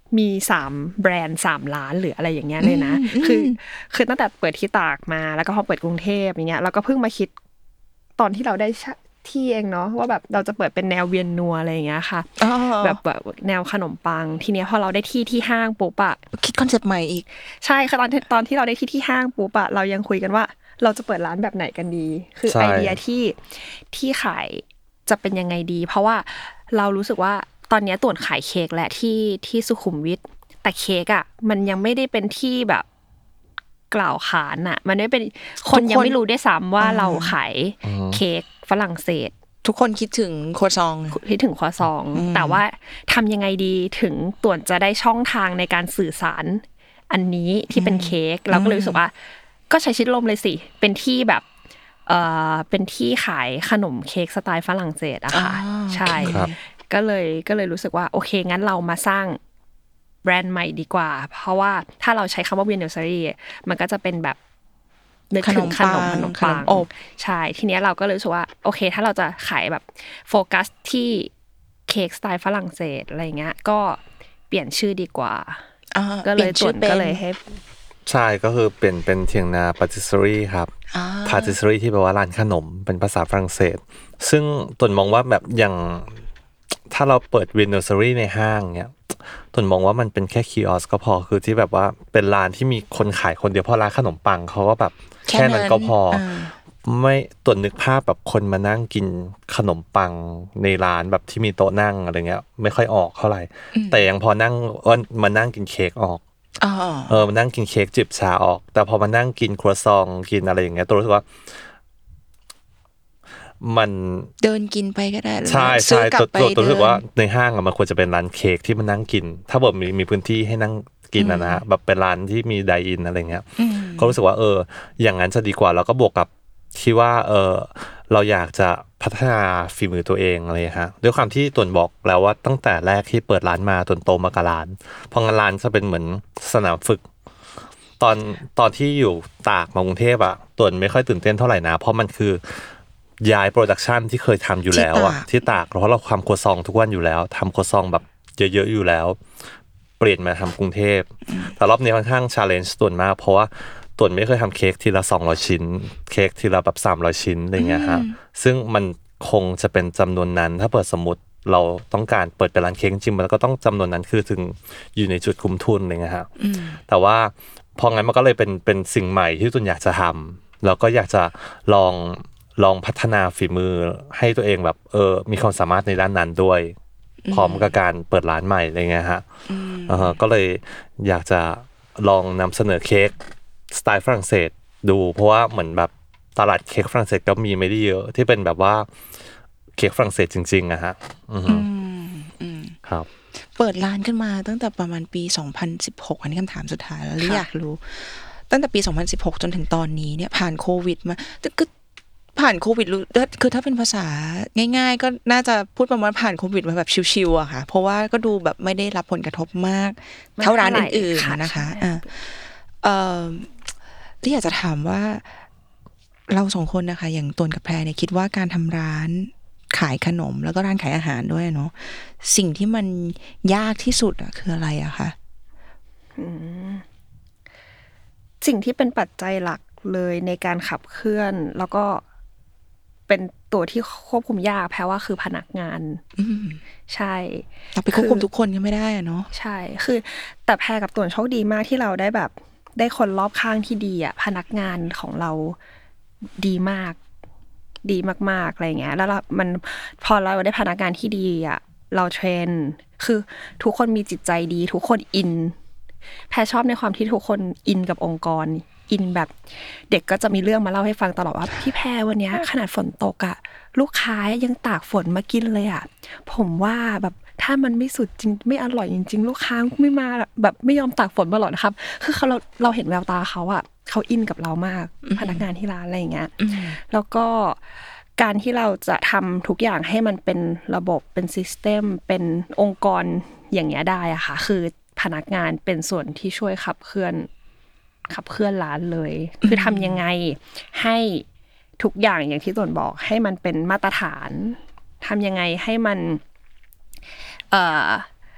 Speaker 4: มี3แบรนด์3ร้านหรืออะไรอย่างเงี้ยเลยนะคือตั้งแต่เปิดที่ตากมาแล้วก็พอเปิดกรุงเทพอย่างเงี้ยเราก็เพิ่งมาคิดตอนที่เราได้ที่เองเนาะว่าแบบเราจะเปิดเป็นแนวเวียนนัวอะไรอย่างเงี้ยค่ะแบบแนวขนมปังทีเนี้ยพอเราได้ที่ห้างปุ๊บอะ
Speaker 2: คิดคอนเซ็ปต์ใหม่อีก
Speaker 4: ใช่ค่ะตอนที่เราได้ที่ห้างปุ๊บอะเรายังคุยกันว่าเราจะเปิดร้านแบบไหนกันดีคือไอเดียที่ขายจะเป็นยังไงดีเพราะว่าเรารู้สึกว่าตอนนี้ต่วนขายเค้กและที่สุขุมวิทแต่เค้กอะมันยังไม่ได้เป็นที่แบบกล่าวขานอะมันไม่เป็นคนยังไม่รู้ได้ซ้ำว่าเราขายเค้กฝรั่งเศส
Speaker 2: ทุกคนคิดถึงครัวซอง
Speaker 4: คิดถึงครัวซองแต่ว่าทำยังไงดีถึงต่วนจะได้ช่องทางในการสื่อสารอันนี้ที่เป็นเค้กเราก็เลยรู้สึกว่าก็ใช้ชิดลมเลยสิเป็นที่แบบเป็นที่ขายขนมเค้กสไตล์ฝรั่งเศสอะค่ะใช่ก็เลยรู้สึกว่าโอเคงั้นเรามาสร้างแบรนด์ใหม่ดีกว่าเพราะว่าถ้าเราใช้คำว่า Anniversary มันก็จะเป็นแบบนึกถึงขนมปังใช่ทีเนี้ยเราก็เลยรู้สึกว่าโอเคถ้าเราจะขายแบบโฟกัสที่เค้กสไตล์ฝรั่งเศสอะไรเงี้ยก็เปลี่ยนชื่อดีกว่าก็เลยต่วนก็เลยให้
Speaker 3: ใช่ก็คือเป็นเทียงนาปาติสรีครับปาติสรีที่แปลว่าร้านขนมเป็นภาษาฝรั่งเศสซึ่งต่วนมองว่าแบบอย่างถ้าเราเปิดวินเนอร์ซอรี่ในห้างเนี้ยต่วนมองว่ามันเป็นแค่คีออสก็พอคือที่แบบว่าเป็นร้านที่มีคนขายคนเดียวเพราะร้านขนมปังเขาก็แบบแค่นั้นก็พอไม่ต่วนนึกภาพแบบคนมานั่งกินขนมปังในร้านแบบที่มีโต๊ะนั่งอะไรเงี้ยไม่ค่อยออกเท่าไหร่แต่ยังพอนั่งมานั่งกินเค้กออกมานั่งกินเค้กจิบชาออกแต่พอมานั่งกินครัวซองกินอะไรอย่างเงี้ยตัวรู้สึกว่ามัน
Speaker 2: เดินกินไปก็ได้
Speaker 3: ใช่ใช่ตัวรู้สึกว่าในห้างมันควรจะเป็นร้านเค้กที่มานั่งกินถ้าแบบมีพื้นที่ให้นั่งกินนะแบบเป็นร้านที่มีไดอินอะไรเงี้ยก็รู้สึกว่าอย่างนั้นจะดีกว่าแล้วก็บวกกับที่ว่าเราอยากจะพัฒนาฝีมือตัวเองอะไรฮะด้วยความที่ต่วนบอกแล้วว่าตั้งแต่แรกที่เปิดร้านมาต่วนโตมากับร้านพองานร้านจะเป็นเหมือนสนามฝึกตอนที่อยู่ตากมากรุงเทพอ่ะต่วนไม่ค่อยตื่นเต้นเท่าไหร่นะเพราะมันคือย้ายโปรดักชันที่เคยทำอยู่แล้วอ่ะที่ตากเพราะเราทำครัวซองทุกวันอยู่แล้วทำครัวซองแบบเยอะๆอยู่แล้วเปลี่ยนมาทำกรุงเทพแต่รอบนี้ค่อนข้าง challenge ต่วนมากเพราะว่าต่วนไม่เคยทำเค้กทีละ200ชิ้นเค้กทีละแบบ300ชิ้นอะไรเงี้ยฮะซึ่งมันคงจะเป็นจำนวนนั้นถ้าเปิดสมมุติเราต้องการเปิดเป็นร้านเค้กจริงมันก็ต้องจำนวนนั้นคือถึงอยู่ในจุดคุ้มทุนอะไรเงี้ยฮะแต่ว่าพองั้นมันก็เลยเป็นสิ่งใหม่ที่ตุนอยากจะทำแล้วก็อยากจะลองพัฒนาฝีมือให้ตัวเองแบบมีความสามารถในด้านนั้นด้วยพร้อมกับการเปิดร้านใหม่อะไรเงี้ยฮะก็เลยอยากจะลองนำเสนอเค้กสไตล์ฝรั่งเศสดูเพราะว่าเหมือนแบบตลาดเค้กฝรั่งเศสก็มีไม่ได้เยอะที่เป็นแบบว่าเค้กฝรั่งเศสจริงๆอะฮะครับ
Speaker 2: เปิดร้านขึ้นมาตั้งแต่ประมาณปี2016อันนี้คำถามสุดท้ายแล้วอยากรู้ตั้งแต่ปี2016จนถึงตอนนี้เนี่ยผ่านโควิดมาก็ผ่านโควิดคือถ้าเป็นภาษาง่ายๆก็น่าจะพูดประมาณผ่านโควิดมาแบบชิวๆอะค่ะเพราะว่าก็ดูแบบไม่ได้รับผลกระทบมากเท่าร้านอื่นๆนะคะที่อยากจะถามว่าเราสองคนนะคะอย่างตนกับแพรเนี่ยคิดว่าการทำร้านขายขนมแล้วก็ร้านขายอาหารด้วยเนาะสิ่งที่มันยากที่สุดอะคืออะไรอะคะ
Speaker 4: สิ่งที่เป็นปัจจัยหลักเลยในการขับเคลื่อนแล้วก็เป็นตัวที่ควบคุมยากแพ้ว่าคือพนักงานใช่
Speaker 2: เราไปควบคุมทุกคนก็ไม่ได้อะเนาะ
Speaker 4: ใช่คือแต่แพรกับต่วนโชคดีมากที่เราได้แบบได้คนรอบข้างที่ดีอ่ะพนักงานของเราดีมากดีมากๆอะไรเงี้ยแล้วมันพอเราได้พนักงานที่ดีอ่ะเราเทรนคือทุกคนมีจิตใจดีทุกคนอินแพรชอบในความที่ทุกคนอินกับองค์กรอินแบบเด็กก็จะมีเรื่องมาเล่าให้ฟังตลอดว่าพี่แพรวันนี้ขนาดฝนตกอ่ะลูกค้ายังตากฝนมากินเลยอ่ะผมว่าแบบถ้ามันไม่สุดจริงไม่อร่อยจริงๆลูกค้าไม่มาแบบไม่ยอมตากฝนมาหรอกนะครับคือเราเห็นแววตาเขาอ่ะเขาอินกับเรามากพนักงานที่ร้านอะไรอย่างเงี้ยแล้วก็การที่เราจะทำทุกอย่างให้มันเป็นระบบเป็นซิสเต็มเป็นองค์กรอย่างเงี้ยได้อะค่ะคือพนักงานเป็นส่วนที่ช่วยขับเคลื่อนร้านเลยคือทำยังไงให้ทุกอย่างอย่างที่ตนบอกให้มันเป็นมาตรฐานทำยังไงให้มัน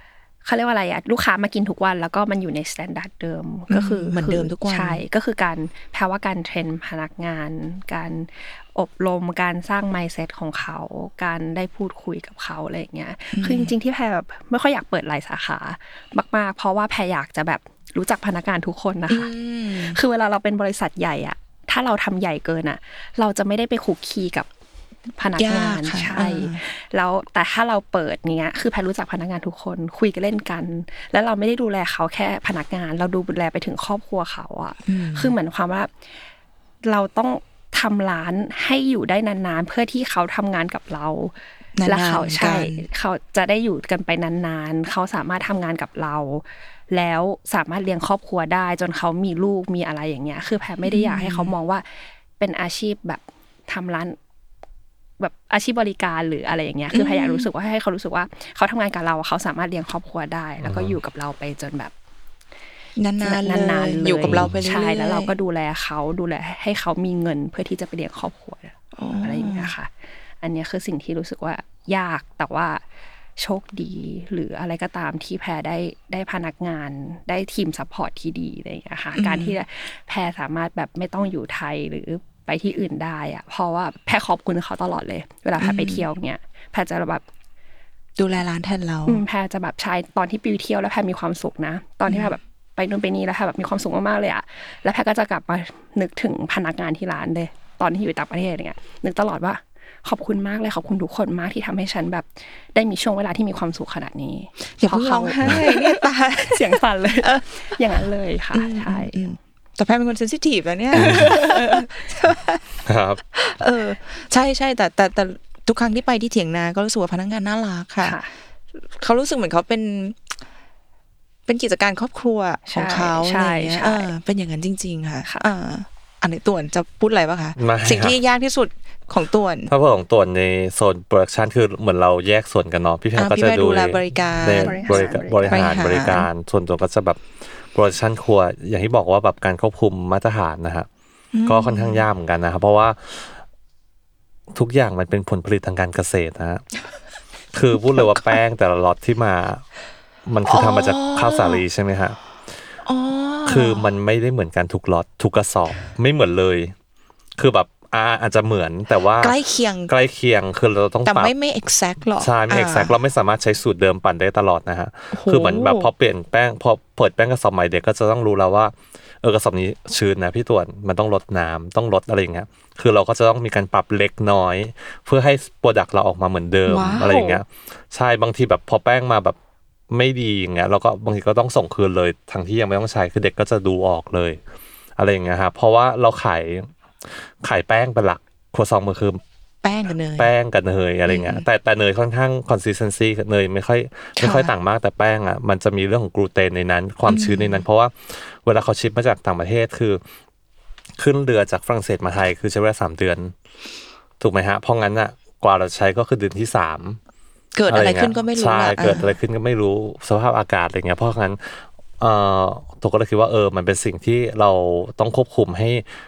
Speaker 4: เขาเรียกว่าอะไรลูกค้ามากินทุกวันแล้วก็มันอยู่ในสแตนดาร์ดเดิมก็คือ
Speaker 2: เหมือนเดิมทุกวัน
Speaker 4: ใช่ก็คือการแปลว่าการเทรนพนักงานการอบรมการสร้าง mindset ของเขาการได้พูดคุยกับเขาอะไรอย่างเงี้ยคือจริงๆที่แพรแบบไม่ค่อยอยากเปิดหลายสาขามากๆเพราะว่าแพรอยากจะแบบรู้จักพนักงานทุกคนนะคะคือเวลาเราเป็นบริษัทใหญ่อะถ้าเราทำใหญ่เกินอะเราจะไม่ได้ไปคุกคีกับพนักงานใช่แล้วแต่ถ้าเราเปิดเนี้ยคือแพรรู้จักพนักงานทุกคนคุยกันเล่นกันแล้วเราไม่ได้ดูแลเขาแค่พนักงานเราดูแลไปถึงครอบครัวเขาอะคือเหมือนความว่าเราต้องทำร้านให้อยู่ได้นานๆเพื่อที่เขาทำงานกับเราและเขาใช่เขาจะได้อยู่กันไปนานๆเขาสามารถทำงานกับเราแล้วสามารถเลี้ยงครอบครัวได้จนเขามีลูกมีอะไรอย่างเงี้ยคือแพรไม่ได้อยากให้เขามองว่าเป็นอาชีพแบบทำร้านแบบอาชีพบริการหรืออะไรอย่างเงี้ยคือแพรอยากรู้สึกว่าให้เขารู้สึกว่าเขาทำงานกับเราเขาสามารถเลี้ยงครอบครัวได้แล้วก็อยู่กับเราไปจนแบบ
Speaker 2: นานเลยอยู่กับเราไปเรื่อยๆ
Speaker 4: ใช่แล้วเราก็ดูแลเขาดูแลให้เขามีเงินเพื่อที่จะไปเลี้ยงครอบครัวอะไรอย่างเงี้ยค่ะอันนี้คือสิ่งที่รู้สึกว่ายากแต่ว่าโชคดีหรืออะไรก็ตามที่แพรได้พนักงานได้ทีมซัพพอร์ตที่ดีอะไรอย่างเงี้ยค่ะการที่แพรสามารถแบบไม่ต้องอยู่ไทยหรือไปที่อื่นได้อะเพราะว่าแพรขอบคุณเขาตลอดเลยเวลาแพรไปเที่ยวเงี้ยแพรจะแบบ
Speaker 2: ดูแลร้านแทนเรา
Speaker 4: แพรจะแบบใช้ตอนที่ไปเที่ยวแล้วแพรมีความสุขนะตอนที่แพรแบบไปนู่นไปนี่แล้วแพรแบบมีความสุขมากๆเลยอะแล้วแพรก็จะกลับมานึกถึงพนักงานที่ร้านเลยตอนที่อยู่ต่างประเทศเงี้ยนึกตลอดว่าขอบคุณมากเลยขอบคุณทุกคนมากที่ทำให้ฉันแบบได้มีช่วงเวลาที่มีความสุขขนาดนี้
Speaker 2: อย่าเพิ่งร้องไห้เนี่ยตา
Speaker 4: เสียงสั่นเลยอย่างนั้นเลยค่ะใช่
Speaker 2: แต่แพรเป็นคนเซนซิทีฟแล้วเนี่ย
Speaker 3: ครับ
Speaker 2: ใช่ใช่แต่ทุกครั้งที่ไปที่เถียงนาก็รู้สึกว่าพนักงานน่ารักค่ะเขารู้สึกเหมือนเขาเป็นกิจการครอบครัวของเขาอะไรอย่างเงี้ยเป็นอย่างนั้นจริงๆค่ะอันไหนต่วนจะพูดอะไรป่ะคะสิ่งที่ยากที่สุดของต่วน
Speaker 3: ถ้าพูดของต่วนในโซนโปรดักชันคือเหมือนเราแยกส่วนกันเนาะพี่แพรก็จะดู
Speaker 2: บริการ
Speaker 3: ในบริหารบริการส่วนตัวก็จะแบบโปรดักชันครัวอย่างที่บอกว่าแบบการควบคุมมาตรฐานนะฮะก็ค่อนข้างยากเหมือนกันนะครับเพราะว่าทุกอย่างมันเป็นผลผลิตทางการเกษตรนะฮะคือพูดเลยว่าแป้งแต่ละล็อตที่มามันคือทำมาจากข้าวสาลีใช่ไหมฮะคือมันไม่ได้เหมือนกันทุกล็อตทุกกระสอบไม่เหมือนเลยคือแบบอาจจะเหมือนแต่ว่า
Speaker 2: ใกล้เคียง
Speaker 3: คือเราต้อง
Speaker 2: แต่ไม่ exact หรอก
Speaker 3: ใช่ไม่ exact เราไม่สามารถใช้สูตรเดิมปั่นได้ตลอดนะฮะคือเหมือนแบบพอเปลี่ยนแป้งพอเปิดแป้งกระสอบใหม่เด็กก็จะต้องรู้แล้วว่ากระสอบนี้ชื้นนะพี่ต่วนมันต้องลดน้ำต้องลดอะไรอย่างเงี้ยคือเราก็จะต้องมีการปรับเล็กน้อยเพื่อให้โปรดักต์เราออกมาเหมือนเดิมอะไรอย่างเงี้ยใช่บางทีแบบพอแป้งมาแบบไม่ดีอย่างเงี้ยเราก็บางทีก็ต้องส่งคืนเลยทั้งที่ยังไม่ต้องใช้คือเด็กก็จะดูออกเลยอะไรอย่างเงี้ยครับเพราะว่าเราขายแป้งเป็นหลักครัวซองมันคือ
Speaker 2: แป้งกับเน
Speaker 3: ยอะไรเงี้ยแต่เนยค่อนข้าง consistency เนยไม่ค่อยต่างมากแต่แป้งอ่ะมันจะมีเรื่องของกลูเตนในนั้นความชื้นในนั้นเพราะว่าเวลาเขาชิปมาจากต่างประเทศคือขึ้นเรือจากฝรั่งเศสมาไทยคือใช้เวลา3 เดือนถูกไหมฮะเพราะงั้นอ่ะกว่าเราใช้ก็คือเดือนที่3
Speaker 2: เกิดอะไรขึ้นก็ไม่รู้
Speaker 3: ใช่เกิดอะไรขึ้นก็ไม่รู้สภาพอากาศอะไรเงี้ยเพราะงั้นตัวก็เลยคิดว่ามันเป็นสิ่งที่เราต้องควบคุมให้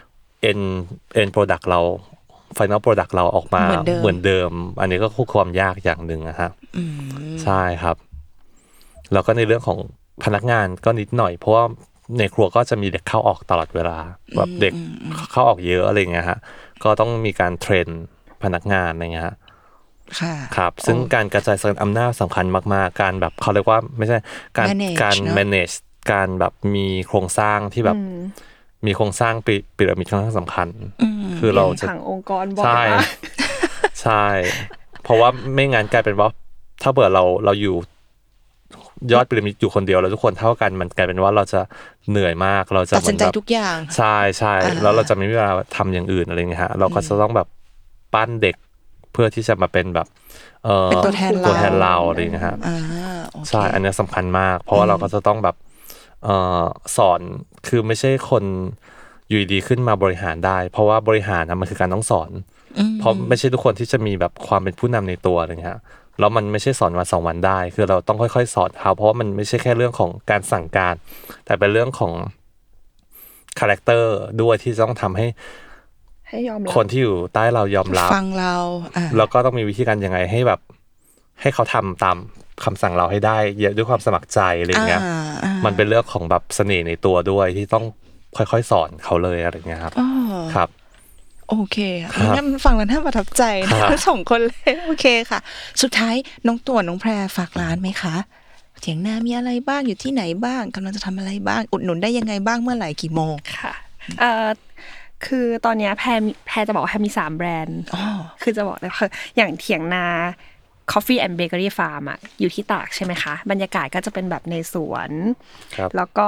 Speaker 3: end product เรา final product เราออกมาเหมือนเดิมอันนี้ก็คือความยากอย่างหนึ่งนะครับใช่ครับแล้วก็ในเรื่องของพนักงานก็นิดหน่อยเพราะว่าในครัวก็จะมีเด็กเข้าออกตลอดเวลาแบบเด็กเข้าออกเยอะอะไรเงี้ยฮะก็ต้องมีการเทรนพนักงานอะไรเงี้ยครับซึ่งการกระจายอำนาจสำคัญมากๆการแบบเขาเรียกว่าไม่ใช่การ manage การแบบมีโครงสร้างที่แบบมีโครงสร้างพีระมิดค่อนข้างสำคัญคือเราจะ
Speaker 4: ทางองค์กรบอก
Speaker 3: ใช่เพราะว่าไม่งั้นกลายเป็นว่าถ้าเกิดเราอยู่ยอดพีระมิดอยู่คนเดียวแล้วทุกคนเท่ากันมันกลายเป็นว่าเราจะเหนื่อยมากเราจะ
Speaker 2: ตัดสินใจทุกอย่าง
Speaker 3: ใช่แล้วเราจะไม่มีเวลาทำอย่างอื่นอะไรเงี้ยฮะเราก็จะต้องแบบปั้นเด็กเพื่อที่จะมาเป็นแบบ
Speaker 2: เป็นตัวแทน
Speaker 3: เราอะไรเงี้ยครับใช่อันนี้สำคัญมากเพราะว่าเราก็จะต้องแบบสอนคือไม่ใช่คนอยู่ดีขึ้นมาบริหารได้เพราะว่าบริหารนะมันคือการต้องสอนเพราะไม่ใช่ทุกคนที่จะมีแบบความเป็นผู้นำในตัวอะไรเงี้ยแล้วมันไม่ใช่สอนวัน2 วันได้คือเราต้องค่อยๆสอนเขาเพราะว่ามันไม่ใช่แค่เรื่องของการสั่งการแต่เป็นเรื่องของคาแรคเตอร์ด้วยที่ต้องทำให้
Speaker 4: ยอมรับ
Speaker 3: คนที่อยู่ใต้เรายอมรับ
Speaker 2: ฟังเรา
Speaker 3: แล้วก็ต้องมีวิธีการยังไงให้แบบให้เขาทำตามคำสั่งเราให้ได้เยอะด้วยความสมัครใจอะไรเงี้ยมันเป็นเรื่องของแบบเสน่ห์ในตัวด้วยที่ต้องค่อยๆสอนเขาเลยอะไรเงี้ยครับครับ
Speaker 2: โอเคงั้นฟังแล้วน่าประทับใจนะทั้งสองคนเลยโอเคค่ะสุดท้ายน้องตัวน้องแพรฝากร้านไหมคะเถียงนามีอะไรบ้างอยู่ที่ไหนบ้างกำลังจะทำอะไรบ้างอุดหนุนได้ยังไงบ้างเมื่อไหร่กี่โมง
Speaker 4: ค่ะคือตอนนี้แพรจะบอกว่าแพรมี3แบรนด์คือจะบอกเลยคืออย่างเถียงนา Coffee and Bakery Farm อ่ะอยู่ที่ตากใช่ไหมคะบรรยากาศก็จะเป็นแบบในสวนแล้วก็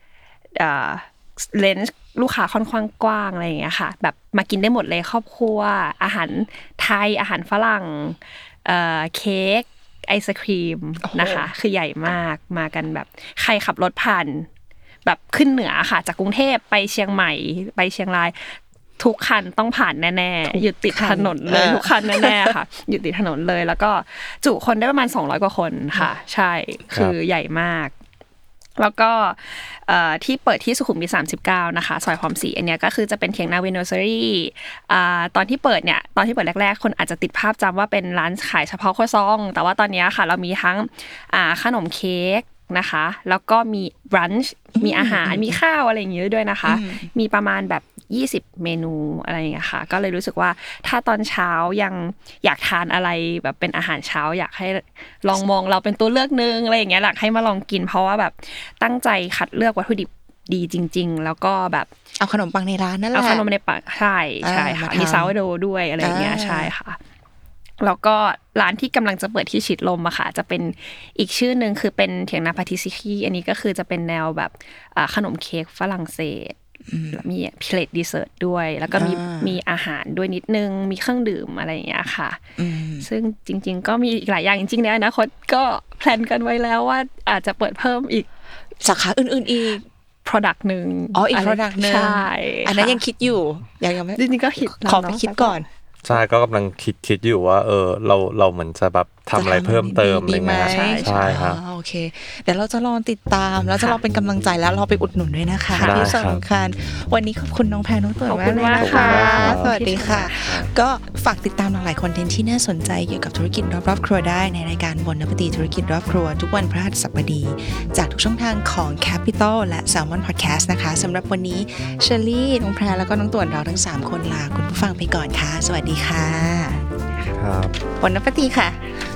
Speaker 4: เลนส์ลูกค้าค่อนข้างกว้างอะไรอย่างเงี้ยค่ะแบบมากินได้หมดเลยครอบครัวอาหารไทยอาหารฝรั่งเค้กไอศครีมนะคะคือใหญ่มากมากันแบบใครขับรถผ่านแบบขึ้นเหนือค่ะจากกรุงเทพไปเชียงใหม่ไปเชียงรายทุกคันต้องผ่านแน่ๆอยู่ติดถนนเลยทุกคันแน่ๆค่ะอยู่ติดถนนเลยแล้วก็จุคนได้ประมาณ200กว่าคนค่ะใช่คือใหญ่มากแล้วก็ที่เปิดที่สุขุมวิท39นะคะซอยหอมสีอันเนี้ยก็คือจะเป็นเถียงนาเวเนอร์เซอรี่ตอนที่เปิดแรกๆคนอาจจะติดภาพจำว่าเป็นร้านขายเฉพาะครัวซองแต่ว่าตอนนี้ค่ะเรามีทั้งขนมเค้กนะคะแล้วก็มีบรันช์มีอาหารมีข้าวอะไรอย่างเงี้ยด้วยนะคะมีประมาณแบบ20เมนูอะไรอย่างเงี้ยค่ะก็เลยรู้สึกว่าถ้าตอนเช้ายังอยากทานอะไรแบบเป็นอาหารเช้าอยากให้ลองมองเราเป็นตัวเลือกนึงอะไรอย่างเงี้ยอยากให้มาลองกินเพราะว่าแบบตั้งใจคัดเลือกวัตถุดิบดีจริงๆแล้วก็แบบ
Speaker 2: เอาขนมปังในร้านนั่นแหละ
Speaker 4: เอาขนมในปังใช่ค่ะมีซาวโดด้วยอะไรอย่างเงี้ยใช่ค่ะแล้วก็ร้านที่กำลังจะเปิดที่ชิดลมอะค่ะจะเป็นอีกชื่อนึงคือเป็นเถียงนาพาทิซิคีอันนี้ก็คือจะเป็นแนวแบบขนมเค้กฝรั่งเศสมีเพลทดีเซอร์ทด้วยแล้วก็มีอาหารด้วยนิดนึงมีเครื่องดื่มอะไรอย่างเงี้ยค่ะซึ่งจริงๆก็มีอีกหลายอย่างจริงๆในอนาคตก็แพลนกันไว้แล้วว่าอาจจะเปิดเพิ่มอีก
Speaker 2: สาขาอื่นๆอีก
Speaker 4: product นึง
Speaker 2: อีก product นึง
Speaker 4: ใช่
Speaker 2: อันนั้นยังคิดอยู่ยังไม่
Speaker 4: จริงๆก็คิด
Speaker 2: ขอไปคิดก่อน
Speaker 3: ใช่ก็กำลังคิดอยู่ว่าเราเหมือนจะแบบทำอะไรเพิ่มเติมอะไรเงี้ยใช่ครับ
Speaker 2: โอเคเดี๋ยวเราจะลองติดตามแล้วจะลองเป็นกำลังใจแล้วเราไปอุดหนุนด้วยนะคะที่สำคัญวันนี้ขอบคุณน้องแพรน้องตุ๋ยมากเลยนะคะสวัสดีค่ะก็ฝากติดตามหลายคอนเทนต์ที่น่าสนใจเกี่ยวกับธุรกิจรอบครัวได้ในรายการบนนปตีธุรกิจรอบครัวทุกวันพฤหัสบดีจากทุกช่องทางของ Capital และ Salmon Podcast นะคะสำหรับวันนี้เชอรี่น้องแพรแล้วก็น้องตุ๋ยเราทั้ง3คนลาคุณผู้ฟังไปก่อนค่ะสวัสดีค่ะ
Speaker 3: ครับ
Speaker 2: บนนปตีค่ะ